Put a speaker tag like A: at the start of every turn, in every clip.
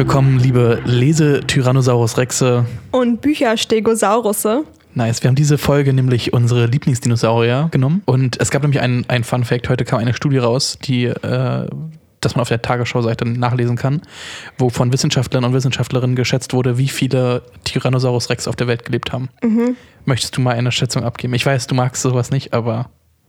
A: willkommen, liebe Lese-Tyrannosaurus Rexe
B: und Bücher-Stegosaurusse.
A: Nice, wir haben diese Folge nämlich unsere Lieblingsdinosaurier genommen. Und es gab nämlich einen Fun-Fact, heute kam eine Studie raus, die, dass man auf der Tagesschau-Seite nachlesen kann, wo von Wissenschaftlern und Wissenschaftlerinnen geschätzt wurde, wie viele Tyrannosaurus Rex auf der Welt gelebt haben. Mhm. Möchtest du mal eine Schätzung abgeben? Ich weiß, du magst sowas nicht, aber...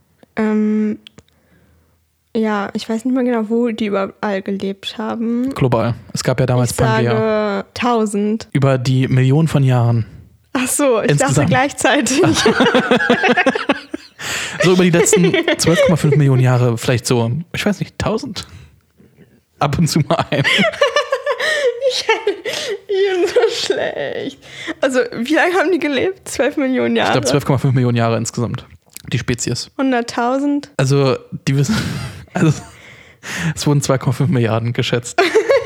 B: Ja, ich weiß nicht mehr genau, wo die überall gelebt haben.
A: Global. Es gab ja damals Pangea.
B: Ich sage 1000.
A: Über die Millionen von Jahren.
B: Ach so, ich dachte gleichzeitig.
A: So über die letzten 12,5 Millionen Jahre, vielleicht so, ich weiß nicht, 1000? Ab und zu mal ein.
B: Ich bin so schlecht. Also, wie lange haben die gelebt? 12 Millionen Jahre?
A: Ich glaube 12,5 Millionen Jahre insgesamt. Die Spezies.
B: 100.000?
A: Also, es wurden 2,5 Milliarden geschätzt.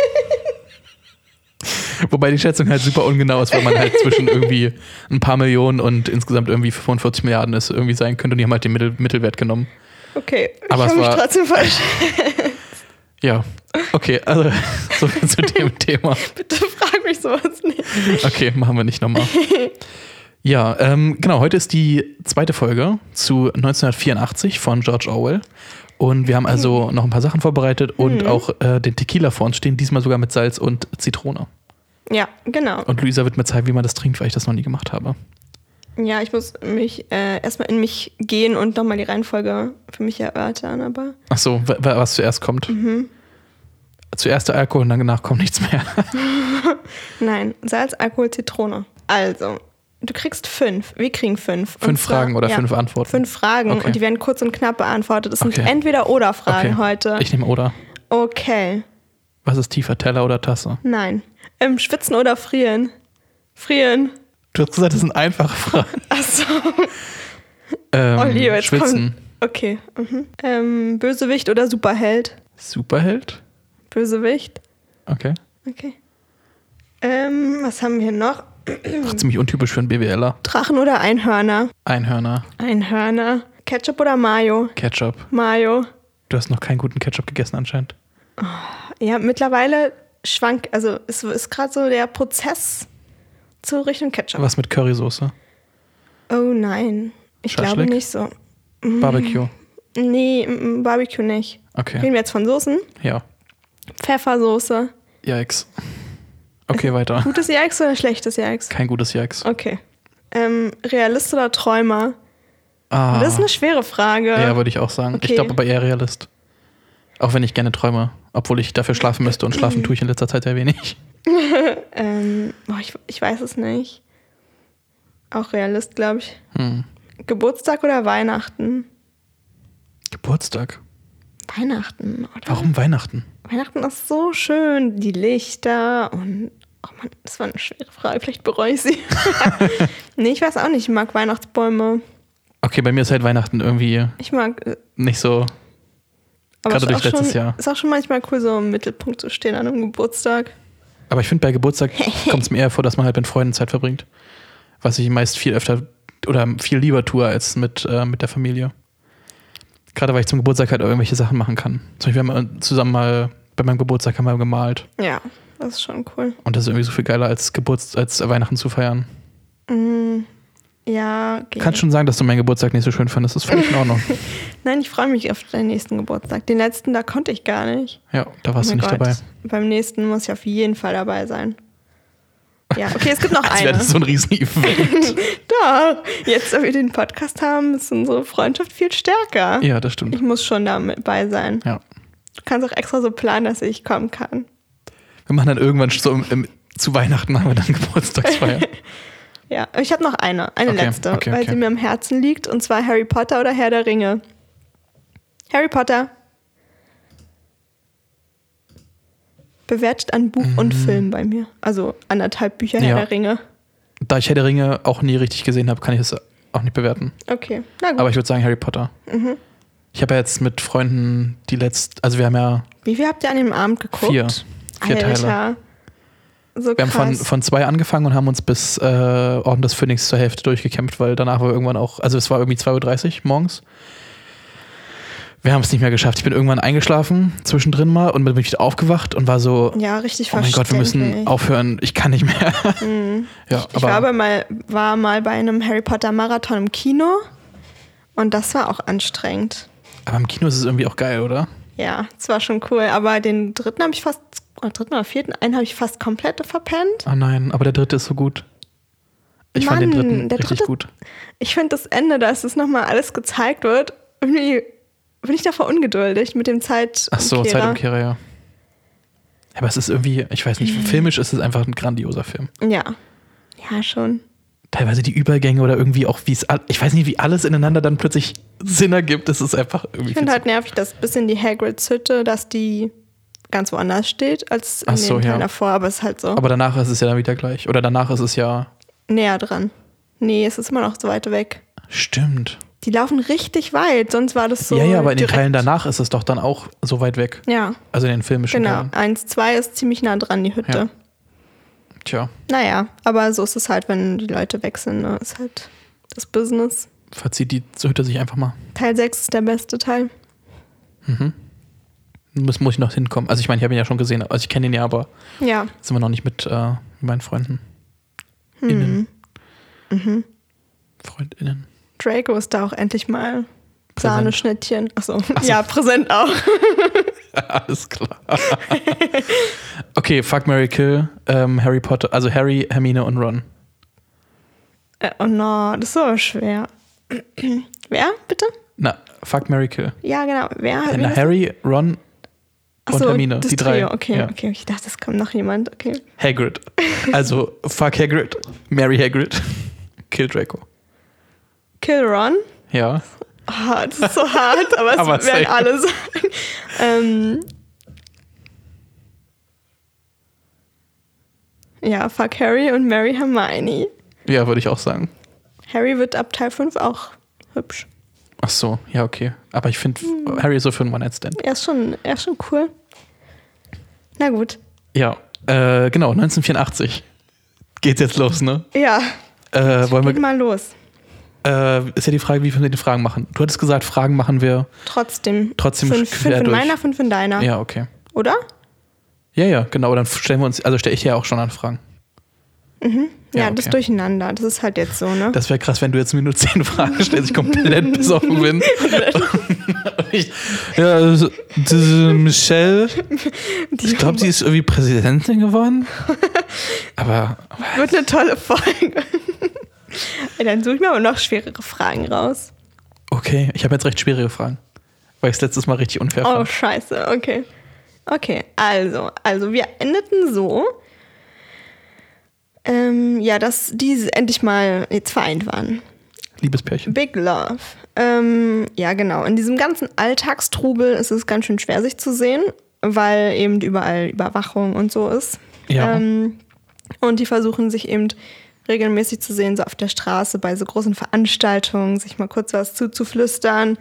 A: Wobei die Schätzung halt super ungenau ist, weil man halt zwischen irgendwie ein paar Millionen und insgesamt irgendwie 45 Milliarden ist irgendwie sein könnte. Und die haben halt den Mittelwert genommen.
B: Okay, aber ich habe mich trotzdem falsch.
A: Ja, okay, also so viel zu dem Thema.
B: Bitte frag mich sowas nicht.
A: Okay, machen wir nicht nochmal. Ja, genau, heute ist die zweite Folge zu 1984 von George Orwell. Und wir haben also noch ein paar Sachen vorbereitet und auch den Tequila vor uns stehen, diesmal sogar mit Salz und Zitrone.
B: Ja, genau.
A: Und Luisa wird mir zeigen, wie man das trinkt, weil ich das noch nie gemacht habe.
B: Ja, ich muss mich erstmal in mich gehen und nochmal die Reihenfolge für mich erörtern, aber...
A: Ach so, was zuerst kommt. Mhm. Zuerst der Alkohol und danach kommt nichts mehr.
B: Nein, Salz, Alkohol, Zitrone. Also, du kriegst 5. Wir kriegen 5.
A: 5 Fragen oder 5 Antworten?
B: 5 Fragen und die werden kurz und knapp beantwortet. Das sind Entweder-Oder-Fragen heute.
A: Ich nehme Oder.
B: Okay.
A: Was ist tiefer, Teller oder Tasse?
B: Nein. Schwitzen oder frieren? Frieren.
A: Du hast gesagt, das sind einfache Fragen.
B: Ach so. Leo, jetzt
A: schwitzen.
B: Okay. Mhm. Bösewicht oder Superheld?
A: Superheld?
B: Bösewicht.
A: Okay.
B: Okay. Was haben wir noch?
A: Ach, ziemlich untypisch für einen BWLer.
B: Drachen oder Einhörner?
A: Einhörner.
B: Einhörner. Ketchup oder Mayo?
A: Ketchup.
B: Mayo.
A: Du hast noch keinen guten Ketchup gegessen anscheinend.
B: Ja, mittlerweile also es ist gerade so der Prozess zur Richtung Ketchup.
A: Was mit Currysoße?
B: Oh nein, ich glaube nicht so.
A: Barbecue?
B: Nee, Barbecue nicht.
A: Okay.
B: Reden wir jetzt von Soßen?
A: Ja.
B: Pfeffersoße.
A: Yikes. Okay, weiter.
B: Gutes Yikes oder schlechtes Yikes?
A: Kein gutes Yikes.
B: Okay. Realist oder Träumer? Das ist eine schwere Frage.
A: Ja, würde ich auch sagen. Okay. Ich glaube aber eher Realist. Auch wenn ich gerne träume. Obwohl ich dafür schlafen müsste und schlafen tue ich in letzter Zeit sehr wenig.
B: Ich weiß es nicht. Auch Realist, glaube ich. Geburtstag oder Weihnachten?
A: Geburtstag.
B: Weihnachten, oder?
A: Warum Weihnachten?
B: Weihnachten ist so schön. Die Lichter und... Oh Mann, das war eine schwere Frage. Vielleicht bereue ich sie. Nee, ich weiß auch nicht. Ich mag Weihnachtsbäume.
A: Okay, bei mir ist halt Weihnachten irgendwie...
B: Ich mag...
A: Nicht so... Gerade durch letztes Jahr.
B: Ist auch schon manchmal cool, so im Mittelpunkt zu stehen an einem Geburtstag.
A: Aber ich finde, bei Geburtstag kommt es mir eher vor, dass man halt mit Freunden Zeit verbringt. Was ich meist viel öfter oder viel lieber tue als mit der Familie. Gerade weil ich zum Geburtstag halt irgendwelche Sachen machen kann. Zum Beispiel haben wir zusammen mal bei meinem Geburtstag haben wir gemalt.
B: Ja, das ist schon cool.
A: Und das ist irgendwie so viel geiler als Weihnachten zu feiern.
B: Ja, okay.
A: Kannst schon sagen, dass du meinen Geburtstag nicht so schön fandest. Das ist völlig in Ordnung.
B: Nein, ich freue mich auf deinen nächsten Geburtstag. Den letzten, da konnte ich gar nicht.
A: Ja, da warst du nicht dabei.
B: Beim nächsten muss ich auf jeden Fall dabei sein. Ja, okay, es gibt noch
A: Als wäre das so ein Riesen-Event.
B: Doch, jetzt, da wir den Podcast haben, ist unsere Freundschaft viel stärker.
A: Ja, das stimmt.
B: Ich muss schon dabei sein.
A: Ja.
B: Du kannst auch extra so planen, dass ich kommen kann.
A: Wir machen dann irgendwann so zu Weihnachten machen wir dann Geburtstagsfeier.
B: Ja, ich habe noch eine letzte, weil sie mir am Herzen liegt, und zwar Harry Potter oder Herr der Ringe. Harry Potter. Bewertet an Buch und Film bei mir. Also 1,5 Bücher Herr der Ringe.
A: Da ich Herr der Ringe auch nie richtig gesehen habe, kann ich es auch nicht bewerten.
B: Okay, na gut.
A: Aber ich würde sagen Harry Potter. Ich habe ja jetzt mit Freunden also wir haben ja...
B: Wie viel habt ihr an dem Abend geguckt?
A: 4 Teile.
B: So
A: wir haben von 2 angefangen und haben uns bis Orden des Phönix zur Hälfte durchgekämpft, weil danach war irgendwann auch, also es war irgendwie 2:30 Uhr morgens. Wir haben es nicht mehr geschafft. Ich bin irgendwann eingeschlafen, zwischendrin mal, und bin wieder aufgewacht und war so,
B: Ja, richtig
A: oh mein Gott, wir müssen aufhören, ich kann nicht mehr. Ja,
B: Ich war mal bei einem Harry Potter Marathon im Kino und das war auch anstrengend.
A: Aber im Kino ist es irgendwie auch geil, oder?
B: Ja, es war schon cool, aber den dritten oder vierten, einen habe ich fast komplett verpennt.
A: Oh nein, aber der dritte ist so gut. Ich fand den dritten richtig gut.
B: Ich finde das Ende, dass es nochmal alles gezeigt wird, irgendwie bin ich davor ungeduldig mit dem Zeitumkehrer.
A: Ach so, Zeitumkehrer, ja. Aber es ist irgendwie, ich weiß nicht, filmisch ist es einfach ein grandioser Film.
B: Ja, ja schon.
A: Teilweise die Übergänge oder irgendwie auch, ich weiß nicht, wie alles ineinander dann plötzlich Sinn ergibt. Das ist einfach irgendwie.
B: Ich finde halt nervig, dass bis in die Hagrids Hütte, dass die ganz woanders steht als in den Teil davor, aber es ist halt so.
A: Aber danach ist es ja dann wieder gleich. Oder danach ist es ja
B: näher dran. Nee, es ist immer noch so weit weg.
A: Stimmt.
B: Die laufen richtig weit, sonst war das so.
A: Ja, aber in den Teilen danach ist es doch dann auch so weit weg.
B: Ja.
A: Also in den filmischen Teilen.
B: 1, 2 ist ziemlich nah dran, die Hütte.
A: Ja. Tja.
B: Naja, aber so ist es halt, wenn die Leute weg sind. Ne? Ist halt das Business.
A: Verzieht die Hütte sich einfach mal.
B: Teil 6 ist der beste Teil.
A: Muss ich noch hinkommen. Also ich meine, ich habe ihn ja schon gesehen. Also ich kenne ihn ja, aber
B: ja.
A: Sind wir noch nicht mit meinen Freunden. Innen. Freundinnen.
B: Draco ist da auch endlich mal
A: Präsent.
B: Sahneschnittchen. Achso, ja, präsent auch.
A: Alles klar. Okay, Fuck, Marry, Kill. Harry Potter, also Harry, Hermine und Ron.
B: Oh no, das ist so schwer. Wer, bitte?
A: Na, Fuck, Marry, Kill.
B: Ja, genau. Wer?
A: Harry, Ron und Hermine,
B: das
A: die drei.
B: Trio. Okay,
A: ja.
B: okay. Ich dachte, es kommt noch jemand. Okay.
A: Hagrid. Also Fuck Hagrid, Marry Hagrid, Kill Draco.
B: Kill Ron?
A: Ja.
B: Oh, das ist so hart, aber es werden alle sagen. Ja, fuck Harry und marry Hermione.
A: Ja, würde ich auch sagen.
B: Harry wird ab Teil 5 auch hübsch.
A: Ach so, ja, okay. Aber ich finde, Harry ist so für einen One-Night-Stand.
B: Er ist schon cool. Na gut.
A: Ja, genau, 1984. Geht's jetzt los, ne?
B: Ja.
A: Wollen wir
B: mal los.
A: Ist ja die Frage, wie wir die Fragen machen. Du hattest gesagt, Fragen machen wir
B: trotzdem
A: 5
B: in meiner, 5 in deiner.
A: Ja, okay.
B: Oder?
A: Ja, genau. Dann stellen wir uns, also stelle ich ja auch schon an Fragen.
B: Ja,
A: okay.
B: Das durcheinander. Das ist halt jetzt so, ne?
A: Das wäre krass, wenn du jetzt mir nur 10 Fragen stellst, ich komplett besoffen bin. Michelle, ich glaube, sie ist irgendwie Präsidentin geworden. Aber
B: wird eine tolle Folge. Dann suche ich mir aber noch schwerere Fragen raus.
A: Okay, ich habe jetzt recht schwierige Fragen, weil ich es letztes Mal richtig unfair fand.
B: Oh, scheiße, okay. Okay, also wir endeten so, dass diese endlich mal jetzt vereint waren.
A: Liebespärchen.
B: Big Love. Ja, genau. In diesem ganzen Alltagstrubel ist es ganz schön schwer, sich zu sehen, weil eben überall Überwachung und so ist.
A: Ja.
B: Und die versuchen sich eben regelmäßig zu sehen, so auf der Straße, bei so großen Veranstaltungen, sich mal kurz was zuzuflüstern.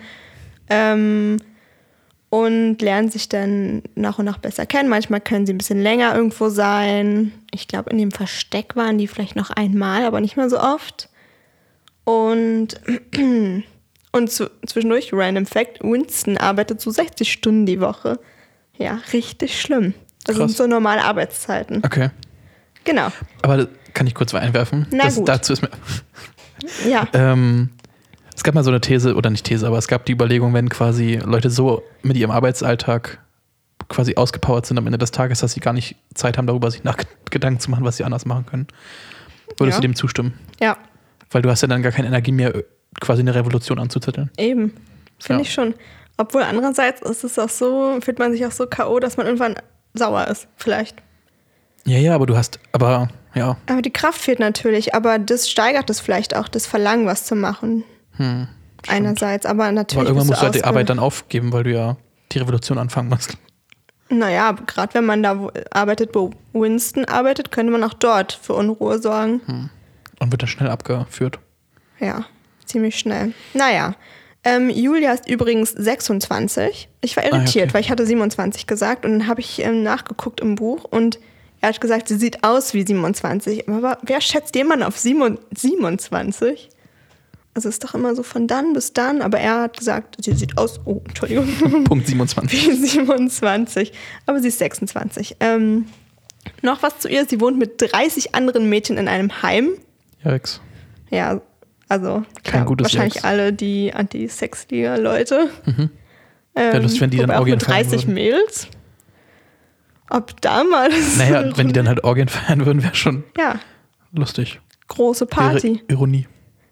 B: Und lernen sich dann nach und nach besser kennen. Manchmal können sie ein bisschen länger irgendwo sein. Ich glaube, in dem Versteck waren die vielleicht noch einmal, aber nicht mehr so oft. Und zwischendurch, random fact, Winston arbeitet so 60 Stunden die Woche. Ja, richtig schlimm. Das
A: Krass.
B: sind so normale Arbeitszeiten.
A: Okay.
B: Genau.
A: Aber gut einwerfen?
B: Na gut.
A: Dazu ist mir...
B: Ja.
A: Es gab mal so eine These, oder nicht These, aber es gab die Überlegung, wenn quasi Leute so mit ihrem Arbeitsalltag quasi ausgepowert sind am Ende des Tages, dass sie gar nicht Zeit haben, darüber sich Gedanken zu machen, was sie anders machen können. Würdest du dem zustimmen?
B: Ja.
A: Weil du hast ja dann gar keine Energie mehr, quasi eine Revolution anzuzetteln.
B: Eben. Finde ich schon. Obwohl andererseits ist es auch so, fühlt man sich auch so K.O., dass man irgendwann sauer ist, vielleicht.
A: Ja, aber ja.
B: Aber die Kraft fehlt natürlich, aber das steigert es vielleicht auch, das Verlangen, was zu machen. Einerseits, aber natürlich.
A: Aber irgendwann musst du halt die Arbeit dann aufgeben, weil du ja die Revolution anfangen musst.
B: Naja, gerade wenn man da arbeitet, wo Winston arbeitet, könnte man auch dort für Unruhe sorgen.
A: Und wird dann schnell abgeführt.
B: Ja, ziemlich schnell. Naja, Julia ist übrigens 26. Ich war irritiert, weil ich hatte 27 gesagt und dann habe ich nachgeguckt im Buch und er hat gesagt, sie sieht aus wie 27. Aber wer schätzt jemanden auf 27? Also ist doch immer so von dann bis dann, aber er hat gesagt, sie sieht aus, oh, Entschuldigung.
A: Punkt 27.
B: Wie 27, aber sie ist 26. Noch was zu ihr, sie wohnt mit 30 anderen Mädchen in einem Heim.
A: Yikes.
B: Ja, also
A: Kein gutes
B: wahrscheinlich
A: Yikes.
B: alle die Anti-Sex-Liga-Leute.
A: Wäre lustig, wenn die dann
B: wobei auch
A: Orgien
B: mit
A: feiern
B: 30
A: würden.
B: Mädels? Ob da mal das
A: Naja, wenn die dann halt Orgien feiern würden, wäre schon
B: Ja,
A: lustig.
B: große Party.
A: Ironie.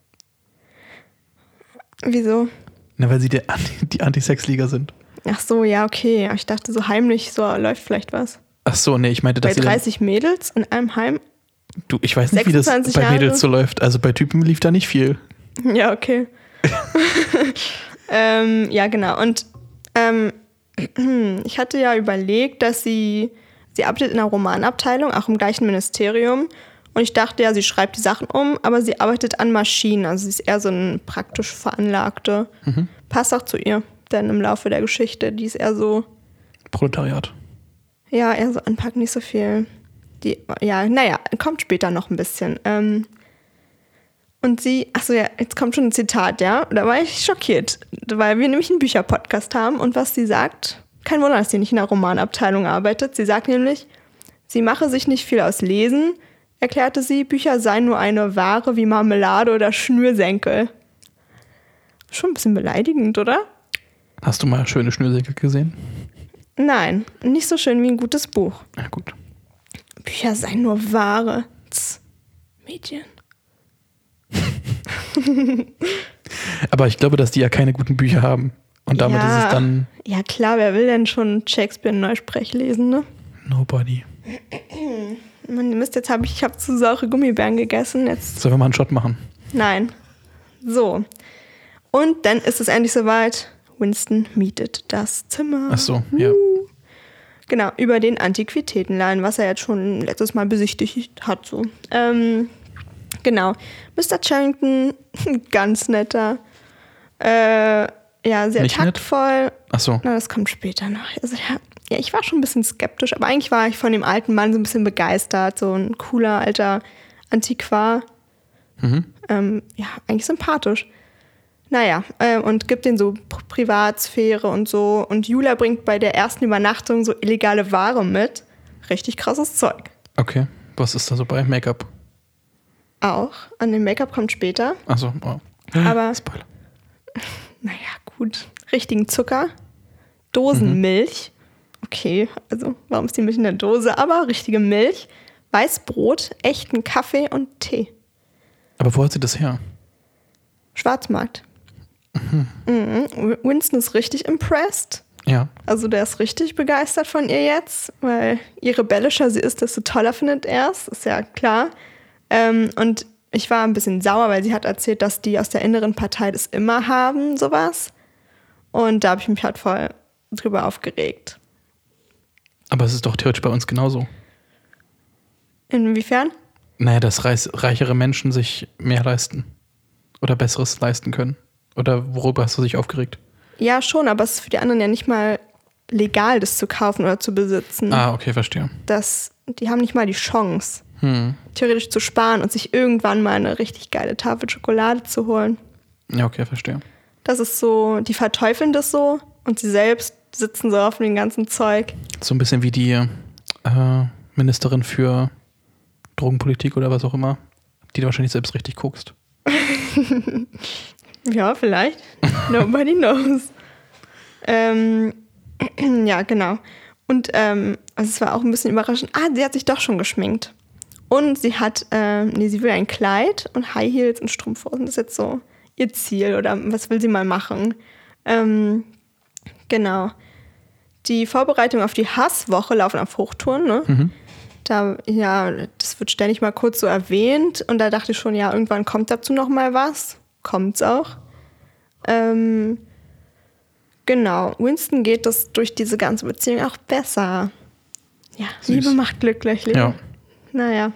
B: Wieso?
A: Na, weil sie die Anti-Sex-Liga sind.
B: Ach so, ja, okay. Aber ich dachte so heimlich, so läuft vielleicht was.
A: Ach so, nee, ich meinte,
B: Bei
A: dass sie dann,
B: 30 Mädels in einem Heim?
A: du, ich weiß nicht, wie das
B: 26
A: bei
B: Jahre?
A: Mädels so läuft. Also bei Typen lief da nicht viel.
B: Ja, okay. Ja, genau. Und ich hatte ja überlegt, dass sie arbeitet in einer Romanabteilung, auch im gleichen Ministerium. Und ich dachte ja, sie schreibt die Sachen um, aber sie arbeitet an Maschinen. Also sie ist eher so eine praktisch Veranlagte. Passt auch zu ihr, denn im Laufe der Geschichte, die ist eher so,
A: Proletariat.
B: ja, eher so anpacken, nicht so viel. Kommt später noch ein bisschen. Und sie, achso ja, jetzt kommt schon ein Zitat, ja, da war ich schockiert, weil wir nämlich einen Bücherpodcast haben und was sie sagt, kein Wunder, dass sie nicht in der Romanabteilung arbeitet. Sie sagt nämlich, sie mache sich nicht viel aus Lesen, erklärte sie, Bücher seien nur eine Ware wie Marmelade oder Schnürsenkel. Schon ein bisschen beleidigend, oder?
A: Hast du mal schöne Schnürsenkel gesehen?
B: Nein, nicht so schön wie ein gutes Buch.
A: Ja, gut.
B: Bücher seien nur Ware. Mädchen.
A: Aber ich glaube, dass die ja keine guten Bücher haben. Und damit ist es dann
B: Ja klar, wer will denn schon Shakespeare in Neusprech lesen, ne?
A: nobody.
B: Man, Mist, ich habe zu saure Gummibären gegessen. Jetzt
A: Sollen wir mal einen Shot machen?
B: nein. So. Und dann ist es endlich soweit. Winston mietet das Zimmer.
A: Ach so, ja.
B: Genau, über den Antiquitätenladen, was er jetzt schon letztes Mal besichtigt hat. So. Genau. Mr. Charrington, ganz netter. Sehr
A: Nicht nett?
B: taktvoll.
A: Ach so.
B: Na, das kommt später noch. Also, ja, ich war schon ein bisschen skeptisch, aber eigentlich war ich von dem alten Mann so ein bisschen begeistert. So ein cooler alter Antiquar. Eigentlich sympathisch. Naja, und gibt denen so Privatsphäre und so. Und Julia bringt bei der ersten Übernachtung so illegale Ware mit. Richtig krasses Zeug.
A: Okay. Was ist da so bei Make-up?
B: Auch. An dem Make-up kommt später.
A: Ach so, wow.
B: Aber,
A: Spoiler.
B: naja, gut. Richtigen Zucker. Dosenmilch. Okay, also warum ist die Milch in der Dose? Aber richtige Milch. Weißbrot, echten Kaffee und Tee.
A: Aber wo hat sie das her?
B: Schwarzmarkt. Winston ist richtig impressed.
A: Ja.
B: Also der ist richtig begeistert von ihr jetzt, weil je rebellischer sie ist, desto toller findet er es. Ist ja klar. Und ich war ein bisschen sauer, weil sie hat erzählt, dass die aus der inneren Partei das immer haben, sowas. Und da habe ich mich halt voll drüber aufgeregt.
A: Aber es ist doch theoretisch bei uns genauso.
B: Inwiefern?
A: Naja, dass reichere Menschen sich mehr leisten. Oder Besseres leisten können. Oder worüber hast du dich aufgeregt?
B: Ja, schon, aber es ist für die anderen ja nicht mal legal, das zu kaufen oder zu besitzen.
A: Ah, okay, verstehe.
B: Die haben nicht mal die Chance, theoretisch zu sparen und sich irgendwann mal eine richtig geile Tafel Schokolade zu holen.
A: Ja, okay, verstehe.
B: Das ist so, die verteufeln das so und sie selbst sitzen so auf dem ganzen Zeug.
A: So ein bisschen wie die Ministerin für Drogenpolitik oder was auch immer, die du wahrscheinlich selbst richtig guckst.
B: Ja, vielleicht. Nobody knows. Ja, genau. Und also es war auch ein bisschen überraschend. Sie hat sich doch schon geschminkt. Und sie hat, sie will ein Kleid und High Heels und Strumpfhosen. Das ist jetzt so ihr Ziel oder was will sie mal machen. Genau. Die Vorbereitungen auf die Hasswoche laufen auf Hochtouren, ne? Das wird ständig mal kurz so erwähnt und da dachte ich schon, ja, irgendwann kommt dazu noch mal was. Kommt's auch. Genau, Winston geht das durch diese ganze Beziehung auch besser. Ja,
A: Süß.
B: Liebe macht glücklich. Liebe.
A: Ja.
B: Naja.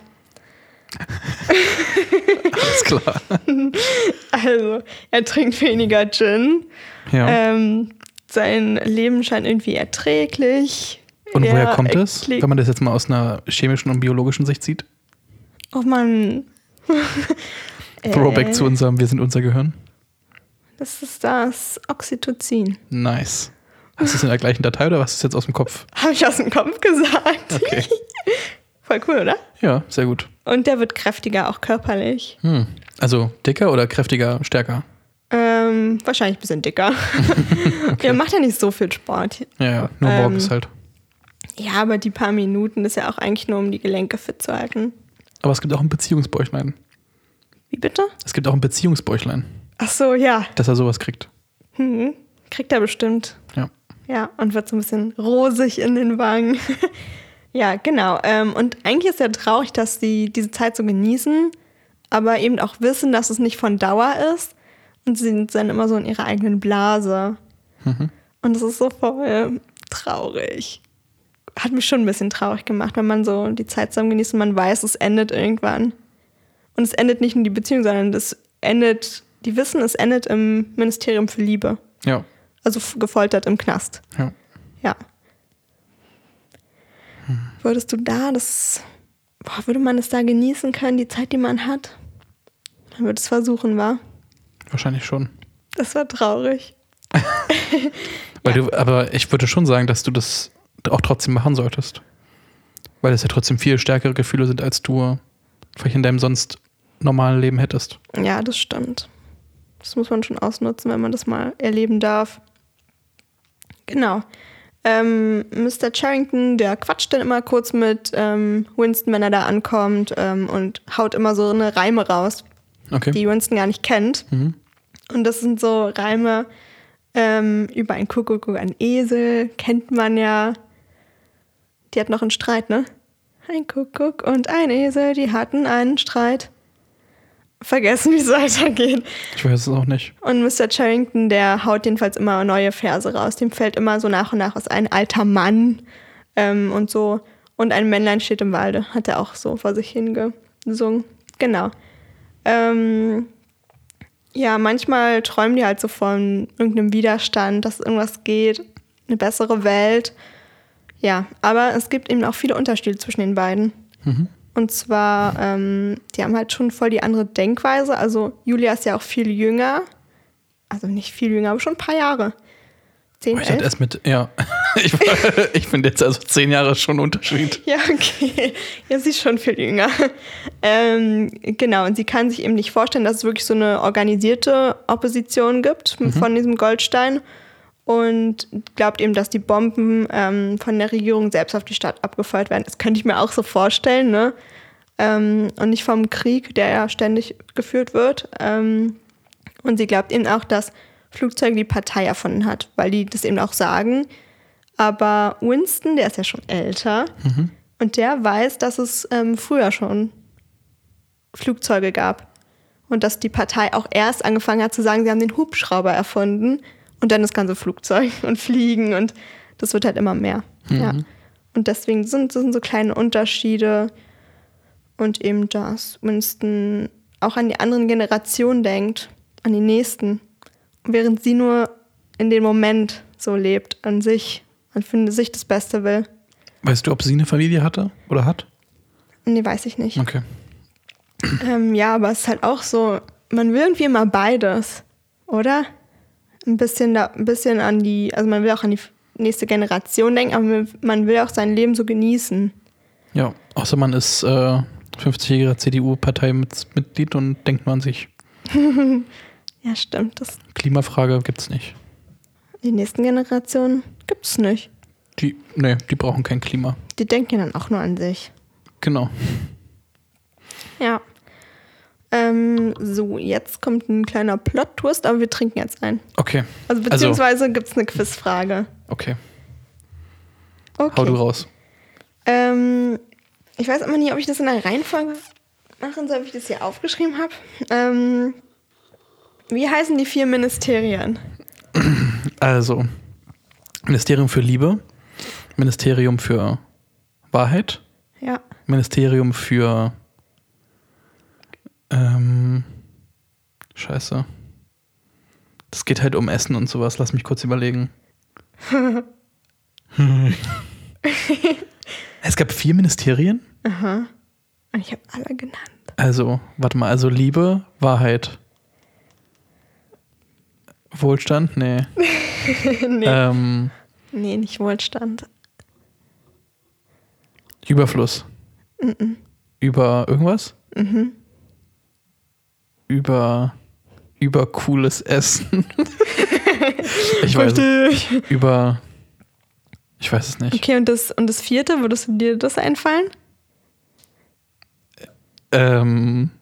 A: Alles klar.
B: Also, er trinkt weniger Gin.
A: Ja.
B: Sein Leben scheint irgendwie erträglich.
A: Und woher kommt
B: er
A: es, wenn man das jetzt mal aus einer chemischen und biologischen Sicht sieht?
B: Oh Mann.
A: Throwback zu unserem Wir sind unser Gehirn.
B: Das ist das Oxytocin.
A: Nice. Hast du es in der gleichen Datei oder was ist jetzt aus dem Kopf?
B: Habe ich aus dem Kopf gesagt.
A: Okay.
B: Voll cool, oder?
A: Ja, sehr gut.
B: Und der wird kräftiger, auch körperlich.
A: Also dicker oder kräftiger, stärker?
B: Wahrscheinlich ein bisschen dicker. Okay. Der macht ja nicht so viel Sport.
A: Ja, nur morgens halt.
B: Ja, aber die paar Minuten ist ja auch eigentlich nur, um die Gelenke fit zu halten.
A: Aber es gibt auch ein Beziehungsbäuchlein.
B: Wie bitte?
A: Es gibt auch ein Beziehungsbäuchlein.
B: Ach so, ja.
A: Dass er sowas kriegt.
B: Kriegt er bestimmt.
A: Ja.
B: Ja, und wird so ein bisschen rosig in den Wangen. Ja, genau. Und eigentlich ist ja traurig, dass die diese Zeit so genießen, aber eben auch wissen, dass es nicht von Dauer ist. Und sie sind dann immer so in ihrer eigenen Blase. Und das ist so voll traurig. Hat mich schon ein bisschen traurig gemacht, wenn man so die Zeit zusammen genießt und man weiß, es endet irgendwann. Und es endet nicht nur die Beziehung, sondern die wissen, es endet im Ministerium für Liebe.
A: Ja.
B: Also gefoltert im Knast.
A: Ja.
B: Ja. Würdest du würde man es da genießen können, die Zeit, die man hat? Man würde es versuchen, wa?
A: Wahrscheinlich schon.
B: Das war traurig.
A: Aber ich würde schon sagen, dass du das auch trotzdem machen solltest. Weil es ja trotzdem viel stärkere Gefühle sind, als du vielleicht in deinem sonst normalen Leben hättest.
B: Ja, das stimmt. Das muss man schon ausnutzen, wenn man das mal erleben darf. Genau. Mr. Charrington, der quatscht dann immer kurz mit Winston, wenn er da ankommt und haut immer so eine Reime raus, die Winston gar nicht kennt. Und das sind so Reime über einen Kuckuck, einen Esel, kennt man ja. Die hat noch einen Streit, ne? Ein Kuckuck und ein Esel, die hatten einen Streit. Vergessen, wie es weitergeht.
A: Ich weiß es auch nicht.
B: Und Mr. Charrington, der haut jedenfalls immer neue Verse raus. Dem fällt immer so nach und nach was ein alter Mann und so. Und ein Männlein steht im Walde, hat er auch so vor sich hingesungen. Genau. Ja, manchmal träumen die halt so von irgendeinem Widerstand, dass irgendwas geht, eine bessere Welt. Ja, aber es gibt eben auch viele Unterschiede zwischen den beiden. Und zwar, die haben halt schon voll die andere Denkweise. Also Julia ist ja auch viel jünger. Also nicht viel jünger, aber schon ein paar Jahre. 10, 11?
A: Ich hatte erst ich finde jetzt also 10 Jahre schon ein Unterschied.
B: Ja, okay. Ja, sie ist schon viel jünger. Genau, und sie kann sich eben nicht vorstellen, dass es wirklich so eine organisierte Opposition gibt von diesem Goldstein. Und glaubt eben, dass die Bomben von der Regierung selbst auf die Stadt abgefeuert werden. Das könnte ich mir auch so vorstellen, ne? Und nicht vom Krieg, der ja ständig geführt wird. Und sie glaubt eben auch, dass Flugzeuge die Partei erfunden hat, weil die das eben auch sagen. Aber Winston, der ist ja schon älter und der weiß, dass es früher schon Flugzeuge gab. Und dass die Partei auch erst angefangen hat zu sagen, sie haben den Hubschrauber erfunden. Und dann das ganze Flugzeug und Fliegen und das wird halt immer mehr. Ja. Und deswegen sind so kleine Unterschiede und eben, dass Winston auch an die anderen Generationen denkt, an die nächsten, während sie nur in dem Moment so lebt, an sich und für sich das Beste will.
A: Weißt du, ob sie eine Familie hatte oder hat?
B: Nee, weiß ich nicht.
A: Okay.
B: Ja, aber es ist halt auch so, man will irgendwie immer beides, oder? Ein bisschen an also man will auch an die nächste Generation denken, aber man will auch sein Leben so genießen.
A: Ja, außer man ist 50-jähriger CDU-Parteimitglied und denkt nur an sich.
B: Ja, stimmt.
A: Klimafrage gibt's nicht.
B: Die nächsten Generationen gibt's nicht.
A: Die brauchen kein Klima.
B: Die denken dann auch nur an sich.
A: Genau.
B: Ja. So, jetzt kommt ein kleiner Plot-Twist, aber wir trinken jetzt ein.
A: Okay.
B: Also beziehungsweise gibt's eine Quizfrage.
A: Okay. Hau du raus.
B: Ich weiß immer nicht, ob ich das in der Reihenfolge machen soll, wie ich das hier aufgeschrieben habe. Wie heißen die 4 Ministerien?
A: Also, Ministerium für Liebe, Ministerium für Wahrheit,
B: Ja.
A: Ministerium für Scheiße. Das geht halt um Essen und sowas. Lass mich kurz überlegen. Es gab 4 Ministerien?
B: Aha. Und ich habe alle genannt.
A: Also, warte mal, also Liebe, Wahrheit. Wohlstand? Nee.
B: Nee. Nee, nicht Wohlstand.
A: Überfluss. Über irgendwas? Über cooles Essen. Ich weiß es nicht.
B: Okay, und das vierte, würdest du dir das einfallen?
A: Wenn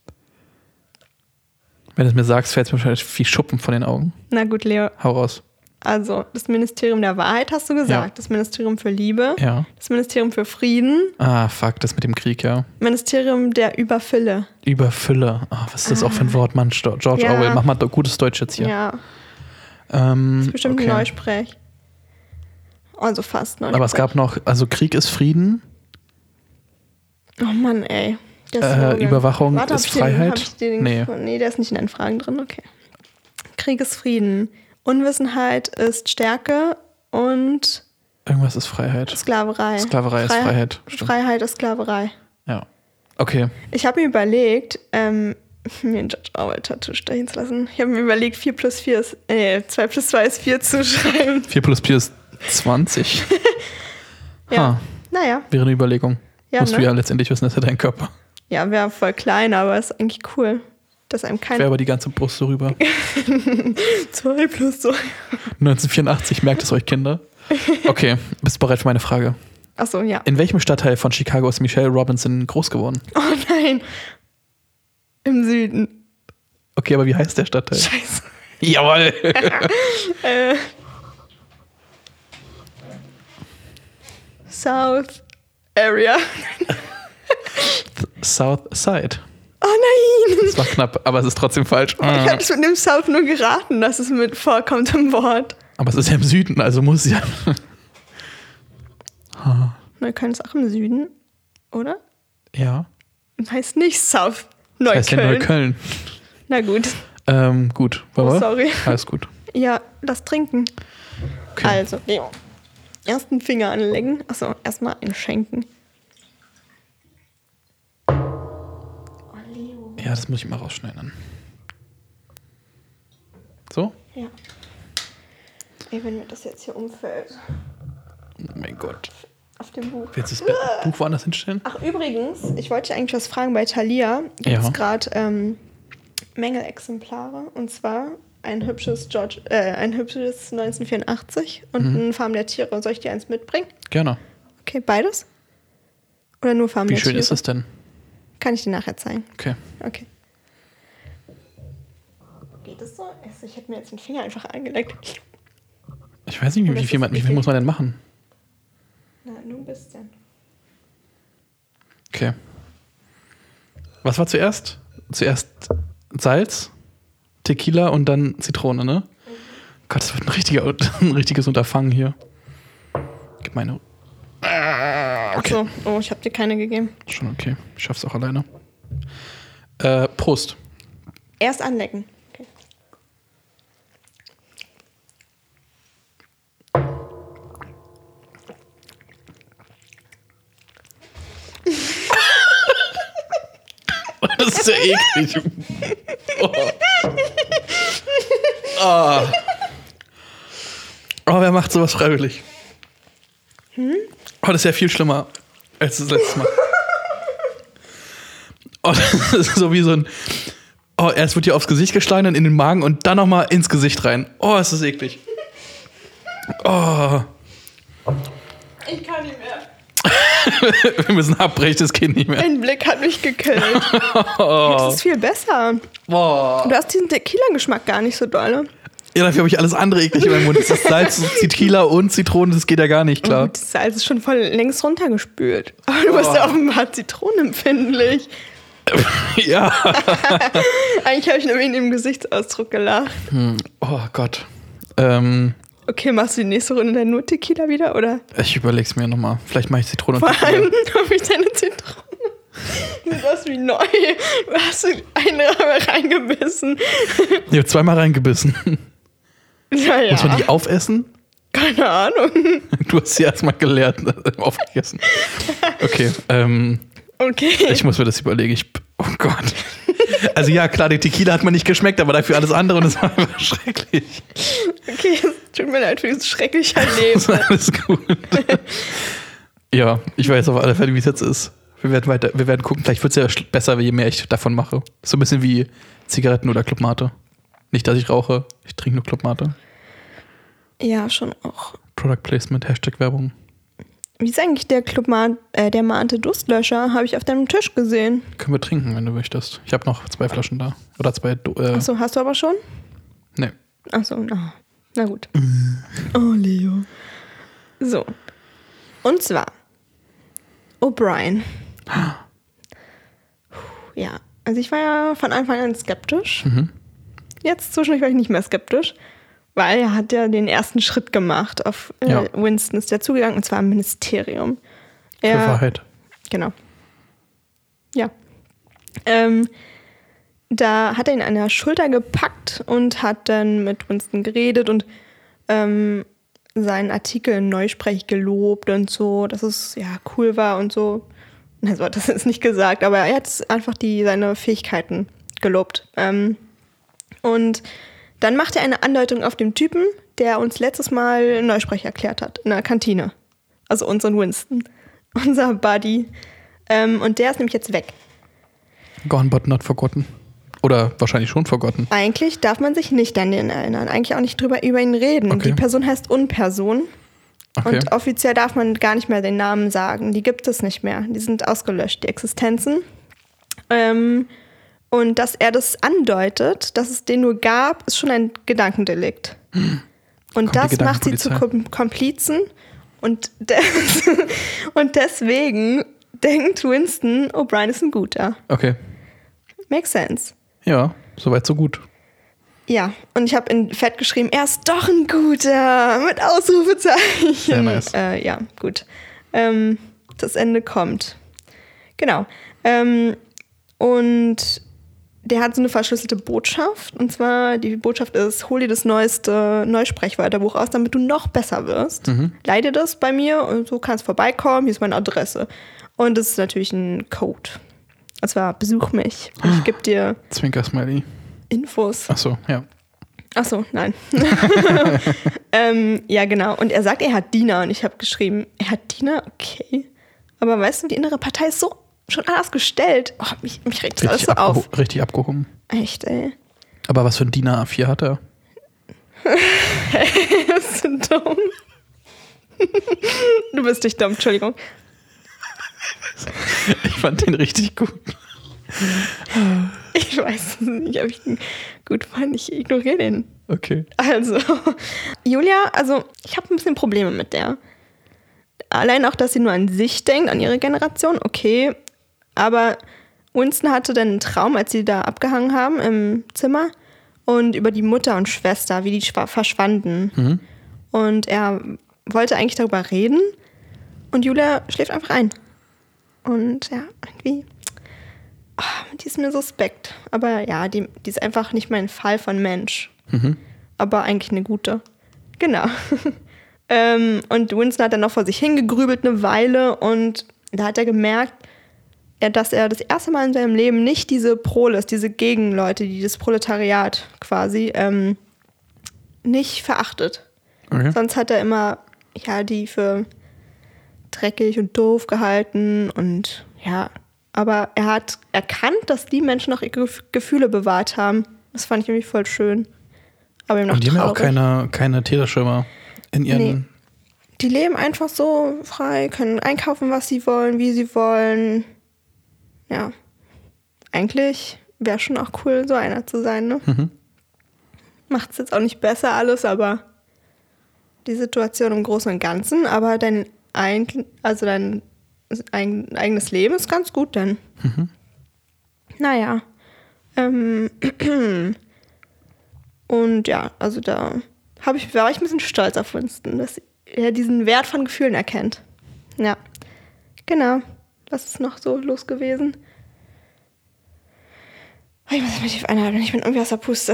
A: du es mir sagst, fällt es mir wahrscheinlich wie Schuppen von den Augen.
B: Na gut, Leo.
A: Hau raus.
B: Also, das Ministerium der Wahrheit hast du gesagt,
A: Ja.
B: Das Ministerium für Liebe,
A: Ja.
B: das Ministerium für Frieden,
A: Ah, fuck, das mit dem Krieg, ja.
B: Ministerium der Überfülle.
A: Überfülle. Ah, was ist das auch für ein Wort, Mann? George
B: Ja.
A: Orwell, mach mal gutes Deutsch jetzt hier.
B: Ja, das ist bestimmt
A: okay.
B: ein Neusprech. Also fast Neusprech.
A: Aber es gab noch, also Krieg ist Frieden,
B: Oh Mann, ey. Der Slogan.
A: Überwachung
B: Warte,
A: ist
B: hab ich den-
A: Freiheit.
B: hab ich den
A: Nee.
B: Nee, der ist nicht in deinen Fragen drin, okay. Krieg ist Frieden. Unwissenheit ist Stärke und
A: Irgendwas ist Freiheit.
B: Sklaverei.
A: Sklaverei ist Freiheit. Stimmt.
B: Freiheit ist Sklaverei.
A: Ja. Okay.
B: Ich habe mir überlegt, mir ein George Orwell-Tattoo stechen zu lassen. Ich habe mir überlegt, 2 plus 2 ist 4 zu schreiben.
A: 4 plus 4 ist 20.
B: Ja. Naja.
A: Wäre eine Überlegung.
B: Ja,
A: Musst
B: ne?
A: du ja letztendlich wissen, das ist ja dein Körper.
B: Ja, wäre voll klein, aber ist eigentlich cool, dass einem kein...
A: Wäre aber die ganze Brust so rüber.
B: 2 plus 2.
A: 1984, merkt es euch, Kinder. Okay, bist du bereit für meine Frage?
B: Achso, ja.
A: In welchem Stadtteil von Chicago ist Michelle Robinson groß geworden?
B: Oh nein. Im Süden.
A: Okay, aber wie heißt der Stadtteil?
B: Scheiße.
A: Jawohl!
B: South Area.
A: South Side.
B: Oh nein.
A: Das war knapp, aber es ist trotzdem falsch.
B: Ich habe es mit dem South nur geraten, dass es mit vorkommt im Wort.
A: Aber es ist ja im Süden, also muss ja.
B: Neukölln ist auch im Süden, oder?
A: Ja.
B: Heißt nicht South
A: Das heißt ja
B: Neukölln.
A: Neukölln.
B: Na gut.
A: Gut.
B: Oh,
A: Wollen wir?
B: sorry.
A: Alles gut.
B: Ja, lass trinken.
A: Okay.
B: Also, Leo. Erst einen Finger anlegen. Achso, erstmal einschenken. Oh, Leo.
A: Ja, das muss ich mal rausschneiden. So?
B: Ja. Ey, wenn mir das jetzt hier umfällt.
A: Oh mein Gott.
B: Auf dem Buch.
A: Willst du das Buch woanders hinstellen?
B: Ach, übrigens, ich wollte dich eigentlich was fragen. Bei Thalia gibt
A: Ja.
B: es gerade Mängelexemplare. Und zwar ein hübsches 1984 und ein Farben der Tiere. Soll ich dir eins mitbringen?
A: Gerne.
B: Okay, beides? Oder nur Farben
A: Wie
B: der
A: schön
B: Tiere?
A: ist das denn?
B: Kann ich dir nachher zeigen.
A: Okay.
B: Okay. Geht das so? Ich hätte mir jetzt den Finger einfach angelegt.
A: Ich weiß nicht,
B: Und
A: wie
B: das
A: viel
B: ist wichtig.
A: muss man denn machen?
B: Na, nur ein bisschen.
A: Okay. Was war zuerst? Zuerst Salz, Tequila und dann Zitrone, ne? Gott, das wird ein richtiges Unterfangen hier. Gib meine. Okay.
B: Achso, oh, ich habe dir keine gegeben.
A: Schon okay. Ich schaff's auch alleine. Prost.
B: Erst anlecken. Okay.
A: Das ist ja eklig. Oh. Oh. Oh, wer macht sowas freiwillig? Oh, das ist ja viel schlimmer als das letzte Mal. Oh, das ist so wie so ein... Oh, erst wird dir aufs Gesicht geschlagen, dann in den Magen und dann nochmal ins Gesicht rein. Oh, ist das eklig. Oh.
B: Ich kann nicht mehr.
A: Wir müssen abbrechen, das geht nicht mehr.
B: Dein Blick hat mich gekillt. Das ist viel besser.
A: Boah.
B: Du hast diesen Tequila-Geschmack gar nicht so doll.
A: Ja, dafür habe ich alles andere eklig in meinem Mund. Das ist Salz, Tequila und Zitrone, das geht ja gar nicht, klar.
B: Das Salz ist schon voll längst runtergespült. Aber du bist ja offenbar zitronenempfindlich.
A: Ja.
B: Eigentlich habe ich nur wegen dem Gesichtsausdruck gelacht.
A: Oh Gott.
B: Okay, machst du die nächste Runde dann nur Tequila wieder, oder?
A: Ich überleg's mir nochmal. Vielleicht mache ich Zitrone
B: Vor
A: und Tequila.
B: allem habe ich deine Zitrone. Du siehst aus wie neu. Du hast eine reingebissen.
A: Ich habe zweimal reingebissen.
B: Naja,
A: Muss man die aufessen?
B: keine Ahnung.
A: Du hast sie erstmal geleert, aufgegessen. Okay,
B: Okay.
A: ich muss mir das überlegen. Oh Gott. Also ja, klar, die Tequila hat mir nicht geschmeckt, aber dafür alles andere und es war einfach schrecklich.
B: Okay, es tut mir leid für dieses schreckliche Erlebnis.
A: Alles gut. Ja, ich weiß auf alle Fälle, wie es jetzt ist. Wir werden gucken, vielleicht wird es ja besser, je mehr ich davon mache. So ein bisschen wie Zigaretten oder Club Mate. Nicht, dass ich rauche, ich trinke nur Club Mate.
B: Ja, schon auch.
A: Product Placement, Hashtag-Werbung.
B: Wie ist eigentlich der der Mate Durstlöscher? Habe ich auf deinem Tisch gesehen.
A: Können wir trinken, wenn du möchtest. Ich habe noch 2 Flaschen da. Oder 2.
B: Achso, hast du aber schon?
A: Nee.
B: Achso, na gut. Oh, Leo. So. Und zwar O'Brien. Ja, also ich war ja von Anfang an skeptisch. Jetzt zwischendurch war ich nicht mehr skeptisch, weil er hat ja den ersten Schritt gemacht auf Winston, ist der zugegangen, und zwar im Ministerium.
A: Für Wahrheit.
B: Genau. Ja. Da hat er ihn an der Schulter gepackt und hat dann mit Winston geredet und seinen Artikel in Neusprech gelobt und so, dass es ja cool war und so. Also das ist nicht gesagt, aber er hat einfach seine Fähigkeiten gelobt. Und dann macht er eine Andeutung auf den Typen, der uns letztes Mal Neusprech erklärt hat, in der Kantine. Also unseren Winston, unser Buddy. Und der ist nämlich jetzt weg.
A: Gone but not forgotten. Oder wahrscheinlich schon forgotten.
B: Eigentlich darf man sich nicht an den erinnern. Eigentlich auch nicht über ihn reden.
A: Okay.
B: Die Person heißt Unperson. Okay. Und offiziell darf man gar nicht mehr den Namen sagen. Die gibt es nicht mehr. Die sind ausgelöscht, die Existenzen. Und dass er das andeutet, dass es den nur gab, ist schon ein Gedankendelikt. Und das macht sie zu Komplizen. Und deswegen denkt Winston, O'Brien ist ein Guter.
A: Okay.
B: Makes sense.
A: Ja, soweit so gut.
B: Ja, und ich habe in Fett geschrieben, er ist doch ein Guter, mit Ausrufezeichen.
A: Sehr nice.
B: Ja, gut. Das Ende kommt. Genau. Und der hat so eine verschlüsselte Botschaft. Und zwar, die Botschaft ist, hol dir das neueste Neusprechwörterbuch aus, damit du noch besser wirst. Leite das bei mir und du kannst vorbeikommen, hier ist meine Adresse. Und das ist natürlich ein Code. Und zwar, besuch mich. Ich gebe dir
A: Zwinker-Smiley.
B: Infos.
A: Ach so, ja.
B: Ach so, nein. Ja, genau. Und er sagt, er hat Diener. Und ich habe geschrieben, er hat Diener? Okay. Aber weißt du, die innere Partei ist so schon anders gestellt. Oh, mich regt das alles so auf.
A: Richtig abgehoben.
B: Echt, ey.
A: Aber was für ein DIN A4 hat er?
B: Bist du dumm? Du bist nicht dumm, Entschuldigung.
A: Ich fand den richtig gut.
B: Ich weiß es nicht, ob ich ihn gut fand. Ich ignoriere den.
A: Okay.
B: Also, Julia, also ich habe ein bisschen Probleme mit der. Allein auch, dass sie nur an sich denkt, an ihre Generation, okay. Aber Winston hatte dann einen Traum, als sie da abgehangen haben im Zimmer. Und über die Mutter und Schwester, wie die verschwanden. Und er wollte eigentlich darüber reden. Und Julia schläft einfach ein. Und ja, irgendwie, die ist mir suspekt. Aber ja, die ist einfach nicht mein Fall von Mensch. Aber eigentlich eine gute. Genau. Und Winston hat dann noch vor sich hingegrübelt eine Weile. Und da hat er gemerkt, dass er das erste Mal in seinem Leben nicht diese Proles, diese Gegenleute, die das Proletariat quasi, nicht verachtet.
A: Okay.
B: Sonst hat er immer die für dreckig und doof gehalten und ja, aber er hat erkannt, dass die Menschen noch ihre Gefühle bewahrt haben. Das fand ich irgendwie voll schön. Aber eben noch
A: und die
B: traurig.
A: haben ja auch keine Teleschirmer in ihren...
B: Nee. Die leben einfach so frei, können einkaufen, was sie wollen, wie sie wollen. Ja, eigentlich wäre schon auch cool, so einer zu sein, ne? Macht es jetzt auch nicht besser alles, aber die Situation im Großen und Ganzen, aber dein eigenes Leben ist ganz gut, denn. Naja. Und ja, also da war ich ein bisschen stolz auf Winston, dass er diesen Wert von Gefühlen erkennt. Ja, genau. Was ist noch so los gewesen? Ich muss mich tief einhalten, ich bin irgendwie aus der Puste.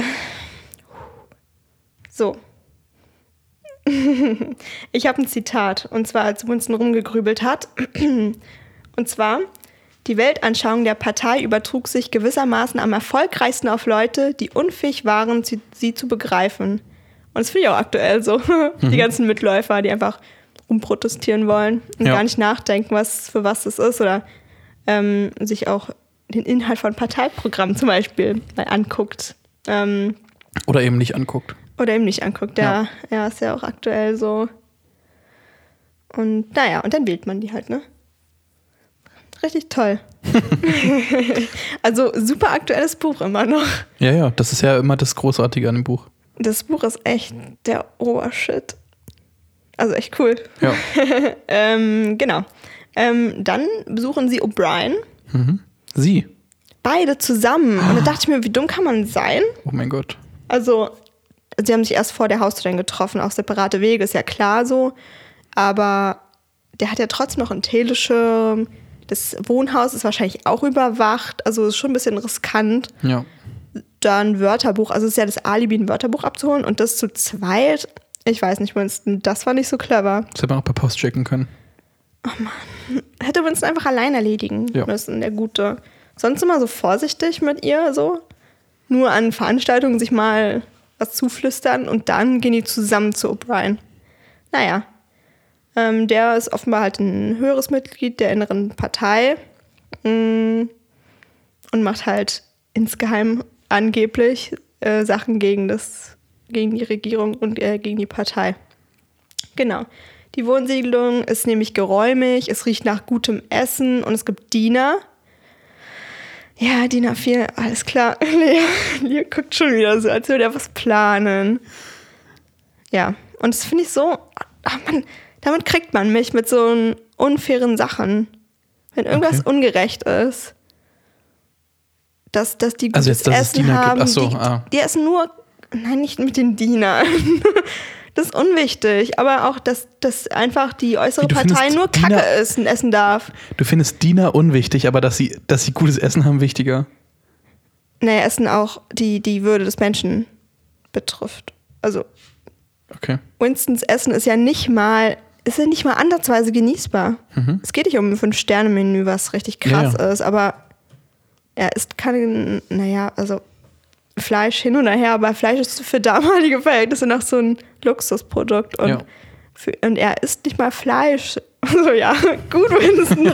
B: So. Ich habe ein Zitat, und zwar als Winston rumgegrübelt hat. Und zwar, Die Weltanschauung der Partei übertrug sich gewissermaßen am erfolgreichsten auf Leute, die unfähig waren, sie zu begreifen. Und das finde ich auch aktuell so. Die ganzen Mitläufer, die einfach rumprotestieren wollen und gar nicht nachdenken, für was das ist oder sich auch den Inhalt von Parteiprogrammen zum Beispiel mal anguckt.
A: Oder eben nicht anguckt.
B: Ja, ist ja auch aktuell so. Und naja, und dann wählt man die halt, ne? Richtig toll. Also super aktuelles Buch immer noch.
A: Ja, das ist ja immer das Großartige an dem Buch.
B: Das Buch ist echt der Obershit. Also echt cool.
A: Ja.
B: Genau. Dann besuchen sie O'Brien.
A: Sie?
B: Beide zusammen. Und da dachte ich mir, wie dumm kann man sein?
A: Oh mein Gott.
B: Also, sie haben sich erst vor der Haustür dann getroffen, auf separate Wege, ist ja klar so. Aber der hat ja trotzdem noch einen Teleschirm. Das Wohnhaus ist wahrscheinlich auch überwacht. Also ist schon ein bisschen riskant.
A: Ja.
B: Dann Wörterbuch. Also es ist ja das Alibi, ein Wörterbuch abzuholen. Und das zu zweit, ich weiß nicht, Winston, das war nicht so clever.
A: Das hätte man auch per Post schicken können.
B: Oh Mann. Hätte Winston einfach allein erledigen müssen, der Gute. Sonst immer so vorsichtig mit ihr, so. Nur an Veranstaltungen sich mal was zuflüstern und dann gehen die zusammen zu O'Brien. Naja. Der ist offenbar halt ein höheres Mitglied der inneren Partei und macht halt insgeheim angeblich Sachen gegen die Regierung und gegen die Partei. Genau. Die Wohnsiedlung ist nämlich geräumig, es riecht nach gutem Essen und es gibt Diener. Ja, DIN A4, alles klar. Lea guckt schon wieder so, als würde er was planen. Ja, und das finde ich so, damit kriegt man mich mit so unfairen Sachen. Wenn irgendwas ungerecht ist, dass die gutes
A: jetzt, dass
B: Essen
A: es Diener
B: haben.
A: gibt. Ach so,
B: die essen nur, nein, nicht mit den Dienern. Das ist unwichtig, aber auch, dass einfach die äußere Partei nur Kacke ist und essen darf.
A: Du findest Diener unwichtig, aber dass sie gutes Essen haben, wichtiger?
B: Naja, Essen auch die Würde des Menschen betrifft. Also,
A: okay.
B: Winstons Essen ist ja nicht mal ansatzweise genießbar. Es geht nicht um ein 5-Sterne-Menü, was richtig krass ist, aber er isst also Fleisch hin und her, aber Fleisch ist für damalige Verhältnisse noch so ein Luxusprodukt und er isst nicht mal Fleisch. Also ja, gut, Winston,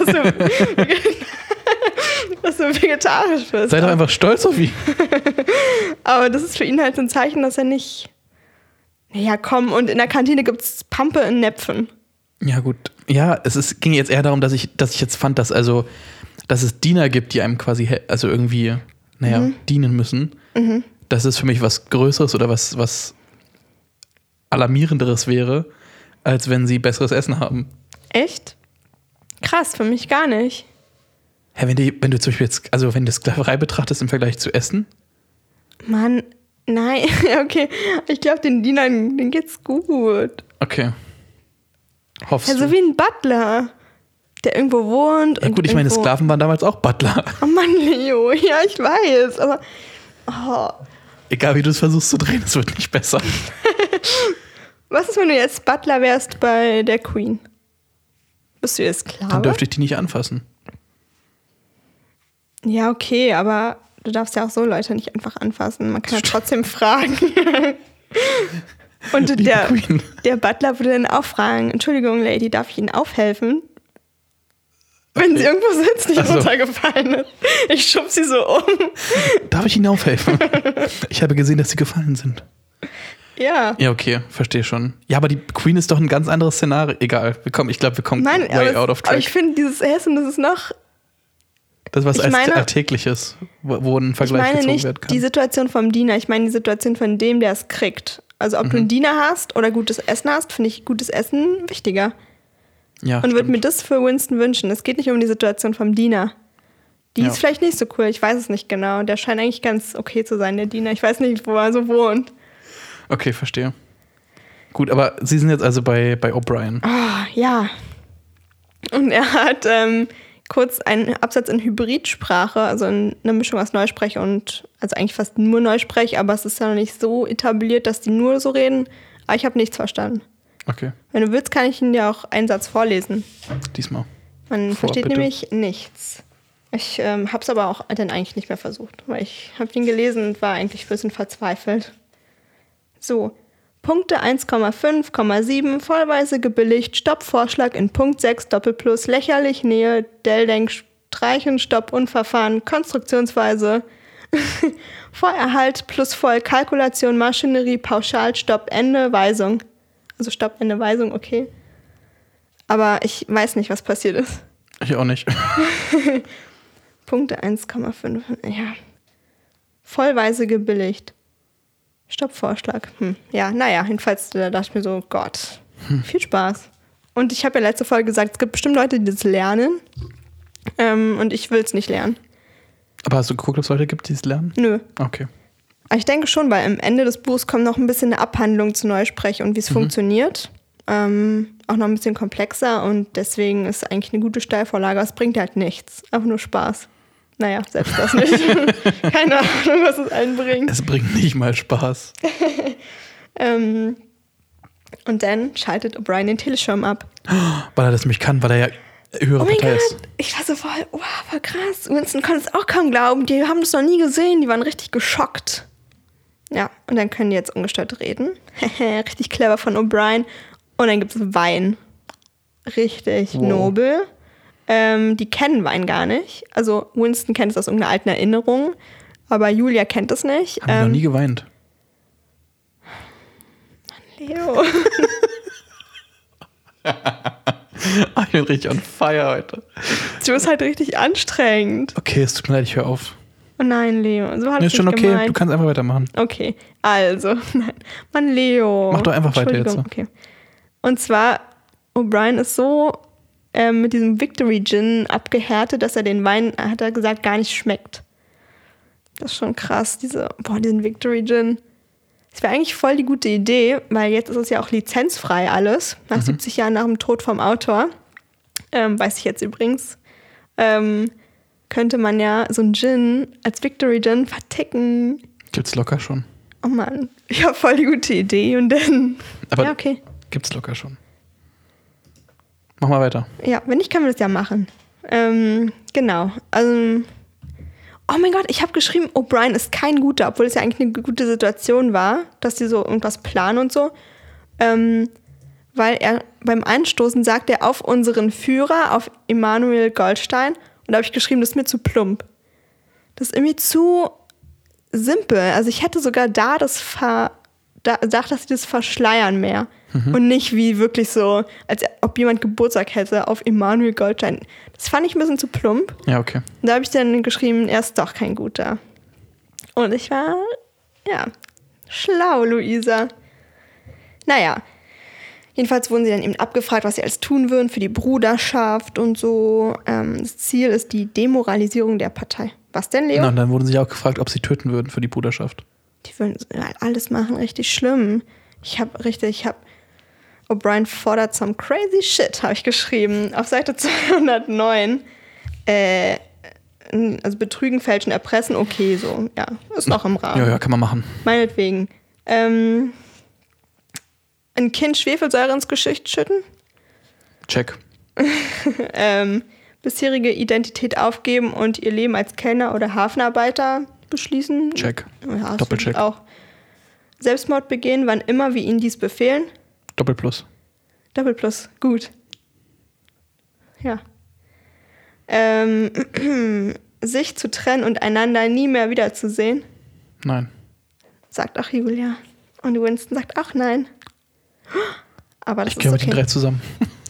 B: dass du vegetarisch bist.
A: Sei doch einfach stolz auf ihn.
B: Aber das ist für ihn halt so ein Zeichen, dass er nicht... Naja, komm, und in der Kantine gibt's Pampe in Näpfen.
A: Ja, gut. Ja, ging jetzt eher darum, dass ich jetzt fand, dass es Diener gibt, die einem quasi irgendwie, dienen müssen. Das ist für mich was Größeres oder was Alarmierenderes wäre, als wenn sie besseres Essen haben.
B: Echt? Krass, für mich gar nicht.
A: Ja, wenn du zum Beispiel jetzt, also wenn du Sklaverei betrachtest im Vergleich zu Essen?
B: Mann, nein, okay. Ich glaube, den Dienern, denen geht's gut.
A: Okay. Hoffst du?
B: So wie ein Butler, der irgendwo wohnt.
A: Ja gut, ich meine, Sklaven waren damals auch Butler.
B: Oh Mann, Leo, ja, ich weiß, aber... Oh.
A: Egal, wie du es versuchst zu drehen, es wird nicht besser.
B: Was ist, wenn du jetzt Butler wärst bei der Queen? Bist du jetzt klar?
A: Dann dürfte ich die nicht anfassen.
B: Ja, okay, aber du darfst ja auch so Leute nicht einfach anfassen. Man kann ja trotzdem fragen. Und der Butler würde dann auch fragen, Entschuldigung, Lady, darf ich Ihnen aufhelfen? Wenn sie irgendwo sitzt, nicht runtergefallen ist. Ich schub sie so um.
A: Darf ich Ihnen aufhelfen? Ich habe gesehen, dass Sie gefallen sind.
B: Ja.
A: Ja, okay, verstehe schon. Ja, aber die Queen ist doch ein ganz anderes Szenario. Egal, ich glaube, wir kommen way out of track.
B: Aber ich finde, dieses Essen, das ist noch...
A: Das ist was Alltägliches, wo ein Vergleich gezogen werden kann. Ich meine nicht
B: die Situation vom Diener, ich meine die Situation von dem, der es kriegt. Also ob du einen Diener hast oder gutes Essen hast, finde ich gutes Essen wichtiger.
A: Ja,
B: und würde mir das für Winston wünschen. Es geht nicht um die Situation vom Diener. Die ist vielleicht nicht so cool, ich weiß es nicht genau. Der scheint eigentlich ganz okay zu sein, der Diener. Ich weiß nicht, wo er so wohnt.
A: Okay, verstehe. Gut, aber Sie sind jetzt also bei O'Brien.
B: Oh, ja. Und er hat kurz einen Absatz in Hybridsprache, also eine Mischung aus Neusprech und, also eigentlich fast nur Neusprech, aber es ist ja noch nicht so etabliert, dass die nur so reden. Aber ich habe nichts verstanden.
A: Okay.
B: Wenn du willst, kann ich Ihnen ja auch einen Satz vorlesen.
A: Diesmal.
B: Man versteht nämlich nichts. Ich habe es aber auch dann eigentlich nicht mehr versucht, weil ich habe ihn gelesen und war eigentlich ein bisschen verzweifelt. So, Punkte 1,5,7, vollweise gebilligt, Stoppvorschlag in Punkt 6, Doppelplus, lächerlich, Nähe, Delldenk, Streichen, Stopp, Unverfahren, Konstruktionsweise, Vorerhalt plus voll, Kalkulation, Maschinerie, Pauschal, Stopp, Ende, Weisung. Also Stopp, Ende, Weisung, okay. Aber ich weiß nicht, was passiert ist.
A: Ich auch nicht.
B: Punkte 1,5, ja. Vollweise gebilligt. Stoppvorschlag. Ja, naja, jedenfalls da dachte ich mir so, Gott, viel Spaß. Und ich habe ja letzte Folge gesagt, es gibt bestimmt Leute, die das lernen. Und ich will es nicht lernen.
A: Aber hast du geguckt, ob es Leute gibt, die es lernen?
B: Nö.
A: Okay.
B: Aber ich denke schon, weil am Ende des Buchs kommt noch ein bisschen eine Abhandlung zu Neusprech und wie es funktioniert. Auch noch ein bisschen komplexer und deswegen ist es eigentlich eine gute Steilvorlage. Es bringt halt nichts. Einfach nur Spaß. Naja, selbst das nicht. Keine Ahnung, was es einbringt.
A: Es bringt nicht mal Spaß.
B: Und dann schaltet O'Brien den Teleschirm ab.
A: Weil er das nämlich kann, weil er ja höhere Partei ist.
B: Ich war so voll, wow, voll krass. Winston konnte es auch kaum glauben. Die haben das noch nie gesehen. Die waren richtig geschockt. Ja, und dann können die jetzt ungestört reden. Richtig clever von O'Brien. Und dann gibt es Wein. Richtig nobel. Die kennen Wein gar nicht. Also Winston kennt es aus irgendeiner alten Erinnerung. Aber Julia kennt es nicht.
A: Haben die noch nie geweint?
B: Leo.
A: Ich bin richtig on fire heute.
B: Du bist halt richtig anstrengend.
A: Okay, es tut mir leid, ich höre auf.
B: Oh nein, Leo. So hat es
A: Ist schon
B: nicht
A: okay,
B: gemeint.
A: du kannst einfach weitermachen.
B: Okay, also. Nein. Mann, Leo.
A: Mach doch einfach weiter jetzt.
B: Okay. Und zwar, O'Brien ist so mit diesem Victory Gin abgehärtet, dass er den Wein, hat er gesagt, gar nicht schmeckt. Das ist schon krass, diesen Victory Gin. Das wäre eigentlich voll die gute Idee, weil jetzt ist es ja auch lizenzfrei alles, nach 70 Jahren nach dem Tod vom Autor. Weiß ich jetzt übrigens. Könnte man ja so einen Gin als Victory Gin verticken.
A: Gibt's locker schon.
B: Oh Mann, ich habe voll die gute Idee und dann...
A: Aber
B: ja, okay.
A: Gibt's locker schon. Mach mal weiter.
B: Ja, wenn nicht, können wir das ja machen. Genau. Also, oh mein Gott, ich habe geschrieben, O'Brien ist kein guter, obwohl es ja eigentlich eine gute Situation war, dass die so irgendwas planen und so. Weil er beim Einstoßen sagt er auf unseren Führer, auf Emanuel Goldstein. Und da habe ich geschrieben, das ist mir zu plump. Das ist irgendwie zu simpel. Also ich hätte sogar gedacht, dass sie das verschleiern mehr. Und nicht wie wirklich so, als ob jemand Geburtstag hätte auf Emanuel Goldstein. Das fand ich ein bisschen zu plump.
A: Ja, okay.
B: Und da habe ich dann geschrieben, er ist doch kein guter. Und ich war, ja, schlau, Luisa. Naja, jedenfalls wurden sie dann eben abgefragt, was sie alles tun würden für die Bruderschaft und so. Das Ziel ist die Demoralisierung der Partei. Was denn, Leo?
A: Genau, und dann wurden sie auch gefragt, ob sie töten würden für die Bruderschaft.
B: Die würden alles machen, richtig schlimm. O'Brien fordert some crazy shit, habe ich geschrieben. Auf Seite 209. Also betrügen, fälschen, erpressen, okay, so. Ja, ist noch im Rahmen.
A: Ja, kann man machen.
B: Meinetwegen. Ein Kind Schwefelsäure ins Gesicht schütten.
A: Check.
B: Bisherige Identität aufgeben und ihr Leben als Kellner oder Hafenarbeiter beschließen.
A: Check.
B: Ja,
A: Doppelcheck.
B: Auch. Selbstmord begehen, wann immer wir ihnen dies befehlen.
A: Doppelplus.
B: Doppelplus, gut. Ja. Sich zu trennen und einander nie mehr wiederzusehen.
A: Nein.
B: Sagt auch Julia. Und Winston sagt auch nein. Aber das
A: Ich gehe
B: ist
A: mit den
B: okay.
A: 3 zusammen.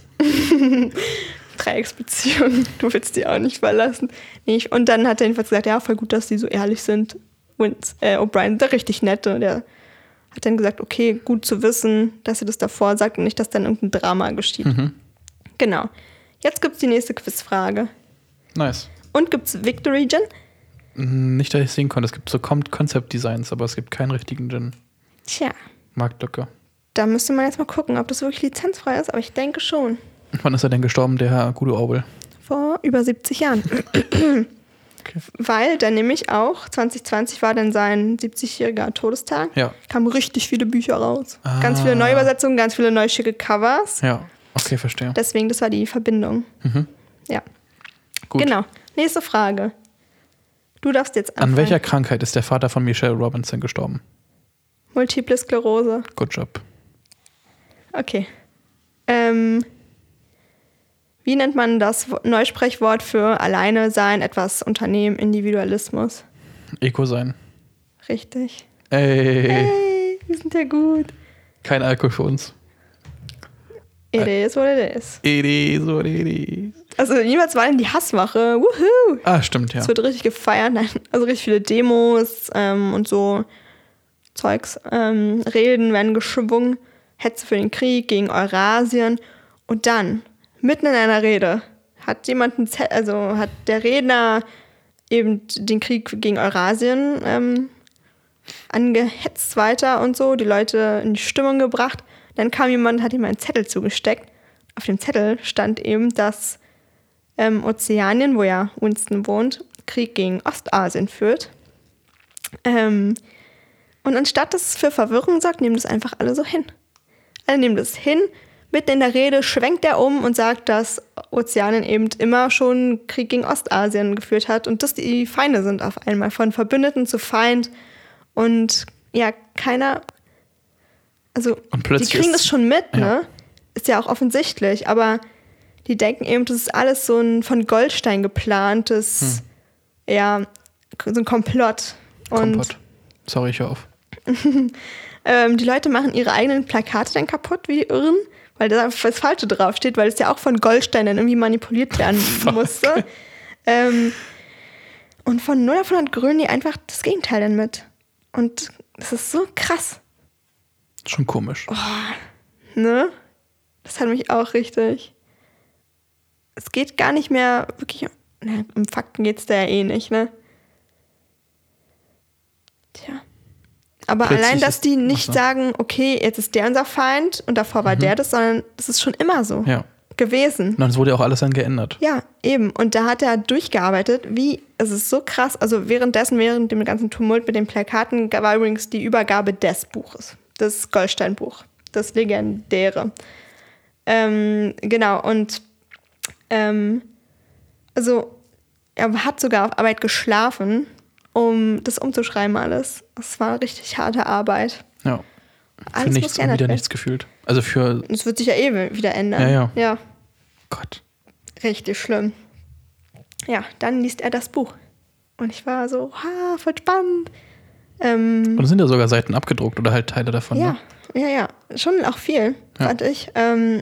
B: Dreiecksbeziehung. Du willst die auch nicht verlassen. Nee, und dann hat er jedenfalls gesagt, ja, voll gut, dass die so ehrlich sind. O'Brien, der richtig nette, der hat dann gesagt, okay, gut zu wissen, dass sie das davor sagt und nicht, dass dann irgendein Drama geschieht. Genau. Jetzt gibt's die nächste Quizfrage.
A: Nice.
B: Und gibt's Victory Gin?
A: Nicht, dass ich sehen konnte. Es gibt so Concept-Designs, aber es gibt keinen richtigen Gin.
B: Tja,
A: Marktlücke.
B: da müsste man jetzt mal gucken, ob das wirklich lizenzfrei ist, aber ich denke schon.
A: Wann ist er denn gestorben, der Herr Guido Aubel?
B: Vor über 70 Jahren.
A: Okay.
B: Weil dann nämlich auch 2020 war dann sein 70-jähriger Todestag.
A: Ja.
B: Kamen richtig viele Bücher raus. Ganz viele Neuübersetzungen, ganz viele neue schicke Covers.
A: Ja, okay, verstehe.
B: Deswegen, das war die Verbindung. Ja.
A: Gut.
B: Genau. Nächste Frage. Du darfst jetzt anfangen.
A: An welcher Krankheit ist der Vater von Michelle Robinson gestorben?
B: Multiple Sklerose.
A: Good job.
B: Okay. Wie nennt man das Neusprechwort für alleine sein, etwas unternehmen, Individualismus?
A: Eco sein.
B: Richtig.
A: Ey.
B: Hey, wir sind ja gut.
A: Kein Alkohol für uns.
B: It is what it is.
A: It is what it is.
B: Also niemals war denn die Hasswache. Woohoo!
A: Ah, stimmt, ja.
B: Es wird richtig gefeiert. Nein, also richtig viele Demos und so Zeugs. Reden werden geschwungen. Hetze für den Krieg gegen Eurasien. Und dann, mitten in einer Rede, hat hat der Redner eben den Krieg gegen Eurasien angehetzt weiter und so, die Leute in die Stimmung gebracht. Dann kam jemand, hat ihm einen Zettel zugesteckt. Auf dem Zettel stand eben, dass Ozeanien, wo ja Winston wohnt, Krieg gegen Ostasien führt. Und anstatt dass es für Verwirrung sorgt, nehmen das einfach alle so hin. Alle nehmen das hin. Mitten in der Rede schwenkt er um und sagt, dass Ozeanien eben immer schon Krieg gegen Ostasien geführt hat und dass die Feinde sind auf einmal, von Verbündeten zu Feind. Und ja, keiner, also die kriegen das schon mit,
A: ja.
B: Ne? Ist ja auch offensichtlich, aber die denken eben, das ist alles so ein von Goldstein geplantes, ja, so ein Komplott.
A: Komplott. Sorry, ich höre auf.
B: Die Leute machen ihre eigenen Plakate dann kaputt, wie die Irren, weil da das Falsche draufsteht, weil es ja auch von Goldstein dann irgendwie manipuliert werden musste. Und von 0 auf 100 grünen die einfach das Gegenteil dann mit. Und das ist so krass.
A: Schon komisch.
B: Oh, ne? Das hat mich auch richtig. Es geht gar nicht mehr wirklich. Ne, um Fakten geht es da ja eh nicht, ne? Tja. Aber
A: Plötzlich
B: allein, dass die nicht
A: so.
B: sagen, okay, jetzt ist der unser Feind und davor war der das, sondern das ist schon immer so gewesen.
A: Und es wurde ja auch alles dann geändert.
B: Ja, eben. Und da hat er durchgearbeitet, es ist so krass. Also während dem ganzen Tumult mit den Plakaten war übrigens die Übergabe des Buches. Das Goldstein-Buch. Das legendäre. Genau, und also er hat sogar auf Arbeit geschlafen, um das umzuschreiben alles. Das war richtig harte Arbeit.
A: Ja.
B: Alles
A: für
B: muss
A: nichts und
B: geändert
A: wieder
B: werden.
A: nichts gefühlt. Also für.
B: Es wird sich ja eh wieder ändern. Ja.
A: Gott.
B: Richtig schlimm. Ja, dann liest er das Buch. Und ich war so, voll spannend.
A: Und es sind ja sogar Seiten abgedruckt oder halt Teile davon.
B: Ja,
A: ne?
B: ja. Schon auch viel, fand ich.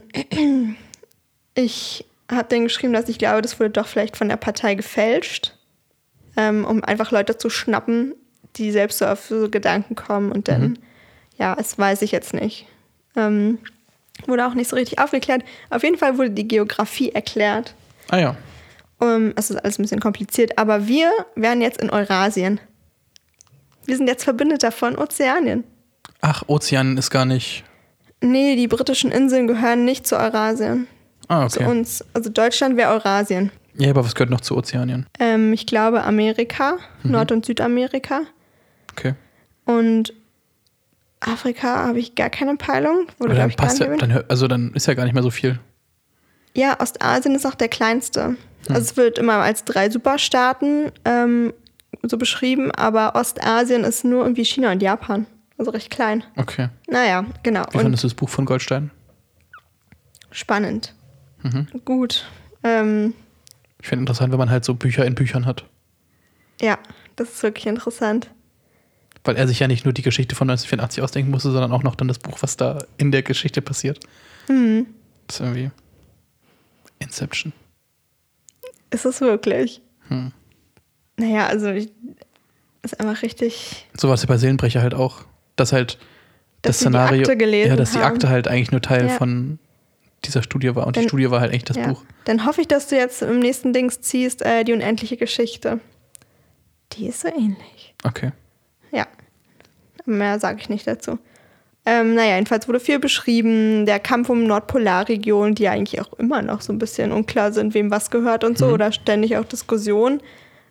B: Ich habe dann geschrieben, dass ich glaube, das wurde doch vielleicht von der Partei gefälscht, um einfach Leute zu schnappen, die selbst so auf so Gedanken kommen. Und dann, das weiß ich jetzt nicht. Wurde auch nicht so richtig aufgeklärt. Auf jeden Fall wurde die Geografie erklärt.
A: Ah ja.
B: Es ist alles ein bisschen kompliziert, aber wir wären jetzt in Eurasien. Wir sind jetzt Verbündeter von Ozeanien.
A: Ach, Ozean ist gar nicht.
B: Nee, die britischen Inseln gehören nicht zu Eurasien.
A: Ah, okay.
B: Zu uns. Also Deutschland wäre Eurasien.
A: Ja, aber was gehört noch zu Ozeanien?
B: Ich glaube Amerika, Nord- und Südamerika.
A: Okay.
B: Und Afrika habe ich gar keine Peilung.
A: Aber dann passt ja, dann ist ja gar nicht mehr so viel.
B: Ja, Ostasien ist auch der kleinste. Also es wird immer als 3 Superstaaten so beschrieben, aber Ostasien ist nur irgendwie China und Japan. Also recht klein.
A: Okay.
B: Naja, genau.
A: Wie fandest du das Buch von Goldstein?
B: Spannend. Gut.
A: Ich finde interessant, wenn man halt so Bücher in Büchern hat.
B: Ja, das ist wirklich interessant.
A: Weil er sich ja nicht nur die Geschichte von 1984 ausdenken musste, sondern auch noch dann das Buch, was da in der Geschichte passiert. Das ist irgendwie Inception.
B: Ist es wirklich? Naja, also ist einfach richtig.
A: So war es ja bei Seelenbrecher halt auch. Dass halt das Szenario.
B: Die Akte gelesen
A: dass die
B: haben.
A: Akte halt eigentlich nur Teil von dieser Studie war. Und die Studie war halt eigentlich das Buch.
B: Dann hoffe ich, dass du jetzt im nächsten Dings ziehst, die unendliche Geschichte. Die ist so ähnlich.
A: Okay.
B: Ja. Mehr sage ich nicht dazu. Jedenfalls wurde viel beschrieben, der Kampf um Nordpolarregionen, die ja eigentlich auch immer noch so ein bisschen unklar sind, wem was gehört und so, oder ständig auch Diskussionen,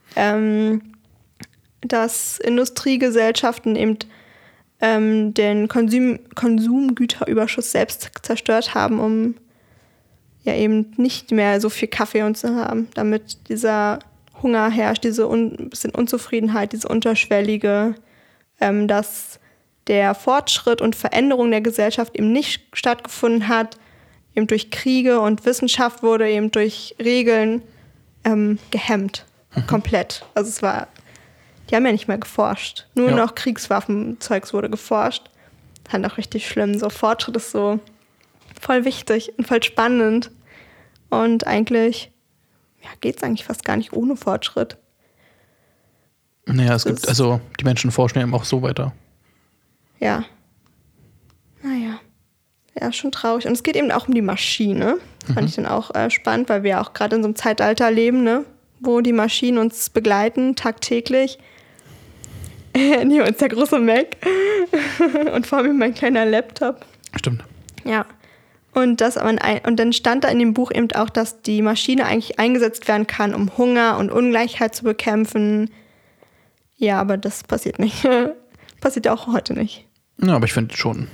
B: dass Industriegesellschaften eben den Konsumgüterüberschuss selbst zerstört haben, um ja eben nicht mehr so viel Kaffee und zu haben, damit dieser Hunger herrscht, diese bisschen Unzufriedenheit, diese unterschwellige, dass der Fortschritt und Veränderung der Gesellschaft eben nicht stattgefunden hat, eben durch Kriege, und Wissenschaft wurde eben durch Regeln gehemmt, komplett. Also die haben ja nicht mehr geforscht, nur noch Kriegswaffenzeugs wurde geforscht. Das ist halt auch richtig schlimm, so Fortschritt ist so voll wichtig und voll spannend und eigentlich geht es eigentlich fast gar nicht ohne Fortschritt.
A: Naja, die Menschen forschen ja eben auch so weiter.
B: Ja. Naja. Ja, schon traurig. Und es geht eben auch um die Maschine. Fand ich dann auch spannend, weil wir ja auch gerade in so einem Zeitalter leben, ne? Wo die Maschinen uns begleiten, tagtäglich. Neben uns der große Mac. Und vor mir mein kleiner Laptop.
A: Stimmt.
B: Ja. Und dann stand da in dem Buch eben auch, dass die Maschine eigentlich eingesetzt werden kann, um Hunger und Ungleichheit zu bekämpfen. Ja, aber das passiert nicht. Passiert ja auch heute nicht.
A: Ja, aber ich finde schon.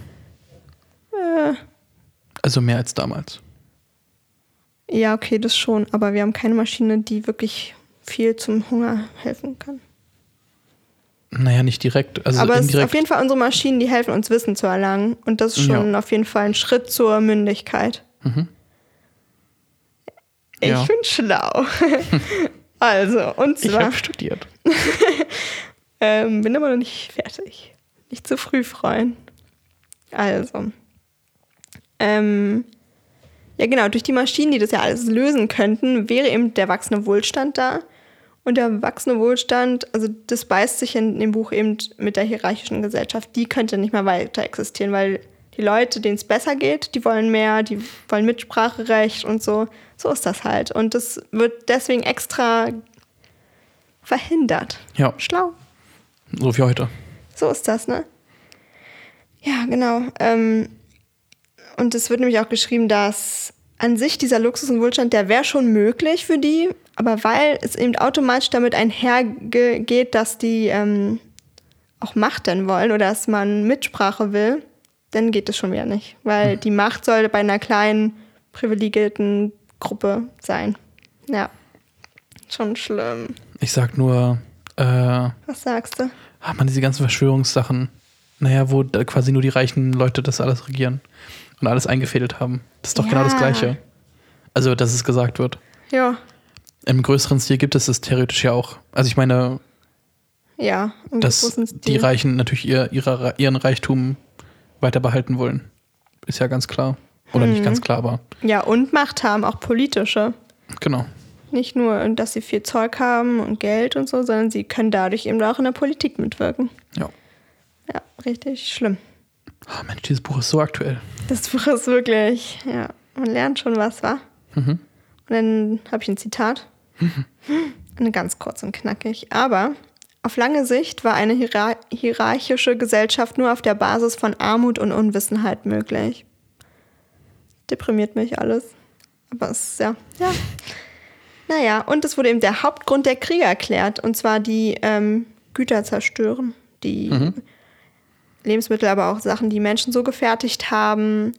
A: Also mehr als damals.
B: Ja, okay, das schon. Aber wir haben keine Maschine, die wirklich viel zum Hunger helfen kann.
A: Naja, nicht direkt. Also
B: aber es ist auf jeden Fall unsere Maschinen, die helfen uns Wissen zu erlangen. Und das ist schon auf jeden Fall ein Schritt zur Mündigkeit.
A: Mhm.
B: Ich bin schlau. Also, und zwar...
A: Ich habe studiert.
B: Bin aber noch nicht fertig. Nicht zu früh freuen. Also. Ja genau, durch die Maschinen, die das ja alles lösen könnten, wäre eben der wachsende Wohlstand da. Und der wachsende Wohlstand, also das beißt sich in dem Buch eben mit der hierarchischen Gesellschaft, die könnte nicht mehr weiter existieren, weil die Leute, denen es besser geht, die wollen mehr, die wollen Mitspracherecht und so. So ist das halt. Und das wird deswegen extra verhindert.
A: Ja.
B: Schlau.
A: So wie heute.
B: So ist das, ne? Ja, genau. Und es wird nämlich auch geschrieben, dass an sich dieser Luxus und Wohlstand, der wäre schon möglich für die, aber weil es eben automatisch damit einhergeht, dass die auch Macht dann wollen oder dass man Mitsprache will, dann geht es schon wieder nicht. Weil die Macht sollte bei einer kleinen, privilegierten Gruppe sein. Ja, schon schlimm.
A: Ich sag nur...
B: Was sagst du?
A: Diese ganzen Verschwörungssachen. Naja, wo quasi nur die reichen Leute das alles regieren und alles eingefädelt haben. Das ist doch genau das Gleiche. Also, dass es gesagt wird.
B: Ja.
A: Im größeren Stil gibt es das theoretisch ja auch. Also ich meine, dass die Reichen natürlich ihren Reichtum weiter behalten wollen. Ist ja ganz klar. Oder nicht ganz klar, aber...
B: Ja, und Macht haben, auch politische.
A: Genau.
B: Nicht nur, dass sie viel Zeug haben und Geld und so, sondern sie können dadurch eben auch in der Politik mitwirken.
A: Ja.
B: Ja, richtig schlimm.
A: Oh Mensch, dieses Buch ist so aktuell.
B: Das Buch ist wirklich, man lernt schon was, wa? Mhm. Und dann habe ich ein Zitat. Eine ganz kurz und knackig. Aber auf lange Sicht war eine hierarchische Gesellschaft nur auf der Basis von Armut und Unwissenheit möglich. Deprimiert mich alles. Aber es ist Naja, und es wurde eben der Hauptgrund der Kriege erklärt. Und zwar die Güter zerstören. Die Lebensmittel, aber auch Sachen, die Menschen so gefertigt haben.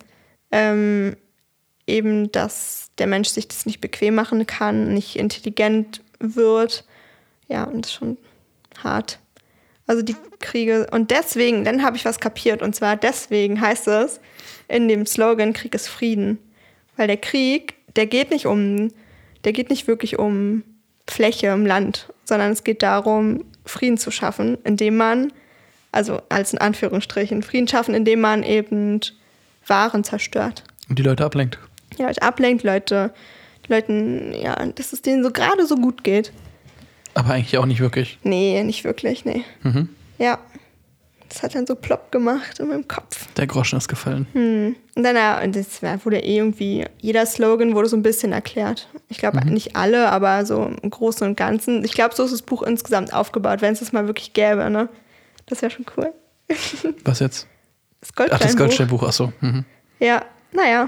B: Eben, dass der Mensch sich das nicht bequem machen kann, nicht intelligent wird. Ja, und das ist schon hart. Also die Kriege. Und deswegen, dann habe ich was kapiert. Und zwar deswegen heißt es in dem Slogan, Krieg ist Frieden. Weil der Krieg, der geht nicht wirklich um Fläche im Land, sondern es geht darum, Frieden zu schaffen, indem man, also als in Anführungsstrichen, Frieden schaffen, indem man eben Waren zerstört.
A: Und die Leute ablenkt.
B: Ja, Leute ablenkt, Leuten, dass es denen so gerade so gut geht.
A: Aber eigentlich auch nicht wirklich.
B: Nee, nicht wirklich, nee. Mhm. Ja, das hat dann so plopp gemacht in meinem Kopf.
A: Der Groschen ist gefallen.
B: Und dann das wurde irgendwie, jeder Slogan wurde so ein bisschen erklärt. Ich glaube nicht alle, aber so im Großen und Ganzen. Ich glaube, so ist das Buch insgesamt aufgebaut, wenn es das mal wirklich gäbe, ne? Das wäre schon cool.
A: Was jetzt?
B: Das Goldsteinbuch.
A: Ach, das Goldsteinbuch, achso. Mhm.
B: Ja, naja.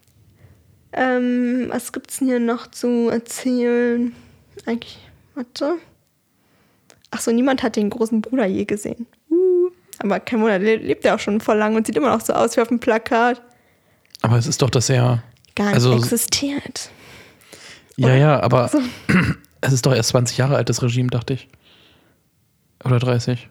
B: Was gibt's denn hier noch zu erzählen? Eigentlich, warte. Achso, niemand hat den großen Bruder je gesehen. Aber kein Wunder, der lebt ja auch schon voll lang und sieht immer noch so aus wie auf dem Plakat.
A: Aber es ist doch, dass er...
B: Gar nicht existiert.
A: Ja, aber... So. Es ist doch erst 20 Jahre alt, das Regime, dachte ich. Oder 30.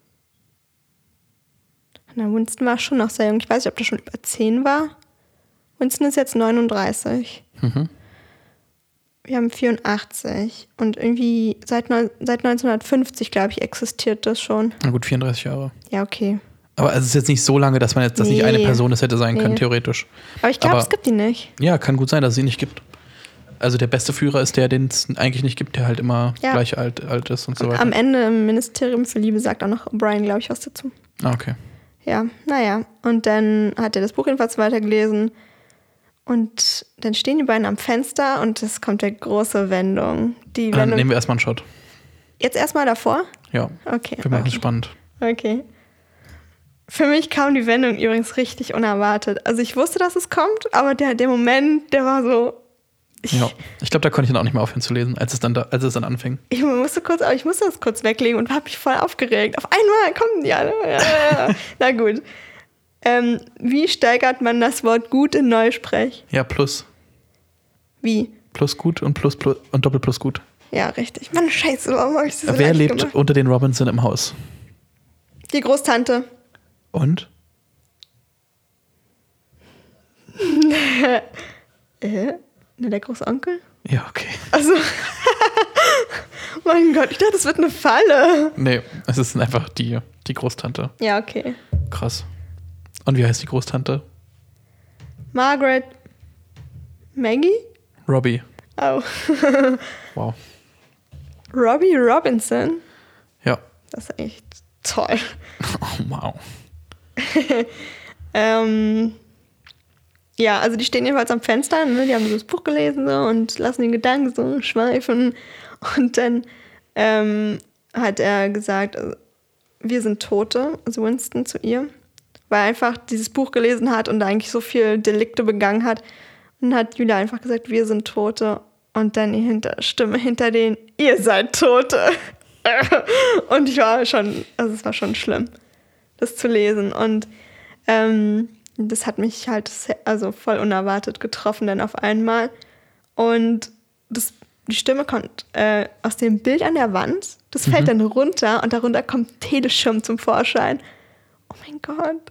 B: Na, Winston war schon noch sehr jung. Ich weiß nicht, ob der schon über 10 war. Winston ist jetzt 39.
A: Mhm.
B: Wir haben 84. Und irgendwie seit 1950, glaube ich, existiert das schon.
A: Na gut, 34 Jahre.
B: Ja, okay.
A: Aber es ist jetzt nicht so lange, dass man jetzt, dass nicht eine Person das hätte sein können, theoretisch.
B: Aber ich glaube, es gibt die nicht.
A: Ja, kann gut sein, dass es sie nicht gibt. Also der beste Führer ist der, den es eigentlich nicht gibt, der halt immer gleich alt ist und so weiter.
B: Am Ende im Ministerium für Liebe sagt auch noch O'Brien, glaube ich, was dazu.
A: Ah, okay.
B: Ja, naja. Und dann hat er das Buch jedenfalls weitergelesen. Und dann stehen die beiden am Fenster und es kommt der große Wendung.
A: Dann nehmen wir erstmal einen Shot.
B: Jetzt erstmal davor?
A: Ja.
B: Okay.
A: Wir machen es spannend.
B: Okay. Für mich kam die Wendung übrigens richtig unerwartet. Also ich wusste, dass es kommt, aber der Moment, der war so...
A: Ich glaube, da konnte ich dann auch nicht mehr aufhören zu lesen, als es dann anfing.
B: Ich musste das kurz weglegen und habe mich voll aufgeregt. Auf einmal kommen die alle. Ja. Na gut. Wie steigert man das Wort gut in Neusprech?
A: Ja, plus.
B: Wie?
A: Plus gut und plus und doppelt plus gut.
B: Ja, richtig. Mann, scheiße, warum habe ich das so
A: Wer
B: leicht
A: lebt
B: gemacht?
A: unter den Robinson im Haus?
B: Die Großtante.
A: Und?
B: Ne, der Großonkel?
A: Ja, okay.
B: Also, mein Gott, ich dachte, das wird eine Falle.
A: Nee, es ist einfach die Großtante.
B: Ja, okay.
A: Krass. Und wie heißt die Großtante?
B: Margaret. Maggie?
A: Robbie.
B: Oh.
A: Wow.
B: Robbie Robinson?
A: Ja.
B: Das ist echt toll.
A: Oh, wow.
B: Ja, also die stehen jedenfalls am Fenster, ne? Die haben so das Buch gelesen so, und lassen den Gedanken so schweifen. Und dann hat er gesagt, wir sind Tote, also Winston zu ihr, weil er einfach dieses Buch gelesen hat und eigentlich so viel Delikte begangen hat. Und dann hat Julia einfach gesagt, wir sind Tote. Und dann die Stimme hinter denen, ihr seid Tote. Und es war schon schlimm, das zu lesen. Und das hat mich halt voll unerwartet getroffen dann auf einmal. Und die Stimme kommt aus dem Bild an der Wand. Das fällt dann runter und darunter kommt ein Teleschirm zum Vorschein. Oh mein Gott.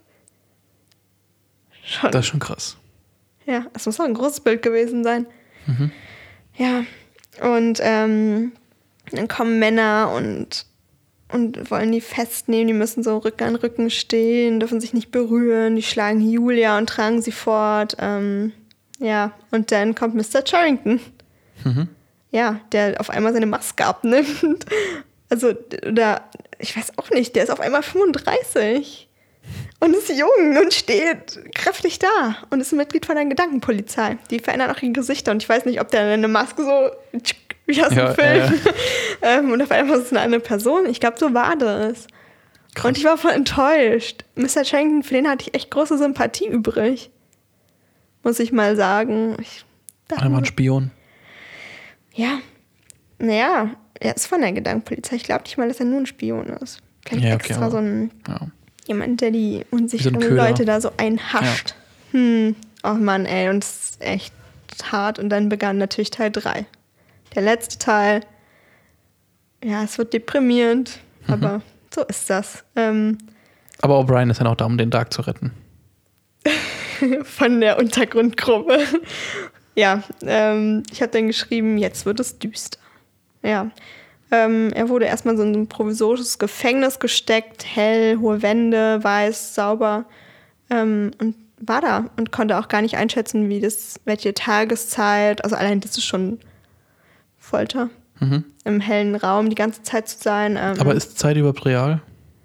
A: Das ist schon krass.
B: Ja, es muss auch ein großes Bild gewesen sein.
A: Mhm.
B: Ja, und dann kommen Männer und wollen die festnehmen. Die müssen so Rücken an Rücken stehen, dürfen sich nicht berühren. Die schlagen Julia und tragen sie fort. Ja, und dann kommt Mr. Charrington.
A: Mhm.
B: Ja, der auf einmal seine Maske abnimmt. Also, ich weiß auch nicht, der ist auf einmal 35. Und ist jung und steht kräftig da. Und ist ein Mitglied von der Gedankenpolizei. Die verändern auch ihre Gesichter. Und ich weiß nicht, ob der eine Maske so wie aus dem Film. Und auf einmal ist es eine Person. Ich glaube, so war das. Krass. Und ich war voll enttäuscht. Mr. Charrington, für den hatte ich echt große Sympathie übrig. Muss ich mal sagen.
A: Er war ein Spion.
B: Ja. Naja, er ist von der Gedankenpolizei. Ich glaube nicht mal, dass er nur ein Spion ist. Vielleicht extra so ein... Ja. Jemand, der die unsicheren Leute da so einhascht. Ja. Oh Mann, ey, und es ist echt hart. Und dann begann natürlich Teil 3. Der letzte Teil. Ja, es wird deprimierend, aber so ist das.
A: Aber O'Brien ist ja noch da, um den Dark zu retten.
B: Von der Untergrundgruppe. Ja, ich habe dann geschrieben, jetzt wird es düster. Ja. Er wurde erstmal so in ein provisorisches Gefängnis gesteckt, hell, hohe Wände, weiß, sauber, und war da und konnte auch gar nicht einschätzen, welche Tageszeit, also allein das ist schon Folter, im hellen Raum die ganze Zeit zu sein.
A: Aber ist Zeit überhaupt real?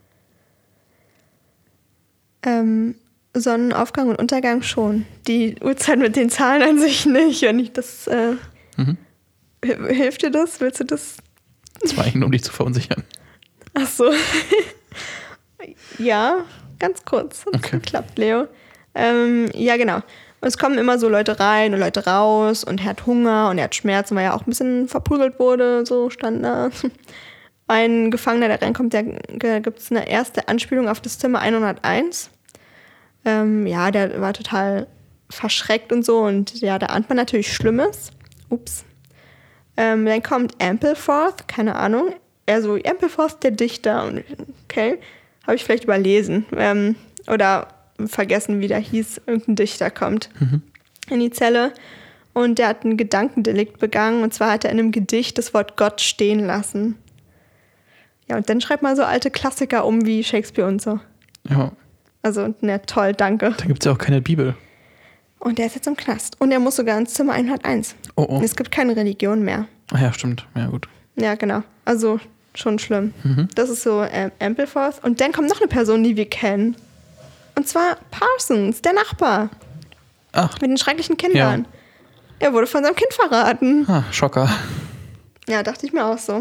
B: Sonnenaufgang und Untergang schon. Die Uhrzeit mit den Zahlen an sich nicht. Wenn ich das hilft dir das? Willst du das?
A: Das war eigentlich nur, um dich zu verunsichern.
B: Ach so. Ja, ganz kurz. Hat geklappt, Leo. Ja, genau. Und es kommen immer so Leute rein und Leute raus und er hat Hunger und er hat Schmerzen, weil er auch ein bisschen verprügelt wurde, so stand da. Ein Gefangener, der reinkommt, da gibt es eine erste Anspielung auf das Zimmer 101. Ja, der war total verschreckt und so und ja, da ahnt man natürlich Schlimmes. Ups. Dann kommt Ampleforth, keine Ahnung. Also Ampleforth, der Dichter. Okay, habe ich vielleicht überlesen. Oder vergessen, wie der hieß. Irgendein Dichter kommt in die Zelle. Und der hat ein Gedankendelikt begangen. Und zwar hat er in einem Gedicht das Wort Gott stehen lassen. Ja, und dann schreibt man so alte Klassiker um wie Shakespeare und so.
A: Ja.
B: Also, na toll, danke.
A: Da gibt es ja auch keine Bibel.
B: Und der ist jetzt im Knast. Und er muss sogar ins Zimmer 101.
A: Oh.
B: Es gibt keine Religion mehr.
A: Ach ja, stimmt. Ja, gut.
B: Ja, genau. Also, schon schlimm. Das ist so Ampleforth. Und dann kommt noch eine Person, die wir kennen. Und zwar Parsons, der Nachbar.
A: Ach.
B: Mit den schrecklichen Kindern. Ja. Er wurde von seinem Kind verraten.
A: Schocker.
B: Ja, dachte ich mir auch so.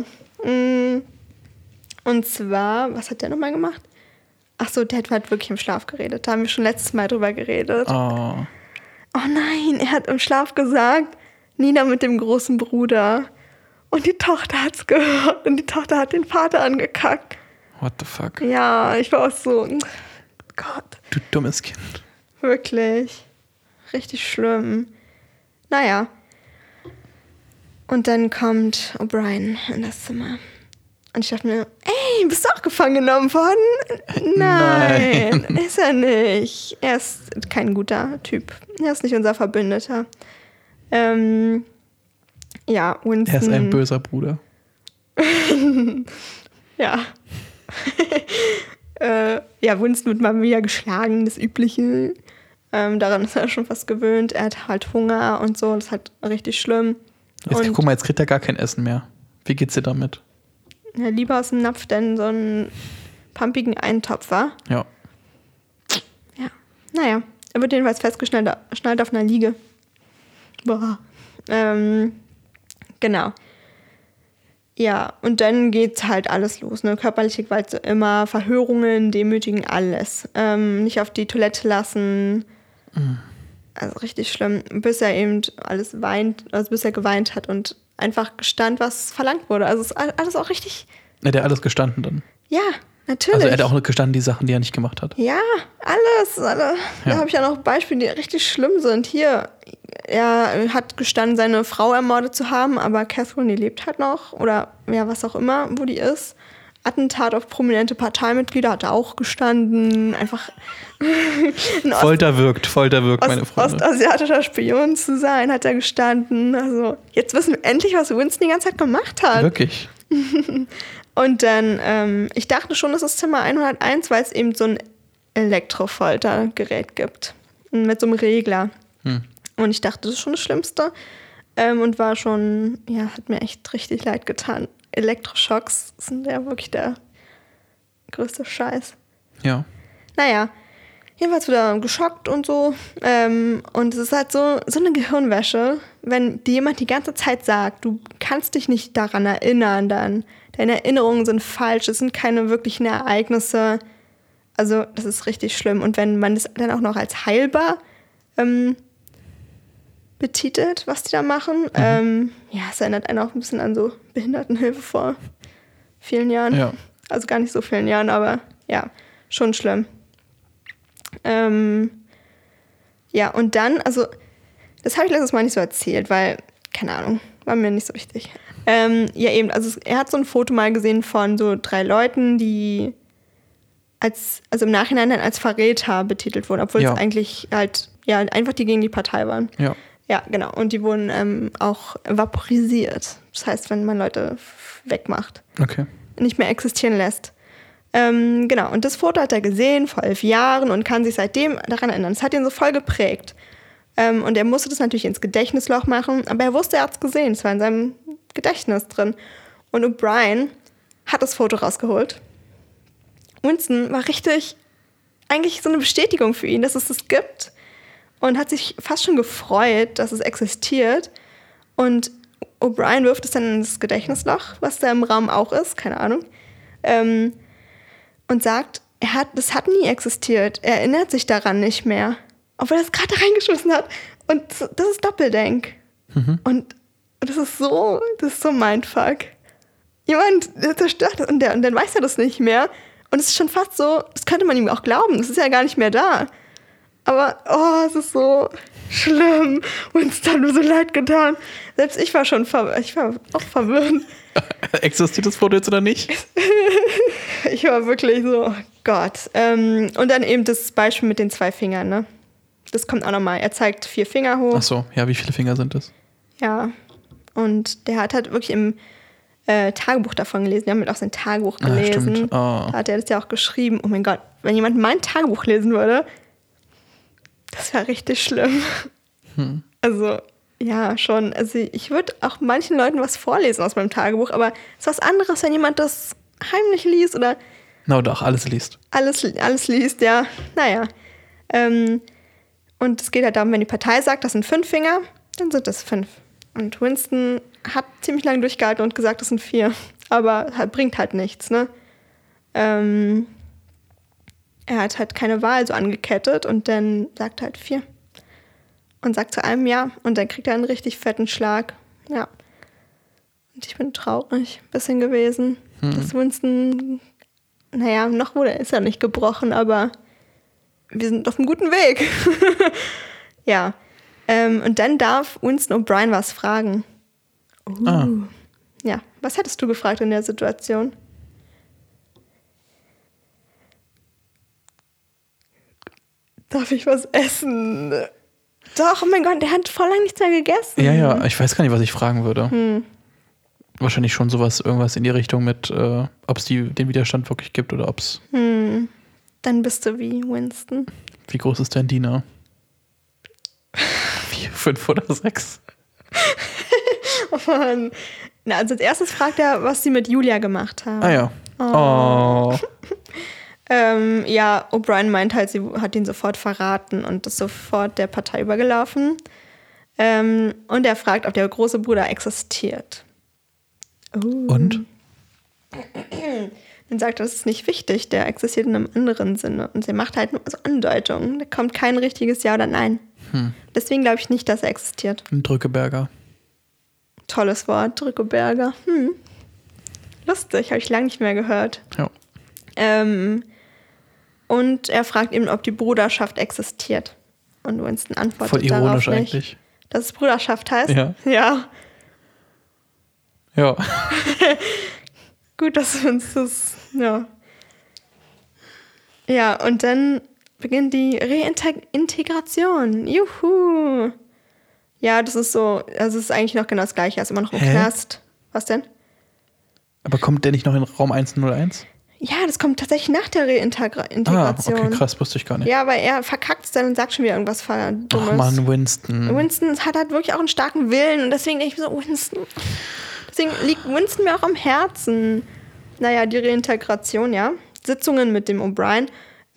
B: Und zwar, was hat der nochmal gemacht? Ach so, der hat halt wirklich im Schlaf geredet. Da haben wir schon letztes Mal drüber geredet.
A: Oh
B: Nein, er hat im Schlaf gesagt, Nina mit dem großen Bruder. Und die Tochter hat's gehört. Und die Tochter hat den Vater angekackt.
A: What the fuck?
B: Ja, ich war auch so, Gott.
A: Du dummes Kind.
B: Wirklich. Richtig schlimm. Naja. Und dann kommt O'Brien in das Zimmer. Und ich dachte mir, ey, bist du auch gefangen genommen worden? Nein, ist er nicht. Er ist kein guter Typ. Er ist nicht unser Verbündeter. Ja, Winston.
A: Er ist ein böser Bruder.
B: Ja. Ja, Winston wird mal wieder geschlagen, das Übliche. Daran ist er schon fast gewöhnt. Er hat halt Hunger und so. Das ist halt richtig schlimm.
A: Guck mal, jetzt kriegt er gar kein Essen mehr. Wie geht's dir damit?
B: Ja, lieber aus dem Napf denn so einen pumpigen Eintopf, wa?
A: Ja.
B: Ja. Naja, er wird jedenfalls festgeschnallt auf einer Liege. Boah. Genau. Ja, und dann geht's halt alles los. Ne? Körperliche Gewalt so immer, Verhörungen, Demütigen, alles. Nicht auf die Toilette lassen. Also richtig schlimm. Bis er eben alles weint, also bis er geweint hat und einfach gestand, was verlangt wurde. Also ist alles auch richtig.
A: Ja, der hat alles gestanden dann.
B: Ja, natürlich.
A: Also er hat auch gestanden, die Sachen, die er nicht gemacht hat.
B: Ja, alles.
A: Ja.
B: Da habe ich ja noch Beispiele, die richtig schlimm sind. Hier, er hat gestanden, seine Frau ermordet zu haben, aber Catherine, die lebt halt noch. Oder ja, was auch immer, wo die ist. Attentat auf prominente Parteimitglieder hat er auch gestanden. Einfach
A: Folter wirkt, meine Freunde.
B: Ostasiatischer Spion zu sein, hat er gestanden. Also jetzt wissen wir endlich, was Winston die ganze Zeit gemacht hat.
A: Wirklich.
B: Und dann, ich dachte schon, das ist Zimmer 101, weil es eben so ein Elektrofoltergerät gibt. Mit so einem Regler. Und ich dachte, das ist schon das Schlimmste. Und war schon, ja, hat mir echt richtig leid getan. Elektroschocks sind ja wirklich der größte Scheiß.
A: Ja.
B: Naja, jedenfalls wieder geschockt und so. Und es ist halt so eine Gehirnwäsche, wenn dir jemand die ganze Zeit sagt, du kannst dich nicht daran erinnern, dann deine Erinnerungen sind falsch, es sind keine wirklichen Ereignisse. Also das ist richtig schlimm. Und wenn man das dann auch noch als heilbar betitelt, was die da machen, ja, es erinnert einen auch ein bisschen an so Behindertenhilfe vor vielen Jahren.
A: Ja.
B: Also gar nicht so vielen Jahren, aber ja, schon schlimm. Ja, und dann, also, das habe ich letztes Mal nicht so erzählt, weil, keine Ahnung, war mir nicht so wichtig. Ja, eben, also er hat so ein Foto mal gesehen von so 3 Leuten, die also im Nachhinein dann als Verräter betitelt wurden, obwohl es eigentlich halt, ja, einfach die gegen die Partei waren.
A: Ja.
B: Ja, genau. Und die wurden auch vaporisiert. Das heißt, wenn man Leute wegmacht.
A: Okay.
B: Nicht mehr existieren lässt. Genau, und das Foto hat er gesehen vor 11 Jahren und kann sich seitdem daran erinnern. Das hat ihn so voll geprägt. Und er musste das natürlich ins Gedächtnisloch machen, aber er wusste, er hat es gesehen. Es war in seinem Gedächtnis drin. Und O'Brien hat das Foto rausgeholt. Winston war eigentlich so eine Bestätigung für ihn, dass es das gibt. Und hat sich fast schon gefreut, dass es existiert. Und O'Brien wirft es dann ins Gedächtnisloch, was da im Raum auch ist, keine Ahnung. Und sagt, das hat nie existiert. Er erinnert sich daran nicht mehr. Obwohl er es gerade reingeschmissen hat. Und das ist Doppeldenk. Und das ist so Mindfuck. Jemand zerstört das und dann weiß er das nicht mehr. Und es ist schon fast so, das könnte man ihm auch glauben. Das ist ja gar nicht mehr da. Aber, es ist so schlimm. Uns hat mir so leid getan. Selbst ich war auch verwirrt.
A: Existiert das Foto jetzt oder nicht?
B: Ich war wirklich so, oh Gott. Und dann eben das Beispiel mit den 2 Fingern, ne? Das kommt auch nochmal. Er zeigt 4 Finger hoch.
A: Ach so, ja, wie viele Finger sind das?
B: Ja. Und der hat halt wirklich im Tagebuch davon gelesen. Wir haben auch sein Tagebuch gelesen.
A: Stimmt. Oh.
B: Da hat er das ja auch geschrieben. Oh mein Gott, wenn jemand mein Tagebuch lesen würde, das wäre richtig schlimm. Also, ja, schon. Also ich würde auch manchen Leuten was vorlesen aus meinem Tagebuch, aber es ist was anderes, wenn jemand das heimlich liest oder
A: Doch, alles liest.
B: Alles liest, ja. Naja. Und es geht halt darum, wenn die Partei sagt, das sind 5 Finger, dann sind das 5. Und Winston hat ziemlich lange durchgehalten und gesagt, das sind 4. Aber bringt halt nichts, ne? Er hat halt keine Wahl so angekettet und dann sagt halt 4. Und sagt zu einem ja. Und dann kriegt er einen richtig fetten Schlag. Ja. Und ich bin traurig ein bisschen gewesen. Dass Winston, noch ist er nicht gebrochen, aber wir sind auf einem guten Weg. Ja. Und dann darf Winston O'Brien was fragen. Ja, was hättest du gefragt in der Situation? Darf ich was essen? Doch, oh mein Gott, der hat voll lange nichts mehr gegessen.
A: Ja, ich weiß gar nicht, was ich fragen würde. Wahrscheinlich schon irgendwas in die Richtung mit, ob es den Widerstand wirklich gibt oder ob es...
B: Dann bist du wie Winston.
A: Wie groß ist dein Diener? 4, 5 oder 6?
B: Oh Mann. Na, also als erstes fragt er, was sie mit Julia gemacht haben.
A: Ah ja. Oh.
B: Ja, O'Brien meint halt, sie hat ihn sofort verraten und ist sofort der Partei übergelaufen. Und er fragt, ob der große Bruder existiert.
A: Und?
B: Dann sagt er, das ist nicht wichtig, der existiert in einem anderen Sinne. Und sie macht halt nur so Andeutungen. Da kommt kein richtiges Ja oder Nein. Deswegen glaube ich nicht, dass er existiert.
A: Ein Drückeberger.
B: Tolles Wort, Drückeberger. Lustig, habe ich lange nicht mehr gehört.
A: Ja.
B: Und er fragt eben, ob die Bruderschaft existiert. Und Winston antwortet
A: voll ironisch
B: darauf nicht.
A: Eigentlich.
B: Dass es Bruderschaft heißt?
A: Ja. Ja.
B: Gut, dass wir uns das... Ja. Ja, und dann beginnt die Reintegration. Juhu. Ja, das ist so... Also es ist eigentlich noch genau das Gleiche. Er ist immer noch im Knast. Was denn?
A: Aber kommt der nicht noch in Raum 101?
B: Ja, das kommt tatsächlich nach der Reintegration.
A: Okay, krass, wusste ich gar nicht.
B: Ja, aber er verkackt es dann und sagt schon wieder irgendwas Dummes.
A: Ach Mann, Winston.
B: Winston hat halt wirklich auch einen starken Willen und deswegen denke ich mir so, Winston. Deswegen liegt Winston mir auch am Herzen. Naja, die Reintegration, ja. Sitzungen mit dem O'Brien.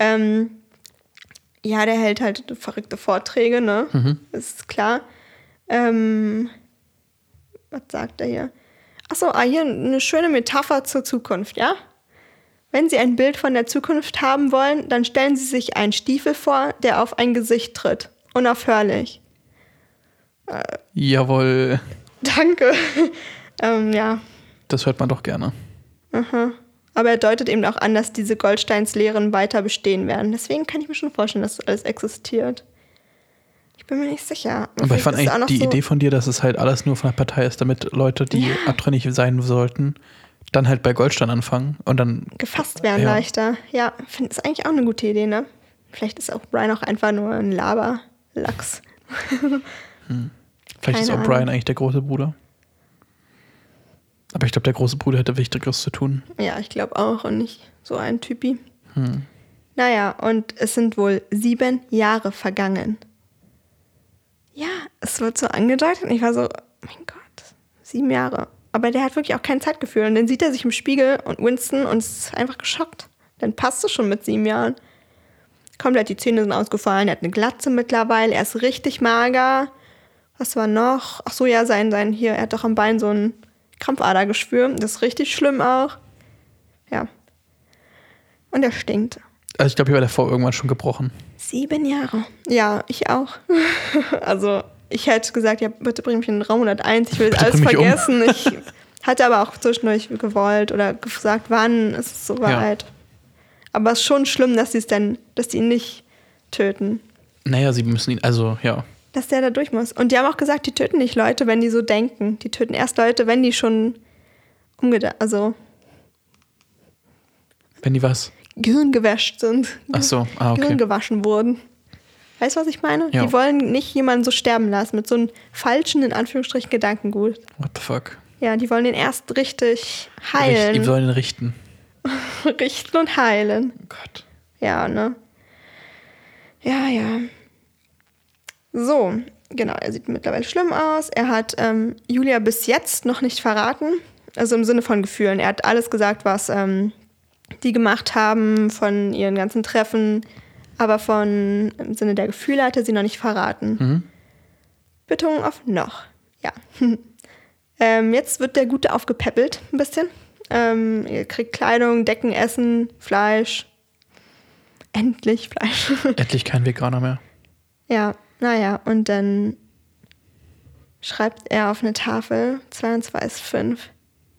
B: Ja, der hält halt verrückte Vorträge, ne? Ist klar. Was sagt er hier? Achso, hier eine schöne Metapher zur Zukunft, ja? Wenn Sie ein Bild von der Zukunft haben wollen, dann stellen Sie sich einen Stiefel vor, der auf ein Gesicht tritt. Unaufhörlich.
A: Jawohl.
B: Danke. Ja.
A: Das hört man doch gerne.
B: Aber er deutet eben auch an, dass diese Goldsteins-Lehren weiter bestehen werden. Deswegen kann ich mir schon vorstellen, dass das alles existiert. Ich bin mir nicht sicher.
A: Aber ich fand eigentlich die Idee von dir, dass es halt alles nur von der Partei ist, damit Leute, die abtrünnig sein sollten, dann halt bei Goldstein anfangen und dann...
B: gefasst werden leichter. Ja, finde ist eigentlich auch eine gute Idee, ne? Vielleicht ist auch Brian auch einfach nur ein Laberlachs.
A: Vielleicht ist auch Brian eigentlich der große Bruder. Aber ich glaube, der große Bruder hätte Wichtigeres zu tun.
B: Ja, ich glaube auch und nicht so ein Typi. Naja, und es sind wohl 7 Jahre vergangen. Ja, es wird so angedeutet und ich war so, mein Gott, 7 Jahre. Aber der hat wirklich auch kein Zeitgefühl. Und dann sieht er sich im Spiegel und Winston und ist einfach geschockt. Dann passt es schon mit 7 Jahren. Komplett, die Zähne sind ausgefallen, er hat eine Glatze mittlerweile, er ist richtig mager. Was war noch? Ach so, ja, er hat doch am Bein so ein Krampfadergeschwür. Das ist richtig schlimm auch. Ja. Und er stinkt.
A: Also ich glaube, ich war davor irgendwann schon gebrochen.
B: 7 Jahre. Ja, ich auch. Also ich hätte gesagt, ja, bitte bring mich in den Raum 101, ich will alles vergessen. Ich hatte aber auch zwischendurch gewollt oder gesagt, wann ist es soweit. Ja. Aber es ist schon schlimm, dass die ihn nicht töten.
A: Naja, sie müssen ihn, also ja.
B: Dass der da durch muss. Und die haben auch gesagt, die töten nicht Leute, wenn die so denken. Die töten erst Leute, wenn die schon also
A: Wenn die was?
B: gehirngewäscht sind.
A: Ach so, okay.
B: Gehirngewaschen wurden. Weißt du, was ich meine?
A: Ja.
B: Die wollen nicht jemanden so sterben lassen mit so einem falschen, in Anführungsstrichen, Gedankengut.
A: What the fuck?
B: Ja, die wollen den erst richtig heilen.
A: Die sollen ihn richten.
B: Richten und heilen.
A: Oh Gott.
B: Ja, ne? Ja. So, genau, er sieht mittlerweile schlimm aus. Er hat Julia bis jetzt noch nicht verraten. Also im Sinne von Gefühlen. Er hat alles gesagt, was die gemacht haben, von ihren ganzen Treffen. Aber im Sinne der Gefühle hat er sie noch nicht verraten.
A: Mhm.
B: Betonung auf noch. Ja. Jetzt wird der Gute aufgepäppelt ein bisschen. Er kriegt Kleidung, Decken, Essen, Fleisch. Endlich Fleisch.
A: Endlich kein Veganer mehr.
B: Ja, naja, und dann schreibt er auf eine Tafel 2 und 2 ist 5.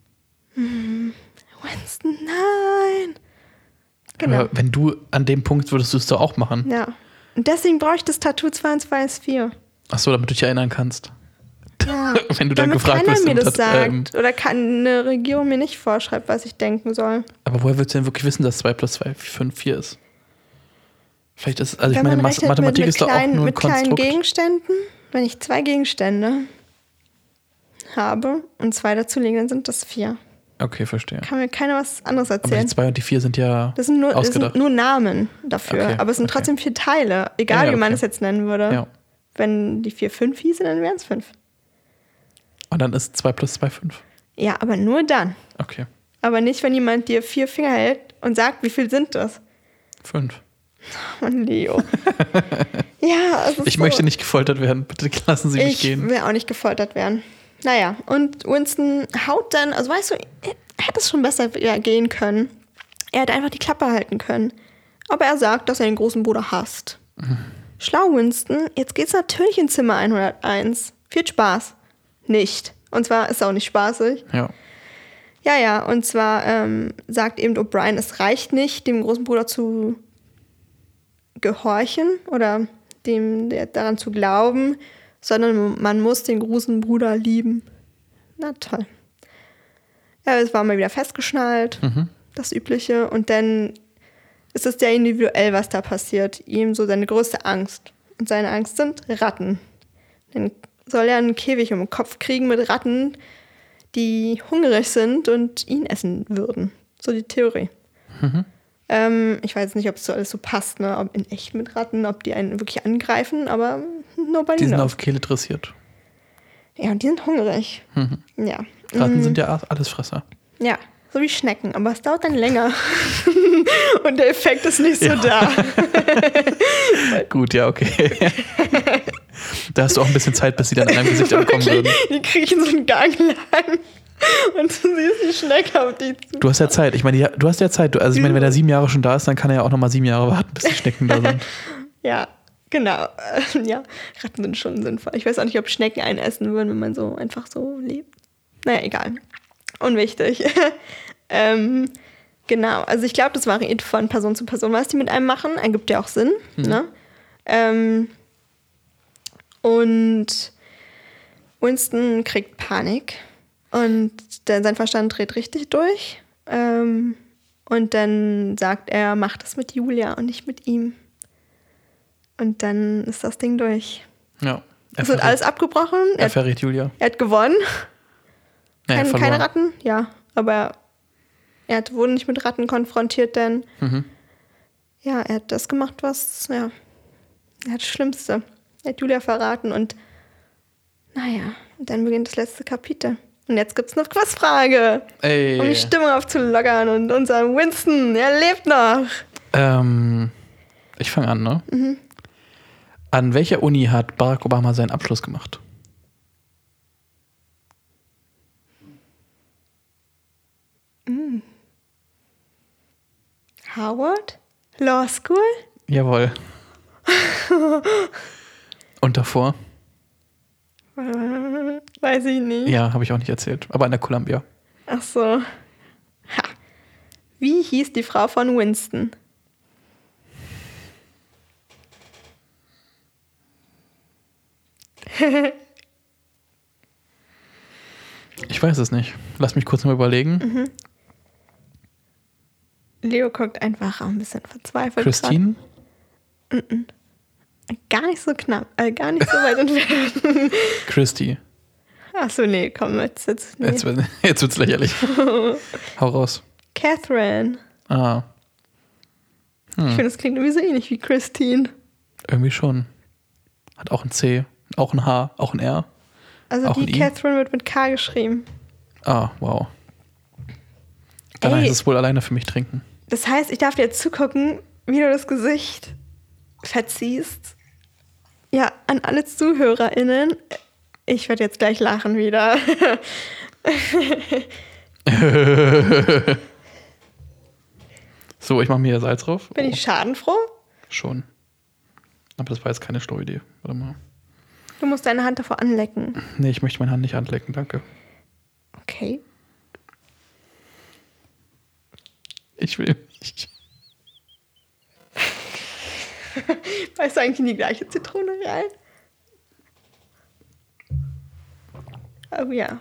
B: Winston, nein. Genau.
A: Aber wenn du an dem Punkt würdest du es doch auch machen.
B: Ja. Und deswegen brauche ich das Tattoo 2 und 2 ist 4.
A: Ach so, damit du dich erinnern kannst.
B: Ja.
A: Wenn du dann
B: Damit
A: gefragt
B: keiner
A: wirst.
B: mir das sagt. Oder eine Regierung mir nicht vorschreibt, was ich denken soll.
A: Aber woher willst du denn wirklich wissen, dass 2 plus 2 5 4 ist? Vielleicht ist, also ich
B: Wenn
A: meine,
B: man rechnet
A: Mathematik
B: mit
A: ist doch auch nur ein
B: mit kleinen
A: Konstrukt.
B: Gegenständen, wenn ich 2 Gegenstände habe und 2 dazulegen, dann sind das 4.
A: Okay, verstehe.
B: Kann mir keiner was anderes
A: Aber
B: erzählen.
A: die 2 und die 4 sind ja
B: Das sind
A: ausgedacht.
B: nur Namen dafür.
A: Okay,
B: Aber es sind
A: okay.
B: trotzdem 4 Teile. Egal,
A: Ja,
B: wie man
A: okay.
B: es jetzt nennen würde.
A: Ja.
B: Wenn die 4 5 hieße, dann wären es 5.
A: Und dann ist 2 plus 2 5.
B: Ja, aber nur dann.
A: Okay.
B: Aber nicht, wenn jemand dir 4 Finger hält und sagt, wie viel sind das?
A: 5.
B: Mann, Leo. Ja, es ist
A: Ich möchte nicht gefoltert werden. Bitte lassen Sie mich gehen.
B: Ich will auch nicht gefoltert werden. Naja, und Winston haut dann, also weißt du, er hätte es schon besser gehen können. Er hätte einfach die Klappe halten können. Aber er sagt, dass er den großen Bruder hasst. Schlau, Winston. Jetzt geht's natürlich in Zimmer 101. Viel Spaß. Nicht. Und zwar ist es auch nicht spaßig.
A: Ja.
B: Ja, und zwar sagt eben O'Brien, es reicht nicht, dem großen Bruder zu gehorchen oder daran zu glauben, sondern man muss den großen Bruder lieben. Na toll. Ja, es war mal wieder festgeschnallt, das Übliche. Und dann ist es sehr individuell, was da passiert. Ihm so seine größte Angst. Und seine Angst sind Ratten. Dann soll er einen Käfig um den Kopf kriegen mit Ratten, die hungrig sind und ihn essen würden. So die Theorie. Ich weiß nicht, ob es so alles so passt, ne? Ob in echt mit Ratten, ob die einen wirklich angreifen, aber nobody
A: Die sind
B: knows.
A: auf Kehle dressiert.
B: Ja, und die sind hungrig. Ja.
A: Ratten sind ja Allesfresser.
B: Ja, so wie Schnecken, aber es dauert dann länger. Und der Effekt ist nicht so da.
A: Gut, ja, okay. Da hast du auch ein bisschen Zeit, bis sie dann an deinem Gesicht ankommen würden.
B: Die kriechen so einen Gang lang. Und du siehst die Schnecke auf die zu.
A: Du hast ja Zeit. Ich meine, du hast ja Zeit. Also ich meine, wenn er 7 Jahre schon da ist, dann kann er ja auch nochmal 7 Jahre warten, bis die Schnecken da sind.
B: Ja, genau. Ja, Ratten sind schon sinnvoll. Ich weiß auch nicht, ob Schnecken einen essen würden, wenn man so einfach so lebt. Naja, egal. Unwichtig. Genau, also ich glaube, das variiert von Person zu Person, was die mit einem machen. Ergibt ja auch Sinn. Ne? Und Winston kriegt Panik und sein Verstand dreht richtig durch. Und dann sagt er, mach das mit Julia und nicht mit ihm. Und dann ist das Ding durch.
A: Ja.
B: Es wird alles abgebrochen.
A: Er verrät Julia.
B: Er hat gewonnen.
A: Nee,
B: Keine Ratten, ja. Aber wurde nicht mit Ratten konfrontiert, denn ja, er hat das gemacht, was, ja, er hat das Schlimmste. Er hat Julia verraten und naja, und dann beginnt das letzte Kapitel. Und jetzt gibt's noch Quizfrage,
A: Ey.
B: um die Stimmung aufzulockern und unser Winston, er lebt noch.
A: Ich fange an, ne? An welcher Uni hat Barack Obama seinen Abschluss gemacht?
B: Harvard? Law School?
A: Jawohl. Und davor?
B: Weiß ich nicht.
A: Ja, habe ich auch nicht erzählt. Aber an der Columbia.
B: Ach so. Ha. Wie hieß die Frau von Winston?
A: Ich weiß es nicht. Lass mich kurz mal überlegen.
B: Leo guckt einfach auch ein bisschen verzweifelt.
A: Christine?
B: Gar nicht so knapp, gar nicht so weit entfernt.
A: Christy.
B: Achso, nee, komm, jetzt nee.
A: Jetzt wird's lächerlich. Hau raus.
B: Catherine.
A: Ah.
B: Ich finde, das klingt irgendwie so ähnlich wie Christine.
A: Irgendwie schon. Hat auch ein C, auch ein H, auch ein R.
B: Also
A: auch
B: die
A: ein I.
B: Catherine wird mit K geschrieben.
A: Ah, wow. Dann heißt es wohl alleine für mich trinken.
B: Das heißt, ich darf dir jetzt zugucken, wie du das Gesicht verziehst. Ja, an alle ZuhörerInnen. Ich werde jetzt gleich lachen wieder.
A: So, ich mache mir hier Salz drauf.
B: Bin ich schadenfroh?
A: Schon. Aber das war jetzt keine schlaue Idee. Warte mal.
B: Du musst deine Hand davor anlecken.
A: Nee, ich möchte meine Hand nicht anlecken, danke.
B: Okay.
A: Ich will nicht.
B: Weißt du eigentlich in die gleiche Zitrone rein? Oh ja.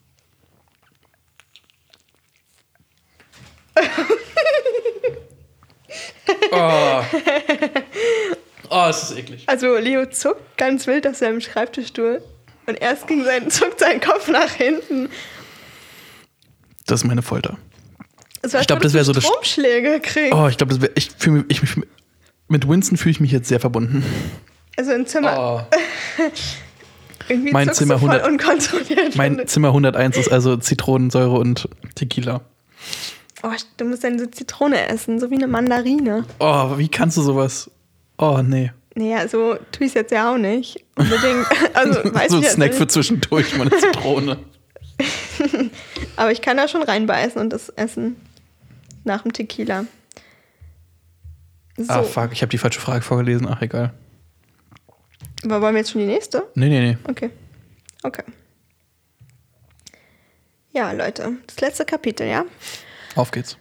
A: Oh, es ist eklig.
B: Also Leo zuckt ganz wild auf seinem Schreibtischstuhl und erst zuckt sein Kopf nach hinten.
A: Das ist meine Folter.
B: Also,
A: ich glaube, das wäre so das
B: Stromschläge kriegen.
A: Oh, ich glaube, das wäre. Mit Winston fühle ich mich jetzt sehr verbunden.
B: Also im Zimmer.
A: Oh.
B: Irgendwie
A: Mein
B: zuckst
A: Zimmer
B: du voll
A: 100
B: unkontrolliert.
A: Mein Zimmer 101 ist also Zitronensäure und Tequila.
B: Oh, du musst dann so Zitrone essen, so wie eine Mandarine.
A: Oh, wie kannst du sowas? Oh, nee.
B: Naja, so tue ich es jetzt ja auch nicht. Unbedingt. Also, weiß
A: so ein
B: ich
A: Snack
B: nicht.
A: für zwischendurch, meine Zitrone.
B: Aber ich kann da schon reinbeißen und das essen. Nach dem Tequila. So.
A: Ah, fuck, ich habe die falsche Frage vorgelesen. Ach, egal.
B: Aber wollen wir jetzt schon die nächste?
A: Nee.
B: Okay. Ja, Leute, das letzte Kapitel, ja?
A: Auf geht's.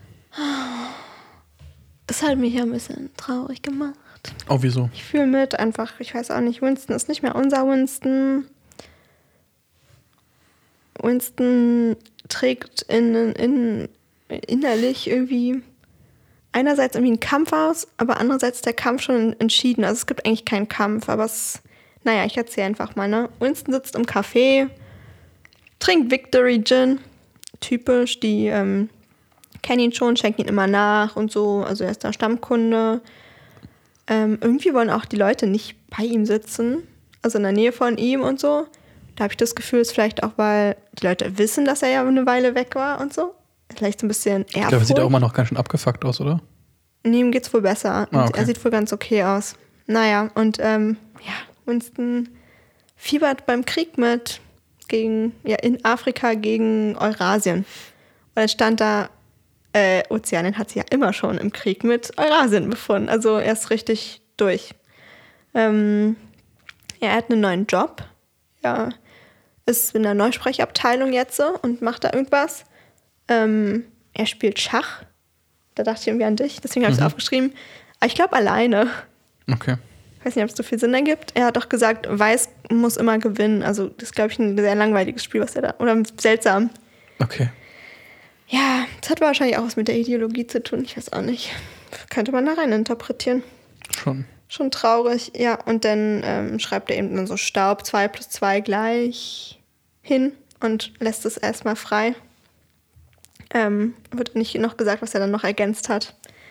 B: Das hat mich ja ein bisschen traurig gemacht.
A: Oh, wieso?
B: Ich fühle mit einfach, ich weiß auch nicht, Winston ist nicht mehr unser Winston. Winston trägt innerlich irgendwie einerseits irgendwie einen Kampf aus, aber andererseits ist der Kampf schon entschieden. Also es gibt eigentlich keinen Kampf, aber ich erzähle einfach mal, ne? Winston sitzt im Café, trinkt Victory Gin, typisch, die kennen ihn schon, schenken ihn immer nach und so, also er ist der Stammkunde. Irgendwie wollen auch die Leute nicht bei ihm sitzen, also in der Nähe von ihm und so. Da habe ich das Gefühl, es ist vielleicht auch, weil die Leute wissen, dass er ja eine Weile weg war und so. Vielleicht so ein bisschen Ehrfurcht.
A: Ich glaube, er sieht auch immer noch ganz schön abgefuckt aus, oder?
B: Nee, ihm geht's wohl besser. Und
A: okay.
B: Er sieht wohl ganz okay aus. Naja, und Winston fiebert beim Krieg mit in Afrika gegen Eurasien. Und dann stand da, Ozeanien hat sich ja immer schon im Krieg mit Eurasien befunden. Also er ist richtig durch. Er hat einen neuen Job. Ja, ist in der Neusprechabteilung jetzt und macht da irgendwas. Er spielt Schach. Da dachte ich irgendwie an dich, deswegen habe ich es aufgeschrieben. Aber ich glaube alleine.
A: Okay.
B: Ich weiß nicht, ob es so viel Sinn ergibt. Er hat doch gesagt, Weiß muss immer gewinnen. Also das ist, glaube ich, ein sehr langweiliges Spiel, was er da... Oder seltsam.
A: Okay.
B: Ja, das hat wahrscheinlich auch was mit der Ideologie zu tun. Ich weiß auch nicht. Könnte man da rein interpretieren. Schon traurig. Ja, und dann schreibt er eben dann so Staub 2 + 2 gleich hin und lässt es erstmal frei. Wird nicht noch gesagt, was er dann noch ergänzt hat.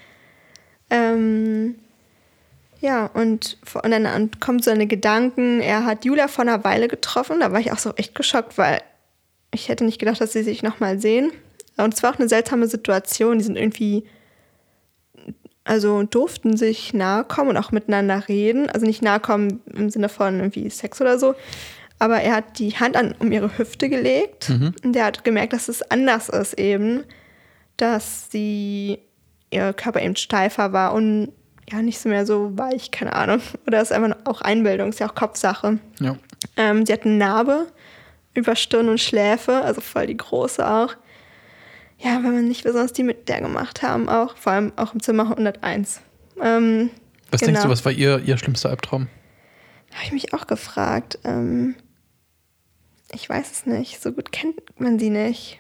B: Ja, und dann kommt so eine Gedanken, er hat Julia vor einer Weile getroffen, da war ich auch so echt geschockt, weil ich hätte nicht gedacht, dass sie sich nochmal sehen. Und es war auch eine seltsame Situation, die sind irgendwie, also durften sich nahe kommen und auch miteinander reden, also nicht nahe kommen im Sinne von irgendwie Sex oder so, aber er hat die Hand um ihre Hüfte gelegt und er hat gemerkt, dass es anders ist eben, dass ihr Körper eben steifer war und ja, nicht so mehr so weich, keine Ahnung. Oder ist einfach auch Einbildung, ist ja auch Kopfsache.
A: Ja.
B: Sie hat eine Narbe über Stirn und Schläfe, also voll die große auch. Ja, weil man nicht will, was die mit der gemacht haben, auch vor allem auch im Zimmer 101.
A: Was denkst du, was war ihr schlimmster Albtraum?
B: Habe ich mich auch gefragt. Ich weiß es nicht. So gut kennt man sie nicht.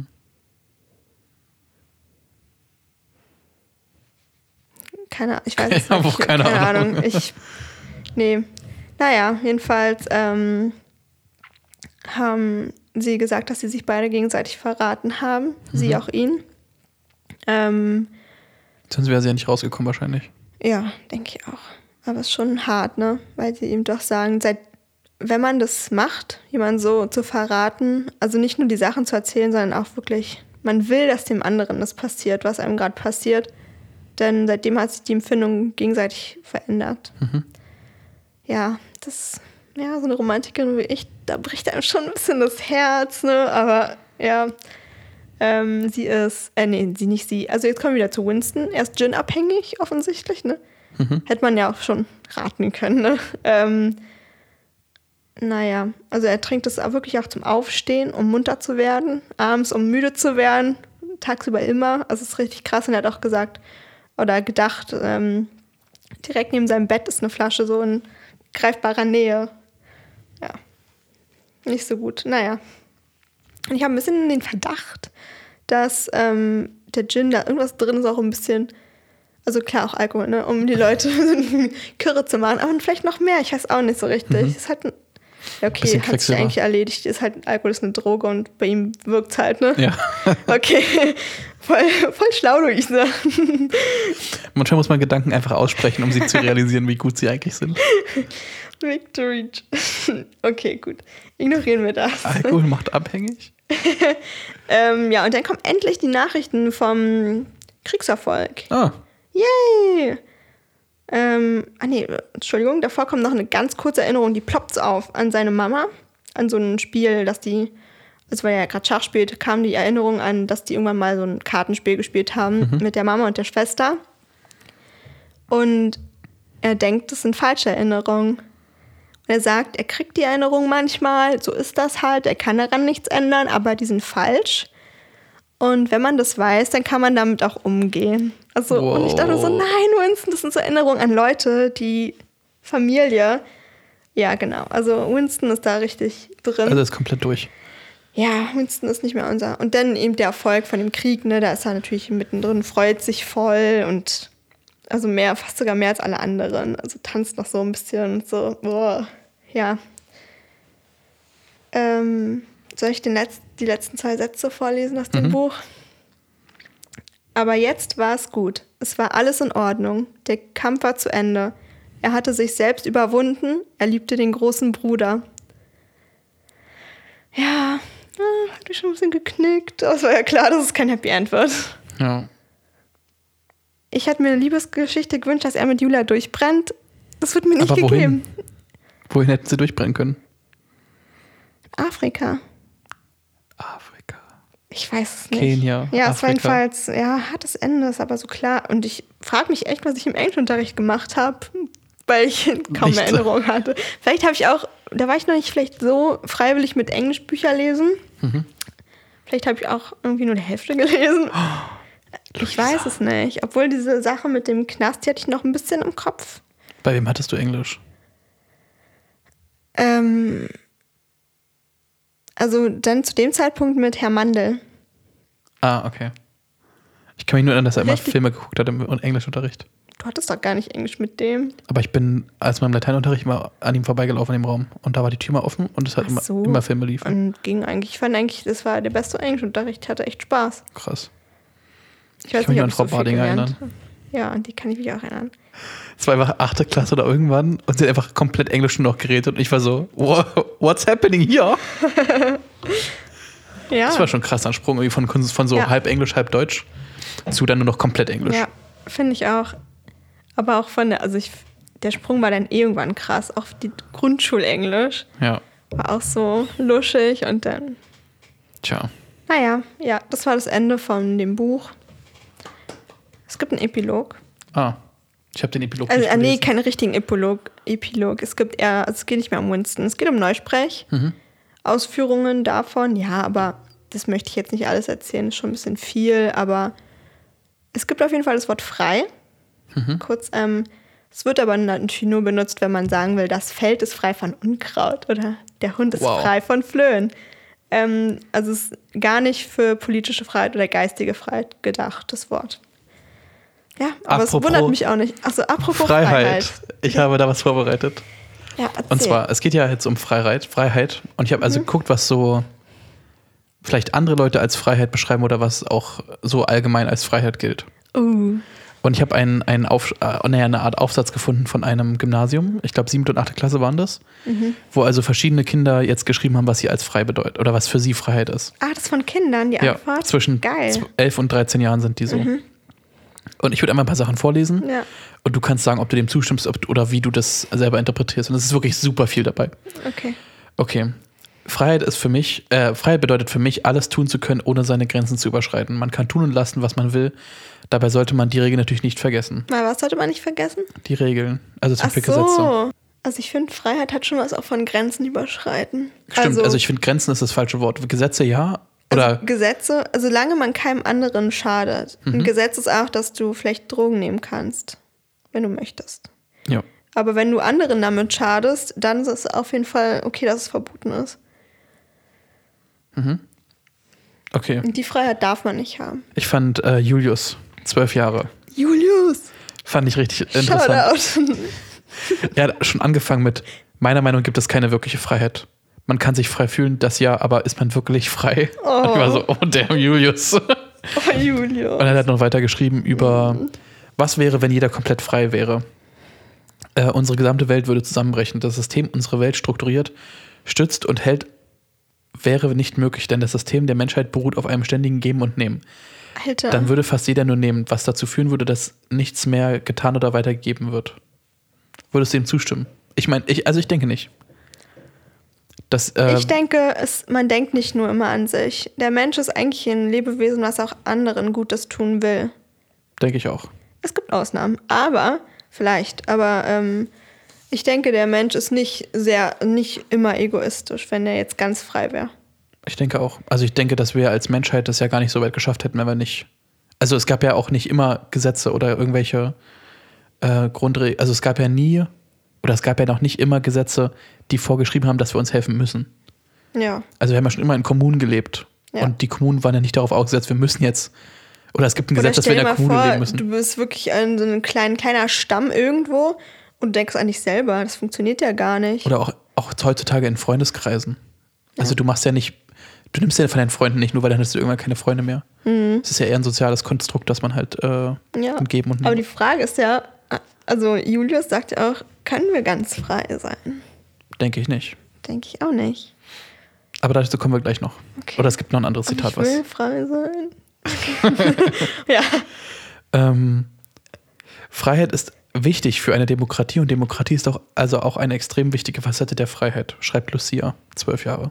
B: Keine Ahnung. Ich weiß es nicht.
A: Keine Ahnung.
B: Nee. Naja, jedenfalls haben sie gesagt, dass sie sich beide gegenseitig verraten haben. Sie auch ihn.
A: Sonst wäre sie ja nicht rausgekommen wahrscheinlich.
B: Ja, denke ich auch. Aber es ist schon hart, ne? Weil sie ihm doch sagen, wenn man das macht, jemanden so zu verraten, also nicht nur die Sachen zu erzählen, sondern auch wirklich, man will, dass dem anderen das passiert, was einem gerade passiert. Denn seitdem hat sich die Empfindung gegenseitig verändert. Ja, das ja, so eine Romantikerin wie ich, da bricht einem schon ein bisschen das Herz, ne? Aber ja, sie ist, nicht sie. Also jetzt kommen wir wieder zu Winston. Er ist Gin-abhängig, offensichtlich, ne? Hätte man ja auch schon raten können, ne? Naja, also er trinkt es auch wirklich auch zum Aufstehen, um munter zu werden, abends, um müde zu werden, tagsüber immer. Also es ist richtig krass. Und er hat auch gesagt oder gedacht, direkt neben seinem Bett ist eine Flasche so in greifbarer Nähe. Ja, nicht so gut. Naja. Und ich habe ein bisschen den Verdacht, dass der Gin da irgendwas drin ist, auch ein bisschen, also klar auch Alkohol, ne, um die Leute Kürre zu machen, aber vielleicht noch mehr, ich weiß auch nicht so richtig. Ist halt okay, hat sich eigentlich erledigt. Ist halt, Alkohol ist eine Droge und bei ihm wirkt es halt, ne? Ja. Okay, voll schlau, Luisa.
A: Manchmal muss man Gedanken einfach aussprechen, um sie zu realisieren, wie gut sie eigentlich sind.
B: Victory. Okay, gut. Ignorieren wir das.
A: Alkohol macht abhängig?
B: Ja, und dann kommen endlich die Nachrichten vom Kriegserfolg.
A: Ah.
B: Yay! Entschuldigung, davor kommt noch eine ganz kurze Erinnerung, die ploppt auf an seine Mama, an so ein Spiel, weil er ja gerade Schach spielt, kam die Erinnerung an, dass die irgendwann mal so ein Kartenspiel gespielt haben mit der Mama und der Schwester. Und er denkt, das sind falsche Erinnerungen. Und er sagt, er kriegt die Erinnerung manchmal, so ist das halt, er kann daran nichts ändern, aber die sind falsch. Und wenn man das weiß, dann kann man damit auch umgehen. Also, wow. Und ich dachte so, nein, Winston, das sind so Erinnerungen an Leute, die Familie. Ja, genau. Also Winston ist da richtig drin.
A: Also ist komplett durch.
B: Ja, Winston ist nicht mehr unser. Und dann eben der Erfolg von dem Krieg, ne, da ist er natürlich mittendrin, freut sich voll und also fast sogar mehr als alle anderen. Also tanzt noch so ein bisschen und so, boah, ja. Soll ich die letzten 2 Sätze vorlesen aus dem Buch? Aber jetzt war es gut. Es war alles in Ordnung. Der Kampf war zu Ende. Er hatte sich selbst überwunden. Er liebte den großen Bruder. Ja, hat mich schon ein bisschen geknickt. Aber es war ja klar, dass es kein Happy End wird.
A: Ja.
B: Ich hätte mir eine Liebesgeschichte gewünscht, dass er mit Julia durchbrennt. Das wird mir nicht gegeben.
A: Wohin hätten sie durchbrennen können?
B: Afrika. Ich weiß es nicht.
A: Kenia,
B: ja,
A: Afrika.
B: Es war jedenfalls, hartes Ende, ist aber so klar. Und ich frage mich echt, was ich im Englischunterricht gemacht habe, weil ich kaum Erinnerung hatte. Vielleicht habe ich auch, da war ich noch nicht vielleicht so freiwillig mit Englischbücher lesen. Vielleicht habe ich auch irgendwie nur die Hälfte gelesen. Ich weiß es nicht. Obwohl diese Sache mit dem Knast, die hatte ich noch ein bisschen im Kopf.
A: Bei wem hattest du Englisch?
B: Also dann zu dem Zeitpunkt mit Herr Mandel.
A: Ah, okay. Ich kann mich nur erinnern, dass er immer Filme geguckt hat im Englischunterricht.
B: Du hattest doch gar nicht Englisch mit dem.
A: Aber ich bin, als meinem Lateinunterricht, immer an ihm vorbeigelaufen im Raum. Und da war die Tür mal offen und es hat immer Filme liefen.
B: Und ich fand eigentlich, das war der beste Englischunterricht. Ich hatte echt Spaß.
A: Krass.
B: Ich weiß
A: kann mich an Frau Bading erinnern.
B: Ja, an die kann ich mich auch erinnern.
A: Es war einfach 8. Klasse oder irgendwann und sie hat einfach komplett Englisch nur noch geredet und ich war so, what's happening here?
B: Ja.
A: Das war schon ein krasser Sprung irgendwie von so halb Englisch, halb Deutsch zu dann nur noch komplett Englisch.
B: Ja, finde ich auch. Aber auch der Sprung war dann irgendwann krass. Auch die Grundschulenglisch war auch so luschig und dann.
A: Tja.
B: Naja, ja, das war das Ende von dem Buch. Es gibt einen Epilog.
A: Ah, ich habe den Epilog nicht gelesen.
B: Nee, keinen richtigen Epilog. Es geht nicht mehr um Winston. Es geht um Neusprech. Ausführungen davon, ja, aber das möchte ich jetzt nicht alles erzählen. Ist schon ein bisschen viel, aber es gibt auf jeden Fall das Wort frei. Kurz, es wird aber natürlich nur benutzt, wenn man sagen will, das Feld ist frei von Unkraut oder Der Hund ist frei von Flöhen. Also es ist gar nicht für politische Freiheit oder geistige Freiheit gedacht, das Wort. Ja, aber es wundert mich auch nicht. Achso, apropos Freiheit.
A: Ich habe da was vorbereitet.
B: Ja, erzähl.
A: Und zwar, es geht ja jetzt um Freiheit. Und ich habe also geguckt, was so vielleicht andere Leute als Freiheit beschreiben oder was auch so allgemein als Freiheit gilt. Und ich habe eine Art Aufsatz gefunden von einem Gymnasium, ich glaube 7. und 8. Klasse waren das, wo also verschiedene Kinder jetzt geschrieben haben, was sie als frei bedeutet oder was für sie Freiheit ist.
B: Ah, das ist von Kindern, die Antwort?
A: Ja, zwischen 11 und 13 Jahren sind die so. Und ich würde einmal ein paar Sachen vorlesen und du kannst sagen, ob du dem zustimmst oder wie du das selber interpretierst. Und es ist wirklich super viel dabei. Okay. Freiheit bedeutet für mich, alles tun zu können, ohne seine Grenzen zu überschreiten. Man kann tun und lassen, was man will. Dabei sollte man die Regeln natürlich nicht vergessen.
B: Was sollte man nicht vergessen?
A: Die Regeln, also zum Beispiel Gesetze.
B: Also ich finde, Freiheit hat schon was auch von Grenzen überschreiten.
A: Stimmt, also ich finde, Grenzen ist das falsche Wort. Gesetze ja. Oder
B: Gesetze, solange man keinem anderen schadet. Ein Gesetz ist auch, dass du vielleicht Drogen nehmen kannst, wenn du möchtest.
A: Ja.
B: Aber wenn du anderen damit schadest, dann ist es auf jeden Fall okay, dass es verboten ist.
A: Okay.
B: Und die Freiheit darf man nicht haben.
A: Ich fand Julius, 12 Jahre.
B: Julius!
A: Fand ich richtig interessant.
B: Shoutout.
A: Er hat schon angefangen mit, meiner Meinung nach gibt es keine wirkliche Freiheit. Man kann sich frei fühlen, das ja, aber ist man wirklich frei? Und ich war so, oh damn, Julius.
B: Oh, Julius.
A: Und er hat noch weiter geschrieben über, was wäre, wenn jeder komplett frei wäre? Unsere gesamte Welt würde zusammenbrechen. Das System unsere Welt strukturiert, stützt und hält, wäre nicht möglich, denn das System der Menschheit beruht auf einem ständigen Geben und Nehmen.
B: Alter.
A: Dann würde fast jeder nur nehmen, was dazu führen würde, dass nichts mehr getan oder weitergegeben wird. Würdest du dem zustimmen? Ich meine, ich denke nicht.
B: Ich denke, man denkt nicht nur immer an sich. Der Mensch ist eigentlich ein Lebewesen, was auch anderen Gutes tun will.
A: Denke ich auch.
B: Es gibt Ausnahmen, aber ich denke, der Mensch ist nicht immer egoistisch, wenn er jetzt ganz frei wäre.
A: Ich denke auch. Also ich denke, dass wir als Menschheit das ja gar nicht so weit geschafft hätten, wenn wir nicht. Also es gab ja auch nicht immer Gesetze oder irgendwelche Grundregeln. Also es gab ja noch nicht immer Gesetze, die vorgeschrieben haben, dass wir uns helfen müssen.
B: Ja.
A: Also wir haben ja schon immer in Kommunen gelebt. Ja. Und die Kommunen waren ja nicht darauf ausgesetzt, wir müssen jetzt. Oder es gibt ein Gesetz, dass wir in der Kommune leben müssen.
B: Du bist wirklich so ein kleiner Stamm irgendwo und denkst an dich selber. Das funktioniert ja gar nicht.
A: Oder auch heutzutage in Freundeskreisen. Ja. Also du nimmst ja von deinen Freunden nicht, nur weil dann hast du irgendwann keine Freunde mehr. Es ist ja eher ein soziales Konstrukt, dass man halt geben und nehmen.
B: Aber die Frage ist ja, also Julius sagt ja auch, können wir ganz frei sein?
A: Denke ich nicht.
B: Denke ich auch nicht.
A: Aber dazu kommen wir gleich noch. Okay. Oder es gibt noch ein anderes Zitat.
B: Ich will frei sein. Okay. Ja.
A: Freiheit ist wichtig für eine Demokratie und Demokratie ist auch eine extrem wichtige Facette der Freiheit, schreibt Lucia, 12 Jahre.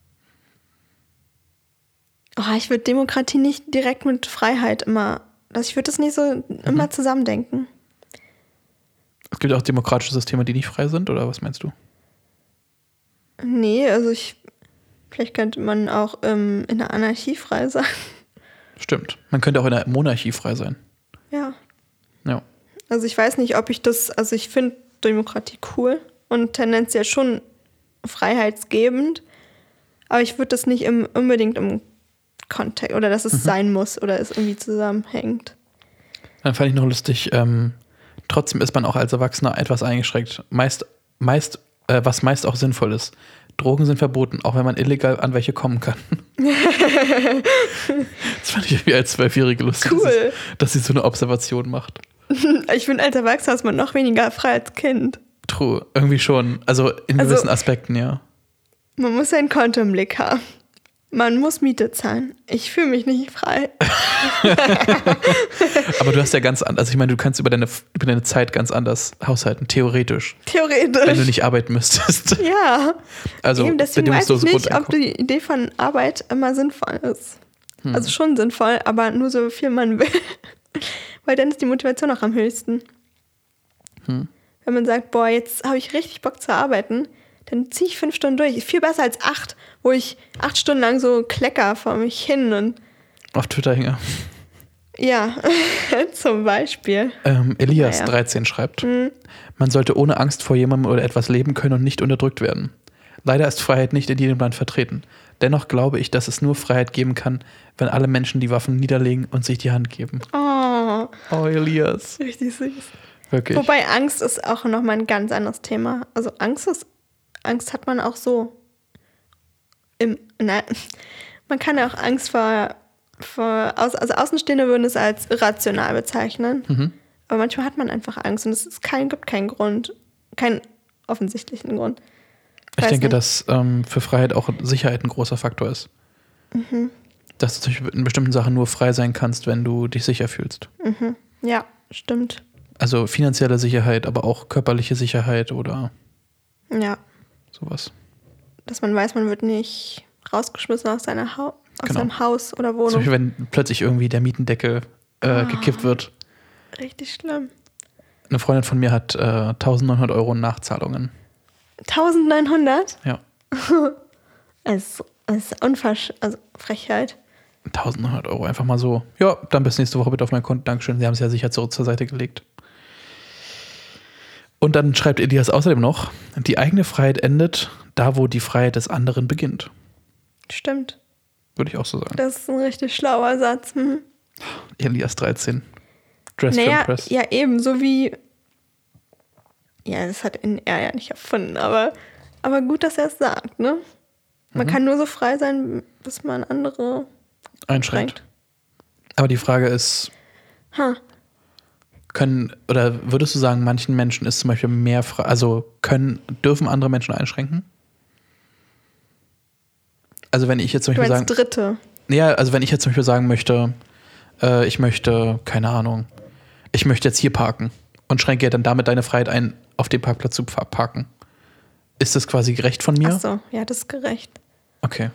B: Oh, ich würde Demokratie nicht direkt mit Freiheit ich würde das nicht so immer zusammendenken.
A: Es gibt auch demokratische Systeme, die nicht frei sind, oder was meinst du?
B: Nee, also vielleicht könnte man auch in der Anarchie frei sein.
A: Stimmt. Man könnte auch in der Monarchie frei sein.
B: Ja.
A: Ja.
B: Also ich weiß nicht, ob ich ich finde Demokratie cool und tendenziell schon freiheitsgebend, aber ich würde das nicht unbedingt im Kontext oder dass es sein muss oder es irgendwie zusammenhängt.
A: Dann fand ich noch lustig, trotzdem ist man auch als Erwachsener etwas eingeschränkt. Was meist auch sinnvoll ist. Drogen sind verboten, auch wenn man illegal an welche kommen kann. Das fand ich irgendwie als 12-Jährige lustig,
B: cool.
A: Dass sie so eine Observation macht.
B: Ich finde, als Erwachsener ist man noch weniger frei als Kind.
A: True, irgendwie schon. Also in gewissen Aspekten, ja.
B: Man muss ein Konto im Blick haben. Man muss Miete zahlen. Ich fühle mich nicht frei.
A: Aber du hast ja ganz anders. Also ich meine, du kannst über deine Zeit ganz anders haushalten, theoretisch. Wenn du nicht arbeiten müsstest.
B: Ja.
A: Also
B: eben, deswegen weiß ich nicht, ob die Idee von Arbeit immer sinnvoll ist. Also schon sinnvoll, aber nur so viel man will. Weil dann ist die Motivation auch am höchsten. Wenn man sagt, boah, jetzt habe ich richtig Bock zu arbeiten, dann ziehe ich 5 Stunden durch. Viel besser als 8, wo ich 8 Stunden lang so klecker vor mich hin und
A: auf Twitter hinge.
B: Ja, zum Beispiel.
A: Elias 13 schreibt, man sollte ohne Angst vor jemandem oder etwas leben können und nicht unterdrückt werden. Leider ist Freiheit nicht in jedem Land vertreten. Dennoch glaube ich, dass es nur Freiheit geben kann, wenn alle Menschen die Waffen niederlegen und sich die Hand geben.
B: Oh,
A: Elias.
B: richtig süß.
A: Wirklich.
B: Wobei Angst ist auch nochmal ein ganz anderes Thema. Also Angst hat man auch so. Man kann ja auch Angst also Außenstehende würden es als irrational bezeichnen.
A: Mhm.
B: Aber manchmal hat man einfach Angst und gibt keinen Grund, keinen offensichtlichen Grund.
A: Ich
B: Weiß
A: denke,
B: nicht.
A: dass für Freiheit auch Sicherheit ein großer Faktor ist.
B: Mhm.
A: Dass du zum Beispiel in bestimmten Sachen nur frei sein kannst, wenn du dich sicher fühlst.
B: Mhm. Ja, stimmt.
A: Also finanzielle Sicherheit, aber auch körperliche Sicherheit oder
B: Ja,
A: sowas.
B: dass man weiß, man wird nicht rausgeschmissen aus seinem Haus oder
A: Zum
B: Wohnung.
A: Beispiel, wenn plötzlich irgendwie der Mietendeckel gekippt wird.
B: Richtig schlimm.
A: Eine Freundin von mir hat 1.900 Euro in Nachzahlungen.
B: 1.900?
A: Ja.
B: Es ist Frechheit.
A: 1.900 Euro, einfach mal so. Ja, dann bis nächste Woche bitte auf mein Konto. Dankeschön, Sie haben es ja sicher zur Seite gelegt. Und dann schreibt Elias außerdem noch, die eigene Freiheit endet da, wo die Freiheit des anderen beginnt.
B: Stimmt.
A: Würde ich auch so sagen.
B: Das ist ein richtig schlauer Satz. Mhm.
A: Elias 13. Dress
B: Naja,
A: Press.
B: ja eben, so wie... Ja, das hat er ja nicht erfunden, aber gut, dass er es sagt, ne? Man kann nur so frei sein, bis man andere
A: Einschränkt. Aber die Frage ist, würdest du sagen, manchen Menschen ist zum Beispiel mehr frei, also dürfen andere Menschen einschränken? Also wenn ich jetzt zum Beispiel
B: Dritte.
A: Ja, also wenn ich jetzt zum Beispiel sagen möchte, ich möchte, keine Ahnung, ich möchte jetzt hier parken und schränke ja dann damit deine Freiheit ein, auf dem Parkplatz zu parken. Ist das quasi gerecht von mir?
B: Ach so, ja, das ist gerecht.
A: Okay.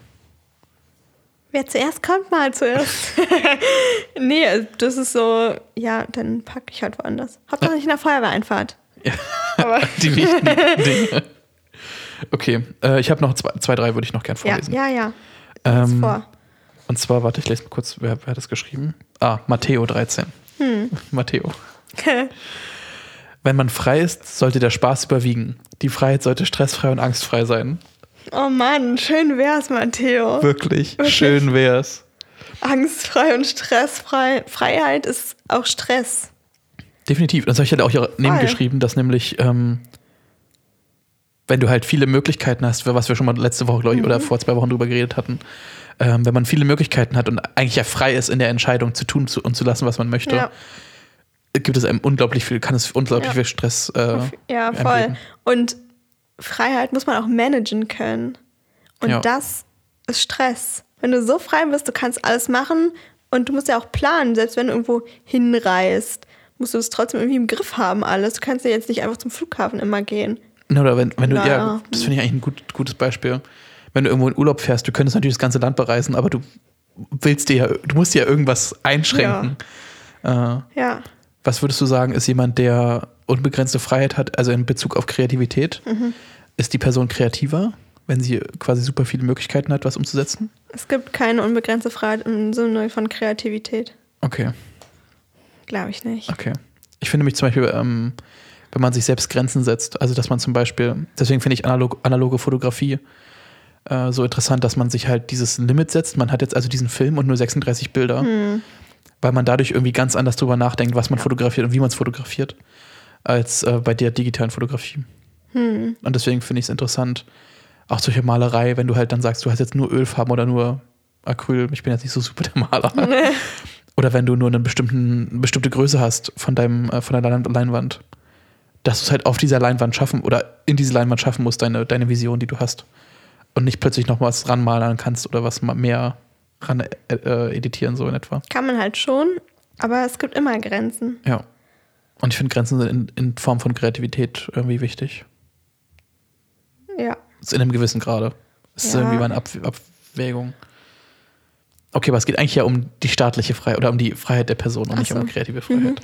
B: Wer zuerst kommt, mal zuerst. Nee, das ist so, ja, dann packe ich halt woanders. Hauptsache nicht in der Feuerwehreinfahrt.
A: Ja.
B: Aber
A: Die wichtigen Dinge. Okay, ich habe noch zwei, drei würde ich noch gern vorlesen.
B: Ja. Lies vor.
A: Und zwar, warte, ich lese mal kurz, wer hat das geschrieben? Matteo 13. Matteo. Wenn man frei ist, sollte der Spaß überwiegen. Die Freiheit sollte stressfrei und angstfrei sein.
B: Oh Mann, schön wär's, Matteo.
A: Wirklich, schön wär's.
B: Angstfrei und stressfrei. Freiheit ist auch Stress.
A: Definitiv. Das habe ich halt auch hier neben geschrieben, dass nämlich, wenn du halt viele Möglichkeiten hast, was wir schon mal letzte Woche, glaube ich, oder vor 2 Wochen drüber geredet hatten, wenn man viele Möglichkeiten hat und eigentlich ja frei ist in der Entscheidung zu tun und zu lassen, was man möchte, gibt es einem unglaublich viel Stress
B: ja, voll.
A: ergeben.
B: Und Freiheit muss man auch managen können. Und das ist Stress. Wenn du so frei bist, du kannst alles machen und du musst ja auch planen, selbst wenn du irgendwo hinreist, musst du es trotzdem irgendwie im Griff haben alles. Du kannst ja jetzt nicht einfach zum Flughafen immer gehen.
A: Oder wenn du, das finde ich eigentlich ein gutes Beispiel. Wenn du irgendwo in Urlaub fährst, du könntest natürlich das ganze Land bereisen, aber du musst dir ja irgendwas einschränken.
B: Ja.
A: Was würdest du sagen, ist jemand, der unbegrenzte Freiheit hat, also in Bezug auf Kreativität? Ist die Person kreativer, wenn sie quasi super viele Möglichkeiten hat, was umzusetzen?
B: Es gibt keine unbegrenzte Freiheit im Sinne von Kreativität.
A: Okay.
B: Glaube ich nicht.
A: Okay. Ich finde mich zum Beispiel, wenn man sich selbst Grenzen setzt, also dass man zum Beispiel, deswegen finde ich analoge Fotografie so interessant, dass man sich halt dieses Limit setzt. Man hat jetzt also diesen Film und nur 36 Bilder, weil man dadurch irgendwie ganz anders drüber nachdenkt, was man fotografiert und wie man es fotografiert, als bei der digitalen Fotografie. Und deswegen finde ich es interessant, auch solche Malerei, wenn du halt dann sagst, du hast jetzt nur Ölfarben oder nur Acryl, ich bin jetzt nicht so super der Maler. Oder wenn du nur eine bestimmte Größe hast von deiner Leinwand, dass du es halt auf dieser Leinwand schaffen oder in diese Leinwand schaffen musst, deine Vision, die du hast. Und nicht plötzlich noch was ranmalen kannst oder was mehr ran editieren, so in etwa. Kann
B: man halt schon, aber es gibt immer Grenzen.
A: Ja. Und ich finde, Grenzen sind in Form von Kreativität irgendwie wichtig.
B: Ja.
A: Das ist in einem gewissen Grade. Das ist irgendwie mal eine Abwägung. Okay, aber es geht eigentlich ja um die staatliche Freiheit oder um die Freiheit der Person und nicht um kreative Freiheit.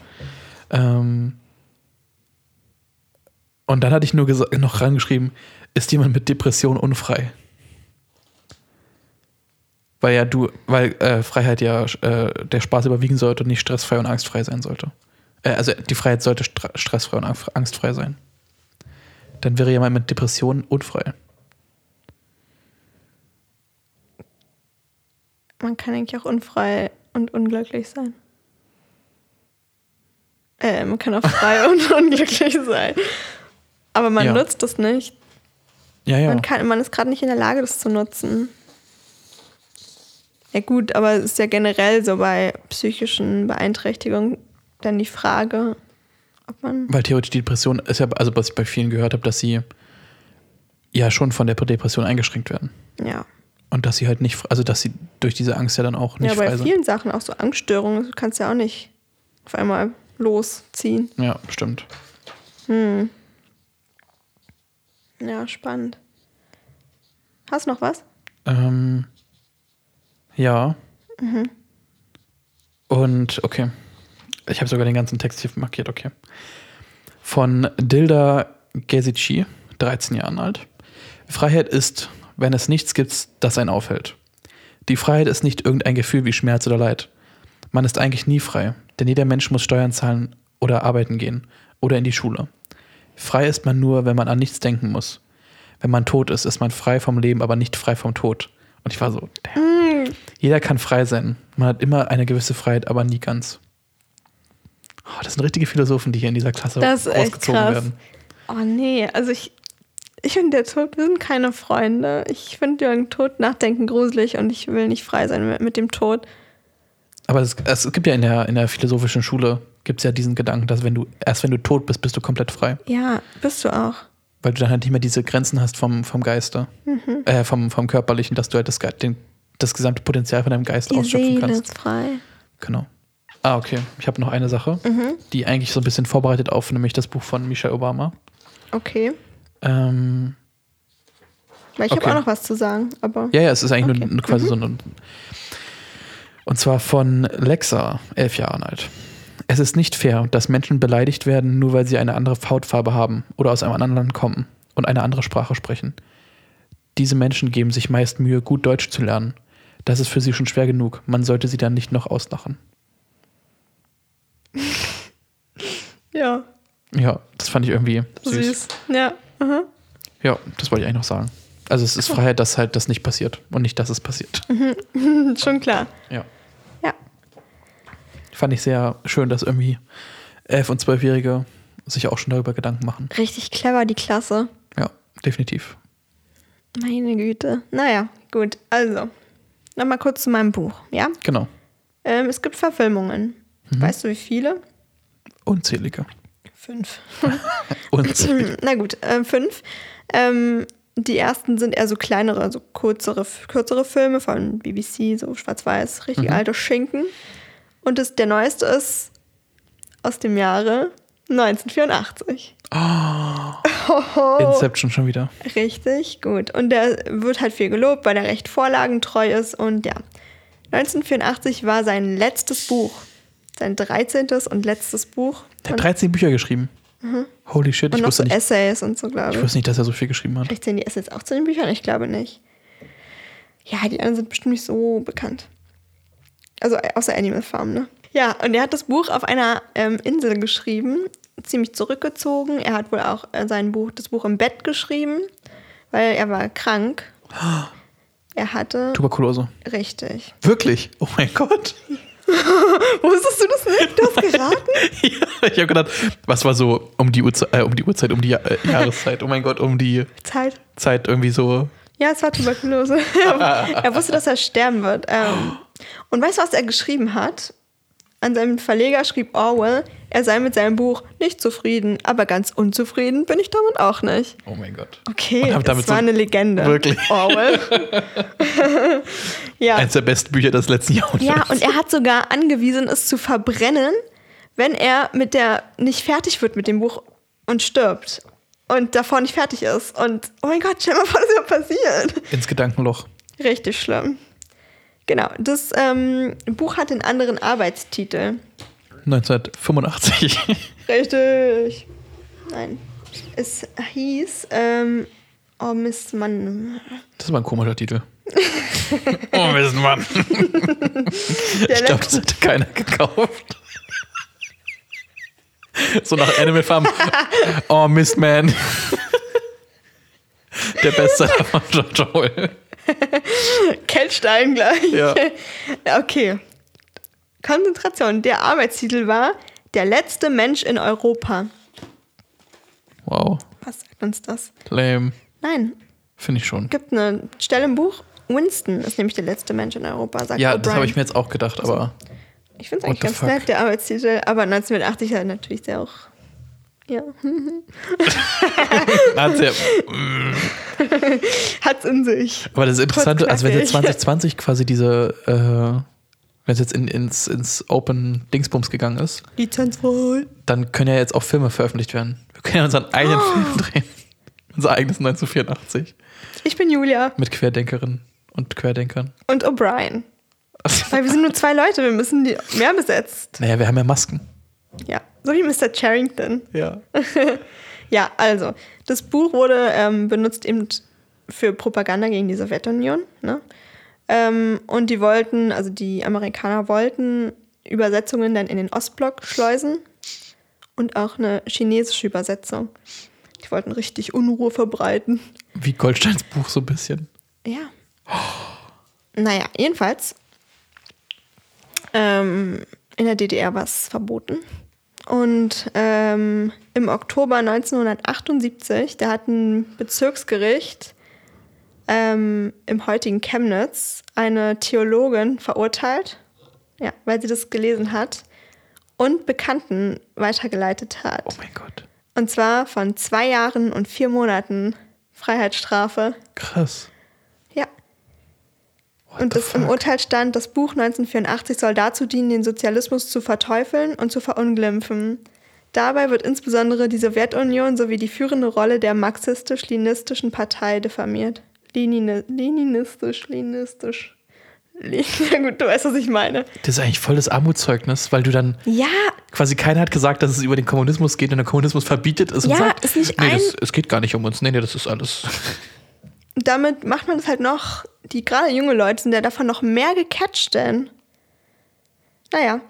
A: Und dann hatte ich noch rangeschrieben, ist jemand mit Depression unfrei? Weil Freiheit ja der Spaß überwiegen sollte und nicht stressfrei und angstfrei sein sollte. Also die Freiheit sollte stressfrei und angstfrei sein. Dann wäre jemand mit Depression unfrei.
B: man kann eigentlich auch unfrei und unglücklich sein. Man kann auch frei und unglücklich sein. Aber man nutzt es nicht.
A: Ja.
B: Man ist gerade nicht in der Lage, das zu nutzen. Ja gut, aber es ist ja generell so bei psychischen Beeinträchtigungen dann die Frage, ob man...
A: Weil theoretisch die Depression ist ja, also was ich bei vielen gehört habe, dass sie ja schon von der Depression eingeschränkt werden.
B: Ja.
A: Und dass sie halt nicht, also dass sie durch diese Angst ja dann auch nicht frei sind.
B: Ja, bei vielen Sachen, auch so Angststörungen, du kannst ja auch nicht auf einmal losziehen.
A: Ja, stimmt.
B: Ja, spannend. Hast du noch was?
A: Ja. Und, okay. Ich habe sogar den ganzen Text hier markiert, okay. Von Dilda Gezici, 13 Jahren alt. Freiheit ist, wenn es nichts gibt, das einen aufhält. Die Freiheit ist nicht irgendein Gefühl wie Schmerz oder Leid. Man ist eigentlich nie frei, denn jeder Mensch muss Steuern zahlen oder arbeiten gehen oder in die Schule. Frei ist man nur, wenn man an nichts denken muss. Wenn man tot ist, ist man frei vom Leben, aber nicht frei vom Tod. Und ich war so, jeder kann frei sein. Man hat immer eine gewisse Freiheit, aber nie ganz. Oh, das sind richtige Philosophen, die hier in dieser Klasse rausgezogen werden.
B: Oh nee, also ich finde, der Tod, wir sind keine Freunde. Ich finde über den Tod nachdenken gruselig und ich will nicht frei sein mit dem Tod.
A: Aber es gibt ja in der philosophischen Schule, gibt es ja diesen Gedanken, dass wenn du tot bist, bist du komplett frei.
B: Ja, bist du auch.
A: Weil du dann halt nicht mehr diese Grenzen hast vom Geiste, vom Körperlichen, dass du halt das gesamte Potenzial von deinem Geist ausschöpfen kannst.
B: Die Seele ist frei.
A: Genau. Ah, okay. Ich habe noch eine Sache, die eigentlich so ein bisschen vorbereitet auf, nämlich das Buch von Michelle Obama.
B: Okay. Weil ich habe auch noch was zu sagen, aber...
A: Ja, es ist eigentlich nur quasi so ein... Und zwar von Lexa, 11 Jahren alt. Es ist nicht fair, dass Menschen beleidigt werden, nur weil sie eine andere Hautfarbe haben oder aus einem anderen Land kommen und eine andere Sprache sprechen. Diese Menschen geben sich meist Mühe, gut Deutsch zu lernen. Das ist für sie schon schwer genug. Man sollte sie dann nicht noch auslachen.
B: Ja.
A: Ja, das fand ich irgendwie süß.
B: Ja. Aha.
A: Ja, das wollte ich eigentlich noch sagen. Also es ist Freiheit, dass halt das nicht passiert und nicht, dass es passiert.
B: Schon klar.
A: Ja.
B: Ja.
A: Fand ich sehr schön, dass irgendwie 11- und 12-Jährige sich auch schon darüber Gedanken machen.
B: Richtig clever, die Klasse.
A: Ja, definitiv.
B: Meine Güte. Naja, gut. Also, nochmal kurz zu meinem Buch, ja?
A: Genau.
B: Es gibt Verfilmungen. Weißt du, wie viele?
A: Unzählige.
B: 5.
A: Unzählige.
B: Na gut, 5. Die ersten sind eher so kleinere, also kürzere Filme von BBC, so schwarz-weiß, richtig alte Schinken. Und der neueste ist aus dem Jahre 1984.
A: Inception schon wieder.
B: Richtig, gut. Und der wird halt viel gelobt, weil er recht vorlagentreu ist. Und ja, 1984 war sein letztes Buch. Sein 13. und letztes Buch.
A: Der hat 13 Bücher geschrieben. Holy shit,
B: und
A: ich
B: noch
A: wusste
B: so
A: nicht.
B: Essays und so, glaube ich.
A: Ich wusste nicht, dass er so viel geschrieben hat.
B: Vielleicht zählen die Essays auch zu den Büchern? Ich glaube nicht. Ja, die anderen sind bestimmt nicht so bekannt. Also außer Animal Farm, ne? Ja, und er hat das Buch auf einer Insel geschrieben, ziemlich zurückgezogen. Er hat wohl auch das Buch im Bett geschrieben, weil er war krank. Er hatte...
A: Tuberkulose.
B: Richtig.
A: Wirklich? Oh mein Gott.
B: Wusstest du das nicht? Du hast geraten?
A: Ja, ich habe gedacht, was war so um die Jahreszeit, oh mein Gott, um die Zeit irgendwie so.
B: Ja, es war Tuberkulose. Er wusste, dass er sterben wird. Und weißt du, was er geschrieben hat? An seinem Verleger schrieb Orwell, er sei mit seinem Buch nicht zufrieden, aber ganz unzufrieden bin ich damit auch nicht.
A: Oh mein Gott.
B: Okay, das war eine Legende.
A: Wirklich?
B: Orwell. Ja.
A: Eins der besten Bücher des letzten Jahrhunderts.
B: Ja, und er hat sogar angewiesen, es zu verbrennen, wenn er nicht fertig wird mit dem Buch und stirbt. Und davor nicht fertig ist. Und oh mein Gott, stell dir mal vor, das ist ja passiert.
A: Ins Gedankenloch.
B: Richtig schlimm. Genau, das Buch hat einen anderen Arbeitstitel.
A: 1985.
B: Richtig. Nein. Es hieß Oh Mist, Mann.
A: Das war ein komischer Titel. Oh Mist, Mann. Ich glaube, das hätte keiner gekauft. So nach Animal Farm. Oh Mist, Man. Der Bestseller von George Orwell.
B: Keltstein gleich.
A: Ja.
B: Okay. Konzentration. Der Arbeitstitel war Der letzte Mensch in Europa.
A: Wow.
B: Was sagt uns das?
A: Lame.
B: Nein,
A: Finde ich schon.
B: gibt eine Stelle im Buch. Winston ist nämlich der letzte Mensch in Europa, sagt
A: Ja,
B: O'Brien.
A: das habe ich mir jetzt auch gedacht, aber
B: Ich finde es
A: What
B: eigentlich
A: the
B: ganz
A: fuck?
B: nett, der Arbeitstitel. Aber 1980 hat natürlich sehr auch... Ja. Hat's in sich.
A: Aber das Interessante, also wenn jetzt
B: Kurzknackig.
A: 2020 quasi diese, wenn es jetzt ins Open Dingsbums gegangen ist,
B: Lizenzfrei.
A: dann können ja jetzt auch Filme veröffentlicht werden. Wir können ja unseren eigenen Film drehen. Unser eigenes 1984.
B: Ich bin Julia
A: Mit Querdenkerinnen und Querdenkern.
B: und O'Brien. Weil wir sind nur 2 Leute, wir müssen die mehr besetzt.
A: Naja, wir haben ja Masken.
B: Ja, so wie Mr. Charrington.
A: Ja.
B: Ja, also, das Buch wurde benutzt eben für Propaganda gegen die Sowjetunion. Ne? Und die Amerikaner wollten Übersetzungen dann in den Ostblock schleusen und auch eine chinesische Übersetzung. Die wollten richtig Unruhe verbreiten.
A: Wie Goldsteins Buch so ein bisschen.
B: Ja. Naja, jedenfalls, in der DDR war es verboten. Und im Oktober 1978, da hat ein Bezirksgericht im heutigen Chemnitz eine Theologin verurteilt, ja, weil sie das gelesen hat und Bekannten weitergeleitet hat.
A: Oh mein Gott.
B: Und zwar von 2 Jahren und 4 Monaten Freiheitsstrafe.
A: Krass.
B: Ja.
A: What
B: Und
A: the
B: das im
A: fuck?
B: Urteil stand, das Buch 1984 soll dazu dienen, den Sozialismus zu verteufeln und zu verunglimpfen. Dabei wird insbesondere die Sowjetunion sowie die führende Rolle der marxistisch-leninistischen Partei diffamiert. Leninistisch. Ja gut, du weißt, was ich meine.
A: Das ist eigentlich voll das Armutszeugnis, weil du dann
B: Ja,
A: quasi keiner hat gesagt, dass es über den Kommunismus geht und der Kommunismus verbietet es und
B: Ja,
A: sagt,
B: ist nicht
A: nee, es geht gar nicht um uns. Nee, das ist alles.
B: damit macht man das halt noch, die gerade junge Leute sind ja davon noch mehr gecatcht denn. Naja.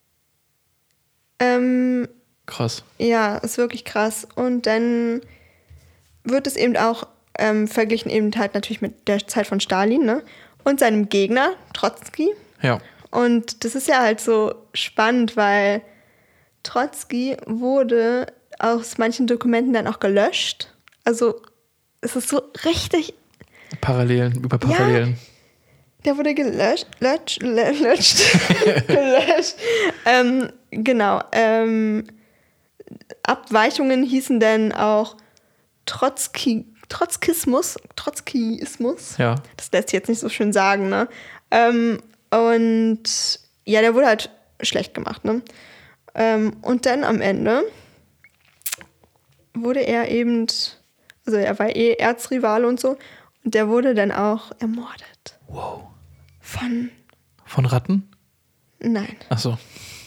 A: Krass.
B: Ja, ist wirklich krass. Und dann wird es eben auch verglichen eben halt natürlich mit der Zeit von Stalin, ne? Und seinem Gegner, Trotzki.
A: Ja.
B: Und das ist ja halt so spannend, weil Trotzki wurde aus manchen Dokumenten dann auch gelöscht. Also es ist so richtig,
A: Über Parallelen.
B: der wurde gelöscht. gelöscht. Genau. Abweichungen hießen dann auch Trotzkismus.
A: Ja.
B: Das lässt sich jetzt nicht so schön sagen, ne? Und ja, der wurde halt schlecht gemacht, ne? Und dann am Ende wurde er eben, also er war Erzrivale und so, und der wurde dann auch ermordet.
A: Wow.
B: Von
A: Ratten?
B: Nein,
A: Achso.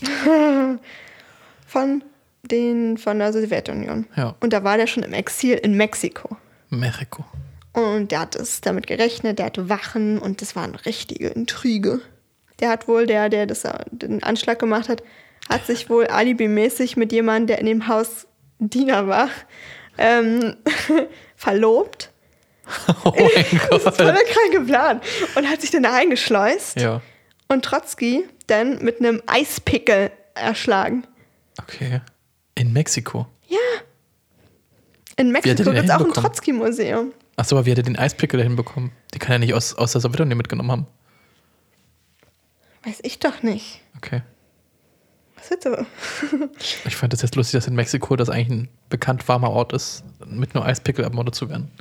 B: von der Sowjetunion.
A: Ja.
B: Und da war der schon im Exil in Mexiko.
A: Mexiko.
B: Und der hat es damit gerechnet, der hatte Wachen und das war eine richtige Intrige. Der hat wohl, der den Anschlag gemacht hat, hat sich wohl alibimäßig mit jemandem, der in dem Haus Diener war, verlobt.
A: Oh mein
B: Das ist
A: Gott.
B: voll krank geplant. Und hat sich dann da eingeschleust
A: Ja.
B: und Trotzki dann mit einem Eispickel erschlagen.
A: Okay. In Mexiko.
B: Ja. In
A: hat er
B: Mexiko
A: den
B: gibt es auch ein
A: hinbekommen?
B: Trotzki-Museum.
A: Achso, aber wie hat er den Eispickel da hinbekommen? Die kann er nicht aus der Sowjetunion mitgenommen haben.
B: Weiß ich doch nicht.
A: Okay.
B: Was wird so?
A: Ich fand es jetzt lustig, dass in Mexiko das eigentlich ein bekannt warmer Ort ist, mit nur Eispickel ermordet zu werden.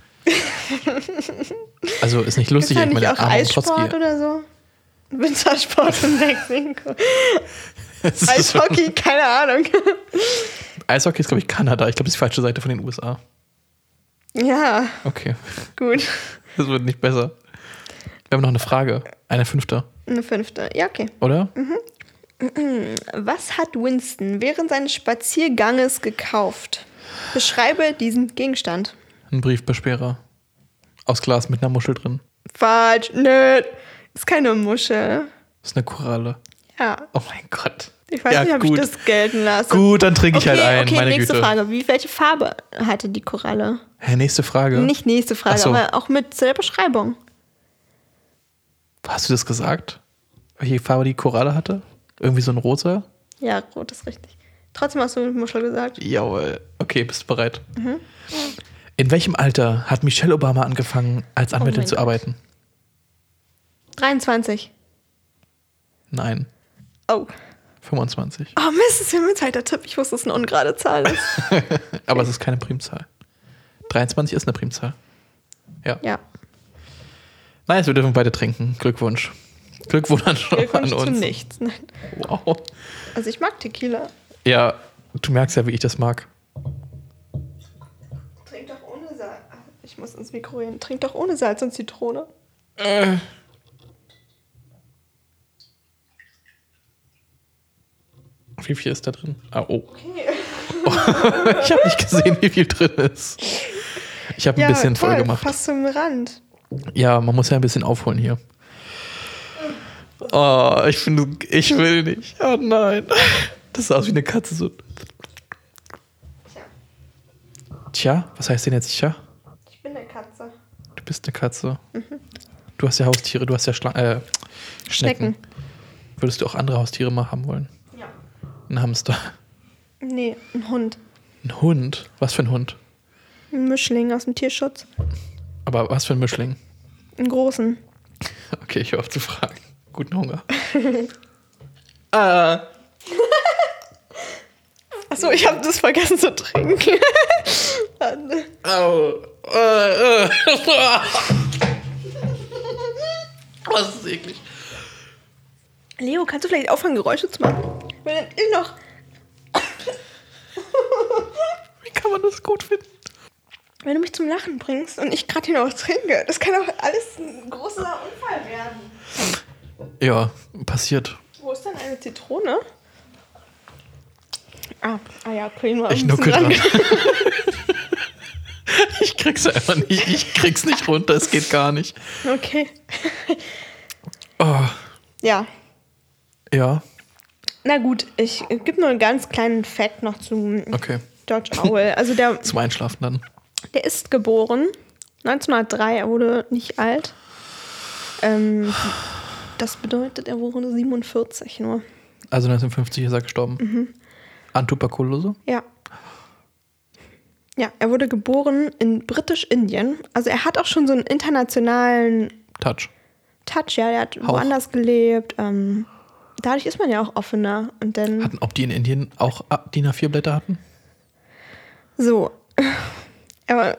A: Also ist nicht lustig,
B: Ist da
A: ich
B: nicht
A: meine,
B: auch
A: armer
B: Eissport
A: Trotzki.
B: oder so? Wintersport in Mexiko.
A: Es ist
B: Eishockey, keine Ahnung.
A: Eishockey ist, glaube ich, Kanada. Ich glaube, das ist die falsche Seite von den USA.
B: Ja,
A: Okay,
B: gut.
A: das wird nicht besser. Wir haben noch eine Frage. Eine 5.
B: Eine 5. Ja, okay.
A: Oder?
B: Was hat Winston während seines Spazierganges gekauft? Beschreibe diesen Gegenstand.
A: Ein Briefbeschwerer. Aus Glas mit einer Muschel drin.
B: Falsch. Nö. Ist keine Muschel.
A: Das ist eine Koralle.
B: Ja.
A: Oh mein Gott.
B: Ich weiß
A: Ja,
B: nicht, ob
A: gut.
B: ich das gelten lasse.
A: Gut, dann trinke ich halt ein,
B: Okay,
A: meine
B: nächste
A: Güte.
B: Frage. Welche Farbe hatte die Koralle?
A: Hä, nächste Frage.
B: Nicht nächste Frage,
A: Ach so.
B: aber auch mit der Beschreibung.
A: Hast du das gesagt? Welche Farbe die Koralle hatte? Irgendwie so ein rosa?
B: Ja, rot ist richtig. Trotzdem hast du Muschel gesagt.
A: Jawohl. Okay, bist du bereit? In welchem Alter hat Michelle Obama angefangen, als Anwältin zu arbeiten?
B: 23.
A: Nein.
B: Oh.
A: 25.
B: Oh Mist, das ist ja ein Zeiter-Tipp. Ich wusste, dass es eine ungerade Zahl ist.
A: Aber es ist keine Primzahl. 23 ist eine Primzahl. Ja. Nice, wir dürfen beide trinken. Glückwunsch. Glückwunsch an
B: Glückwunsch
A: uns.
B: zu nichts. Nein.
A: Wow.
B: Also ich mag Tequila.
A: Ja, du merkst ja, wie ich das mag.
B: Trink doch ohne Salz. Ich muss ins Mikro reden. Trink doch ohne Salz und Zitrone.
A: Wie viel ist da drin? Ah, oh.
B: Okay.
A: Ich habe nicht gesehen, wie viel drin ist. Ich habe ein bisschen voll gemacht.
B: Fast zum Rand.
A: Ja, man muss ja ein bisschen aufholen hier. Oh, ich will nicht. Oh nein. Das sah aus wie eine Katze. So. Tja, was heißt denn jetzt tja?
B: Ich bin eine Katze.
A: Du bist eine Katze. Du hast ja Haustiere, du hast ja Schnecken. Würdest du auch andere Haustiere mal haben wollen?
B: Ja.
A: Ein Hamster.
B: Nee, ein Hund.
A: Ein Hund? Was für ein Hund?
B: Ein Mischling aus dem Tierschutz.
A: Aber was für ein Mischling?
B: Einen großen.
A: Okay, ich höre auf zu fragen. Guten Hunger.
B: Achso, ich habe das vergessen zu trinken.
A: Au. Das ist eklig.
B: Leo, kannst du vielleicht aufhören, Geräusche zu machen? Ich noch.
A: Wie kann man das gut finden?
B: Wenn du mich zum Lachen bringst und ich gerade hier noch trinke, das kann doch alles ein großer Unfall werden.
A: Ja, passiert.
B: Wo ist denn eine Zitrone? Ah ja, okay, nur
A: Ich nuckel dran. Ich krieg's einfach nicht. Ich krieg's nicht runter. Es geht gar nicht.
B: Okay.
A: Oh.
B: Ja.
A: Ja.
B: Na gut, ich gebe nur einen ganz kleinen Fact noch zu George Orwell. Also
A: zum Einschlafen dann.
B: Der ist geboren 1903. Er wurde nicht alt. Das bedeutet, er wurde 47 nur.
A: Also 1950 ist er gestorben. An Tuberkulose?
B: Ja. Ja, er wurde geboren in Britisch-Indien. Also er hat auch schon so einen internationalen
A: Touch,
B: ja. Er hat woanders gelebt. Dadurch ist man ja auch offener. Und dann
A: ob die in Indien auch DIN A4-Blätter hatten?
B: So. Er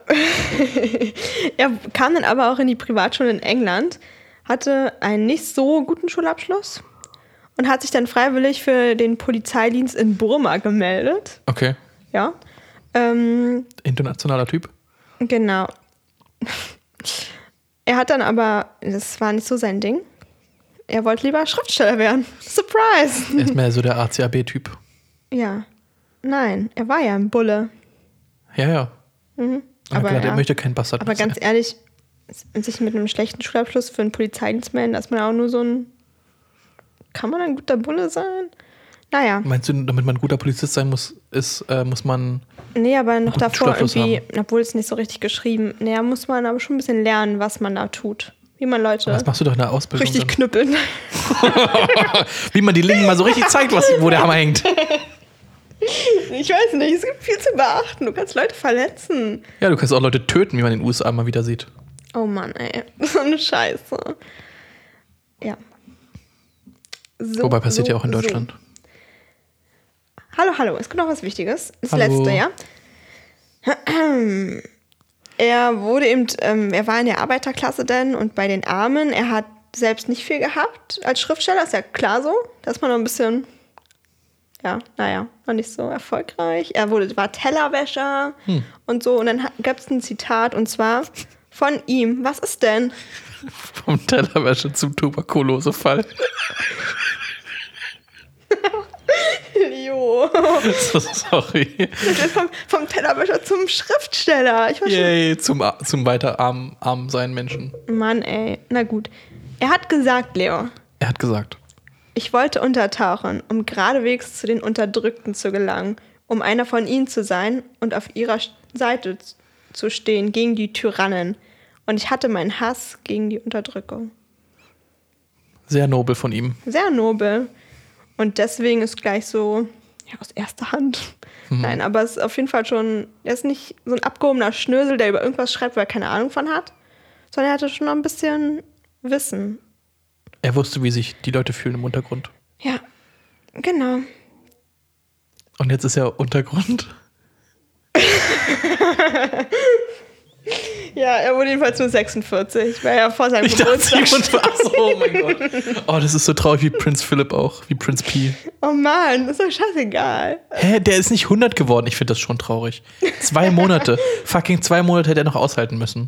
B: kam dann aber auch in die Privatschule in England, hatte einen nicht so guten Schulabschluss und hat sich dann freiwillig für den Polizeidienst in Burma gemeldet.
A: Okay.
B: Ja.
A: Internationaler Typ?
B: Genau. Er hat dann aber, das war nicht so sein Ding, er wollte lieber Schriftsteller werden. Surprise!
A: Er ist mehr so der ACAB-Typ.
B: Ja. Nein, er war ja ein Bulle.
A: Ja. Aber klar, der möchte kein Bastard
B: Aber ganz ehrlich, sich mit einem schlechten Schulabschluss für einen Polizeidienst melden, dass man auch nur so ein... Kann man ein guter Bulle sein? Naja.
A: Meinst du, damit man ein guter Polizist sein muss, muss man...
B: Nee, aber noch davor irgendwie,
A: haben.
B: obwohl es nicht so richtig geschrieben, muss man aber schon ein bisschen lernen, was man da tut. Wie man Leute...
A: Was machst du doch in der Ausbildung?
B: Richtig knüppeln.
A: Wie man die Linken mal so richtig zeigt, wo der Hammer hängt.
B: Ich weiß nicht, es gibt viel zu beachten. Du kannst Leute verletzen.
A: Ja, du kannst auch Leute töten, wie man in den USA mal wieder sieht.
B: Oh Mann, ey. So eine Scheiße. Ja. So,
A: Wobei passiert ja auch in Deutschland.
B: Hallo, es kommt noch was Wichtiges. Das
A: Hallo.
B: Letzte, ja. Er wurde eben, er war in der Arbeiterklasse dann und bei den Armen. Er hat selbst nicht viel gehabt als Schriftsteller, ist ja klar so. Da ist man noch ein bisschen... Ja, war nicht so erfolgreich. Er war Tellerwäscher und so. Und dann gab es ein Zitat und zwar von ihm. Was ist denn?
A: Vom Tellerwäscher zum Tuberkulosefall.
B: Leo.
A: Sorry.
B: Vom Tellerwäscher zum Schriftsteller.
A: Yay, zum weiter arm sein Menschen.
B: Mann, ey. Na gut. Er hat gesagt, Leo.
A: Er hat gesagt.
B: Ich wollte untertauchen, um geradewegs zu den Unterdrückten zu gelangen, um einer von ihnen zu sein und auf ihrer Seite zu stehen gegen die Tyrannen. Und ich hatte meinen Hass gegen die Unterdrückung.
A: Sehr nobel von ihm.
B: Sehr nobel. Und deswegen ist gleich so, ja, aus erster Hand. Nein, aber es ist auf jeden Fall schon, er ist nicht so ein abgehobener Schnösel, der über irgendwas schreibt, weil er keine Ahnung von hat, sondern er hatte schon noch ein bisschen Wissen.
A: Er wusste, wie sich die Leute fühlen im Untergrund.
B: Ja, genau.
A: Und jetzt ist er Untergrund.
B: Ja, er wurde jedenfalls nur 46, weil er vor seinem Geburtstag
A: Achso, oh mein Gott. Oh, das ist so traurig wie Prinz Philipp auch, wie Prinz Pi.
B: Oh Mann, ist doch scheißegal.
A: Hä, der ist nicht 100 geworden. Ich finde das schon traurig. 2 Monate. Fucking 2 Monate hätte er noch aushalten müssen.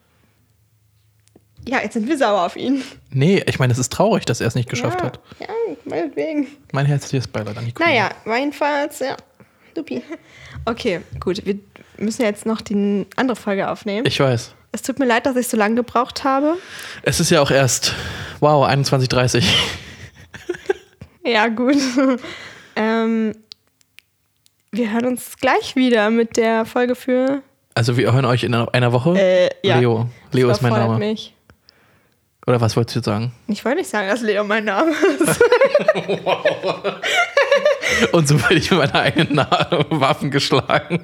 B: Ja, jetzt sind wir sauer auf ihn.
A: Nee, ich meine, es ist traurig, dass er es nicht geschafft hat.
B: Ja, meinetwegen.
A: Mein herzliches Beileid an die Queen.
B: Naja, jedenfalls, ja. Dupi. Okay, gut. Wir müssen jetzt noch die andere Folge aufnehmen.
A: Ich weiß.
B: Es tut mir leid, dass ich so lange gebraucht habe.
A: Es ist ja auch erst, wow, 21:30.
B: Ja, gut. Wir hören uns gleich wieder mit der Folge für...
A: Also wir hören euch in einer Woche?
B: Ja.
A: Leo. Leo ist mein Name.
B: Mich.
A: Oder was wolltest du jetzt sagen?
B: Ich wollte nicht sagen, dass Leo mein Name ist.
A: Wow. Und so werde ich mit meiner eigenen Waffen geschlagen.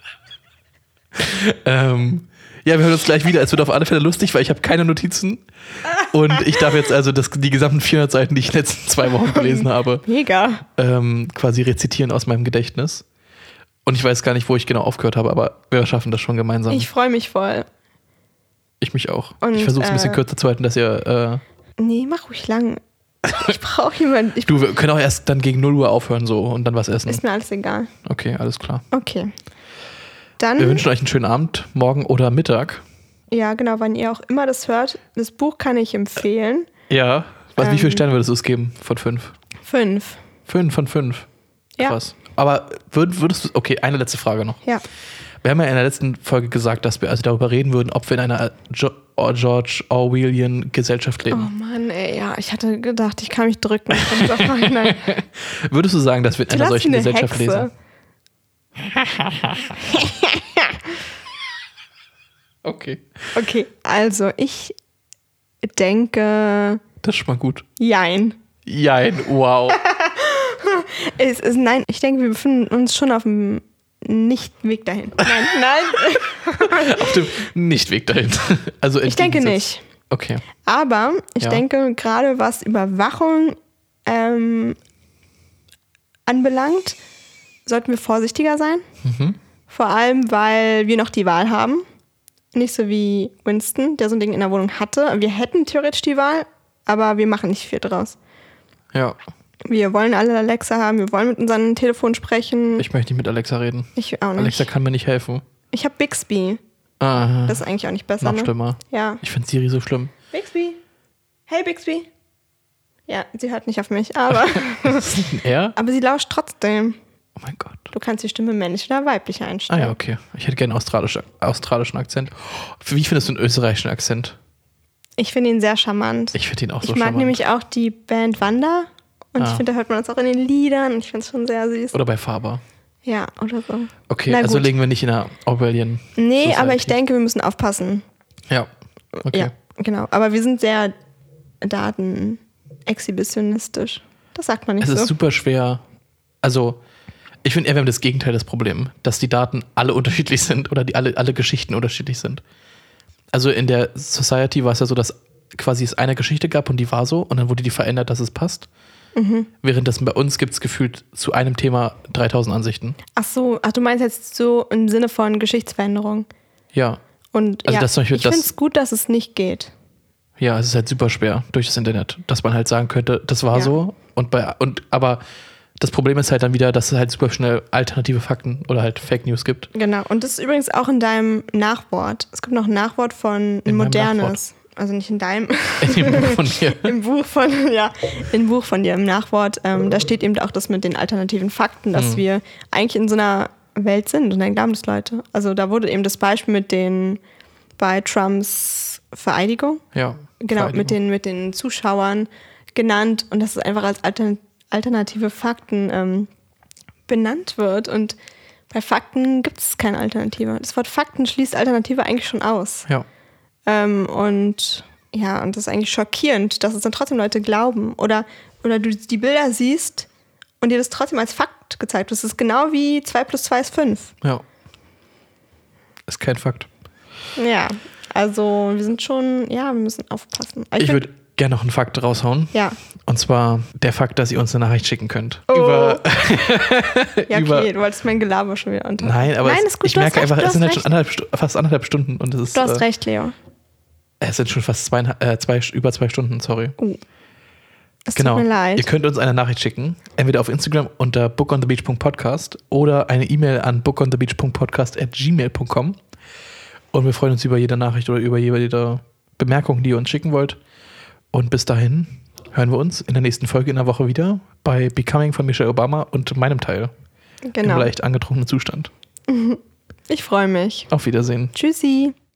A: Ja, wir hören uns gleich wieder. Es wird auf alle Fälle lustig, weil ich habe keine Notizen. Und ich darf jetzt also die gesamten 400 Seiten, die ich in den letzten 2 Wochen gelesen habe,
B: Mega.
A: Quasi rezitieren aus meinem Gedächtnis. Und ich weiß gar nicht, wo ich genau aufgehört habe, aber wir schaffen das schon gemeinsam.
B: Ich freue mich voll.
A: Ich mich auch.
B: Und,
A: ich versuche es ein bisschen kürzer zu halten, dass ihr...
B: Nee, mach ruhig lang. Ich brauche jemanden.
A: Wir können auch erst dann gegen 0 Uhr aufhören so und dann was essen.
B: Ist mir alles egal.
A: Okay, alles klar.
B: Okay. Dann...
A: Wir wünschen euch einen schönen Abend, morgen oder Mittag.
B: Ja, genau, wann ihr auch immer das hört. Das Buch kann ich empfehlen.
A: Ja. Wie viele Sterne würdest du es geben von 5?
B: 5.
A: 5 von 5.
B: Ja.
A: Krass. Aber würdest du... Okay, eine letzte Frage noch.
B: Ja.
A: Wir haben ja in der letzten Folge gesagt, dass wir also darüber reden würden, ob wir in einer George Orwellian Gesellschaft
B: Oh
A: leben.
B: Mann, ey, ja, ich hatte gedacht, ich kann mich drücken.
A: Würdest du sagen, dass wir in einer solchen Gesellschaft leben? Okay.
B: Okay, also ich denke...
A: Das ist schon mal gut.
B: Jein.
A: Jein, wow.
B: Nein, ich denke, wir befinden uns schon auf dem Nicht-Weg dahin. Nein.
A: Auf dem Nicht-Weg dahin. Also
B: ich denke nicht.
A: Okay.
B: Aber ich denke, gerade was Überwachung anbelangt, sollten wir vorsichtiger sein.
A: Mhm.
B: Vor allem, weil wir noch die Wahl haben. Nicht so wie Winston, der so ein Ding in der Wohnung hatte. Wir hätten theoretisch die Wahl, aber wir machen nicht viel draus.
A: Ja.
B: Wir wollen alle Alexa haben, wir wollen mit unserem Telefon sprechen.
A: Ich möchte nicht mit Alexa reden.
B: Ich auch nicht.
A: Alexa kann mir nicht helfen.
B: Ich habe Bixby.
A: Ah,
B: Das ist eigentlich auch nicht besser,
A: noch schlimmer.
B: Ja.
A: Ich finde Siri so schlimm.
B: Bixby. Hey Bixby. Ja, sie hört nicht auf mich, aber,
A: Ist das nicht ein R?
B: aber sie lauscht trotzdem.
A: Oh mein Gott.
B: Du kannst die Stimme männlich oder weiblich einstellen.
A: Ah ja, okay. Ich hätte gerne einen australischen Akzent. Wie findest du einen österreichischen Akzent?
B: Ich finde ihn sehr charmant.
A: Ich finde ihn auch so
B: Ich mag
A: charmant.
B: nämlich auch die Band Wanda. Und ich finde, da hört man das auch in den Liedern. Und ich finde es schon sehr süß.
A: Oder bei Faber.
B: Ja, oder so.
A: Okay,
B: Na
A: also
B: gut.
A: legen wir nicht in einer Orwellian
B: Nee,
A: Society.
B: aber ich denke, wir müssen aufpassen.
A: Ja, okay.
B: Ja, genau. Aber wir sind sehr datenexhibitionistisch. Das sagt man nicht
A: Es
B: so.
A: ist super schwer. Also, ich finde eher, wir haben das Gegenteil des Problems, dass die Daten alle unterschiedlich sind oder die alle Geschichten unterschiedlich sind. Also in der Society war es ja so, dass quasi es eine Geschichte gab und die war so und dann wurde die verändert, dass es passt. Währenddessen bei uns gibt es gefühlt zu einem Thema 3000 Ansichten.
B: Ach, du meinst jetzt so im Sinne von Geschichtsveränderung.
A: Ja.
B: Und
A: Also
B: ja,
A: das zum Beispiel,
B: ich finde es gut, dass es nicht geht.
A: Ja, es ist halt super schwer durch das Internet, dass man halt sagen könnte, das war
B: Ja.
A: so aber das Problem ist halt dann wieder, dass es halt super schnell alternative Fakten oder halt Fake News gibt.
B: Genau. Und das ist übrigens auch in deinem Nachwort. Es gibt noch ein Nachwort von
A: In meinem
B: Modernes.
A: Nachwort?
B: Also nicht in deinem.
A: In dem Buch von mir.
B: Im Buch von dir, im Nachwort. Da steht eben auch das mit den alternativen Fakten, dass wir eigentlich in so einer Welt sind und dann glauben das Leute. Also da wurde eben das Beispiel bei Trumps Vereidigung.
A: Ja.
B: Genau, mit den Zuschauern genannt und dass es einfach als alternative Fakten benannt wird. Und bei Fakten gibt es keine Alternative. Das Wort Fakten schließt Alternative eigentlich schon aus.
A: Ja.
B: Und Ja, und das ist eigentlich schockierend, dass es dann trotzdem Leute glauben. Oder du die Bilder siehst und dir das trotzdem als Fakt gezeigt wird. Das ist genau wie 2 + 2 ist 5.
A: Ja. Ist kein Fakt.
B: Ja, also wir sind schon, wir müssen aufpassen.
A: Ich würde gerne noch einen Fakt raushauen.
B: Ja.
A: Und zwar der Fakt, dass ihr uns eine Nachricht schicken könnt.
B: Oh.
A: Über
B: Ja, okay, du wolltest mein Gelaber schon wieder unter.
A: Nein, aber
B: ist gut,
A: ich merke einfach, es sind halt
B: recht.
A: schon fast 1,5 Stunden. Und es ist,
B: Du hast recht, Leo.
A: Es sind schon fast über 2 Stunden, sorry.
B: Es
A: Genau.
B: tut mir leid.
A: Ihr könnt uns eine Nachricht schicken, entweder auf Instagram unter bookonthebeach.podcast oder eine E-Mail an bookonthebeach.podcast@gmail.com. Und wir freuen uns über jede Nachricht oder über jede Bemerkung, die ihr uns schicken wollt. Und bis dahin hören wir uns in der nächsten Folge in der Woche wieder bei Becoming von Michelle Obama und meinem Teil.
B: Genau.
A: Im leicht angetrunkenen Zustand.
B: Ich freue mich.
A: Auf Wiedersehen.
B: Tschüssi.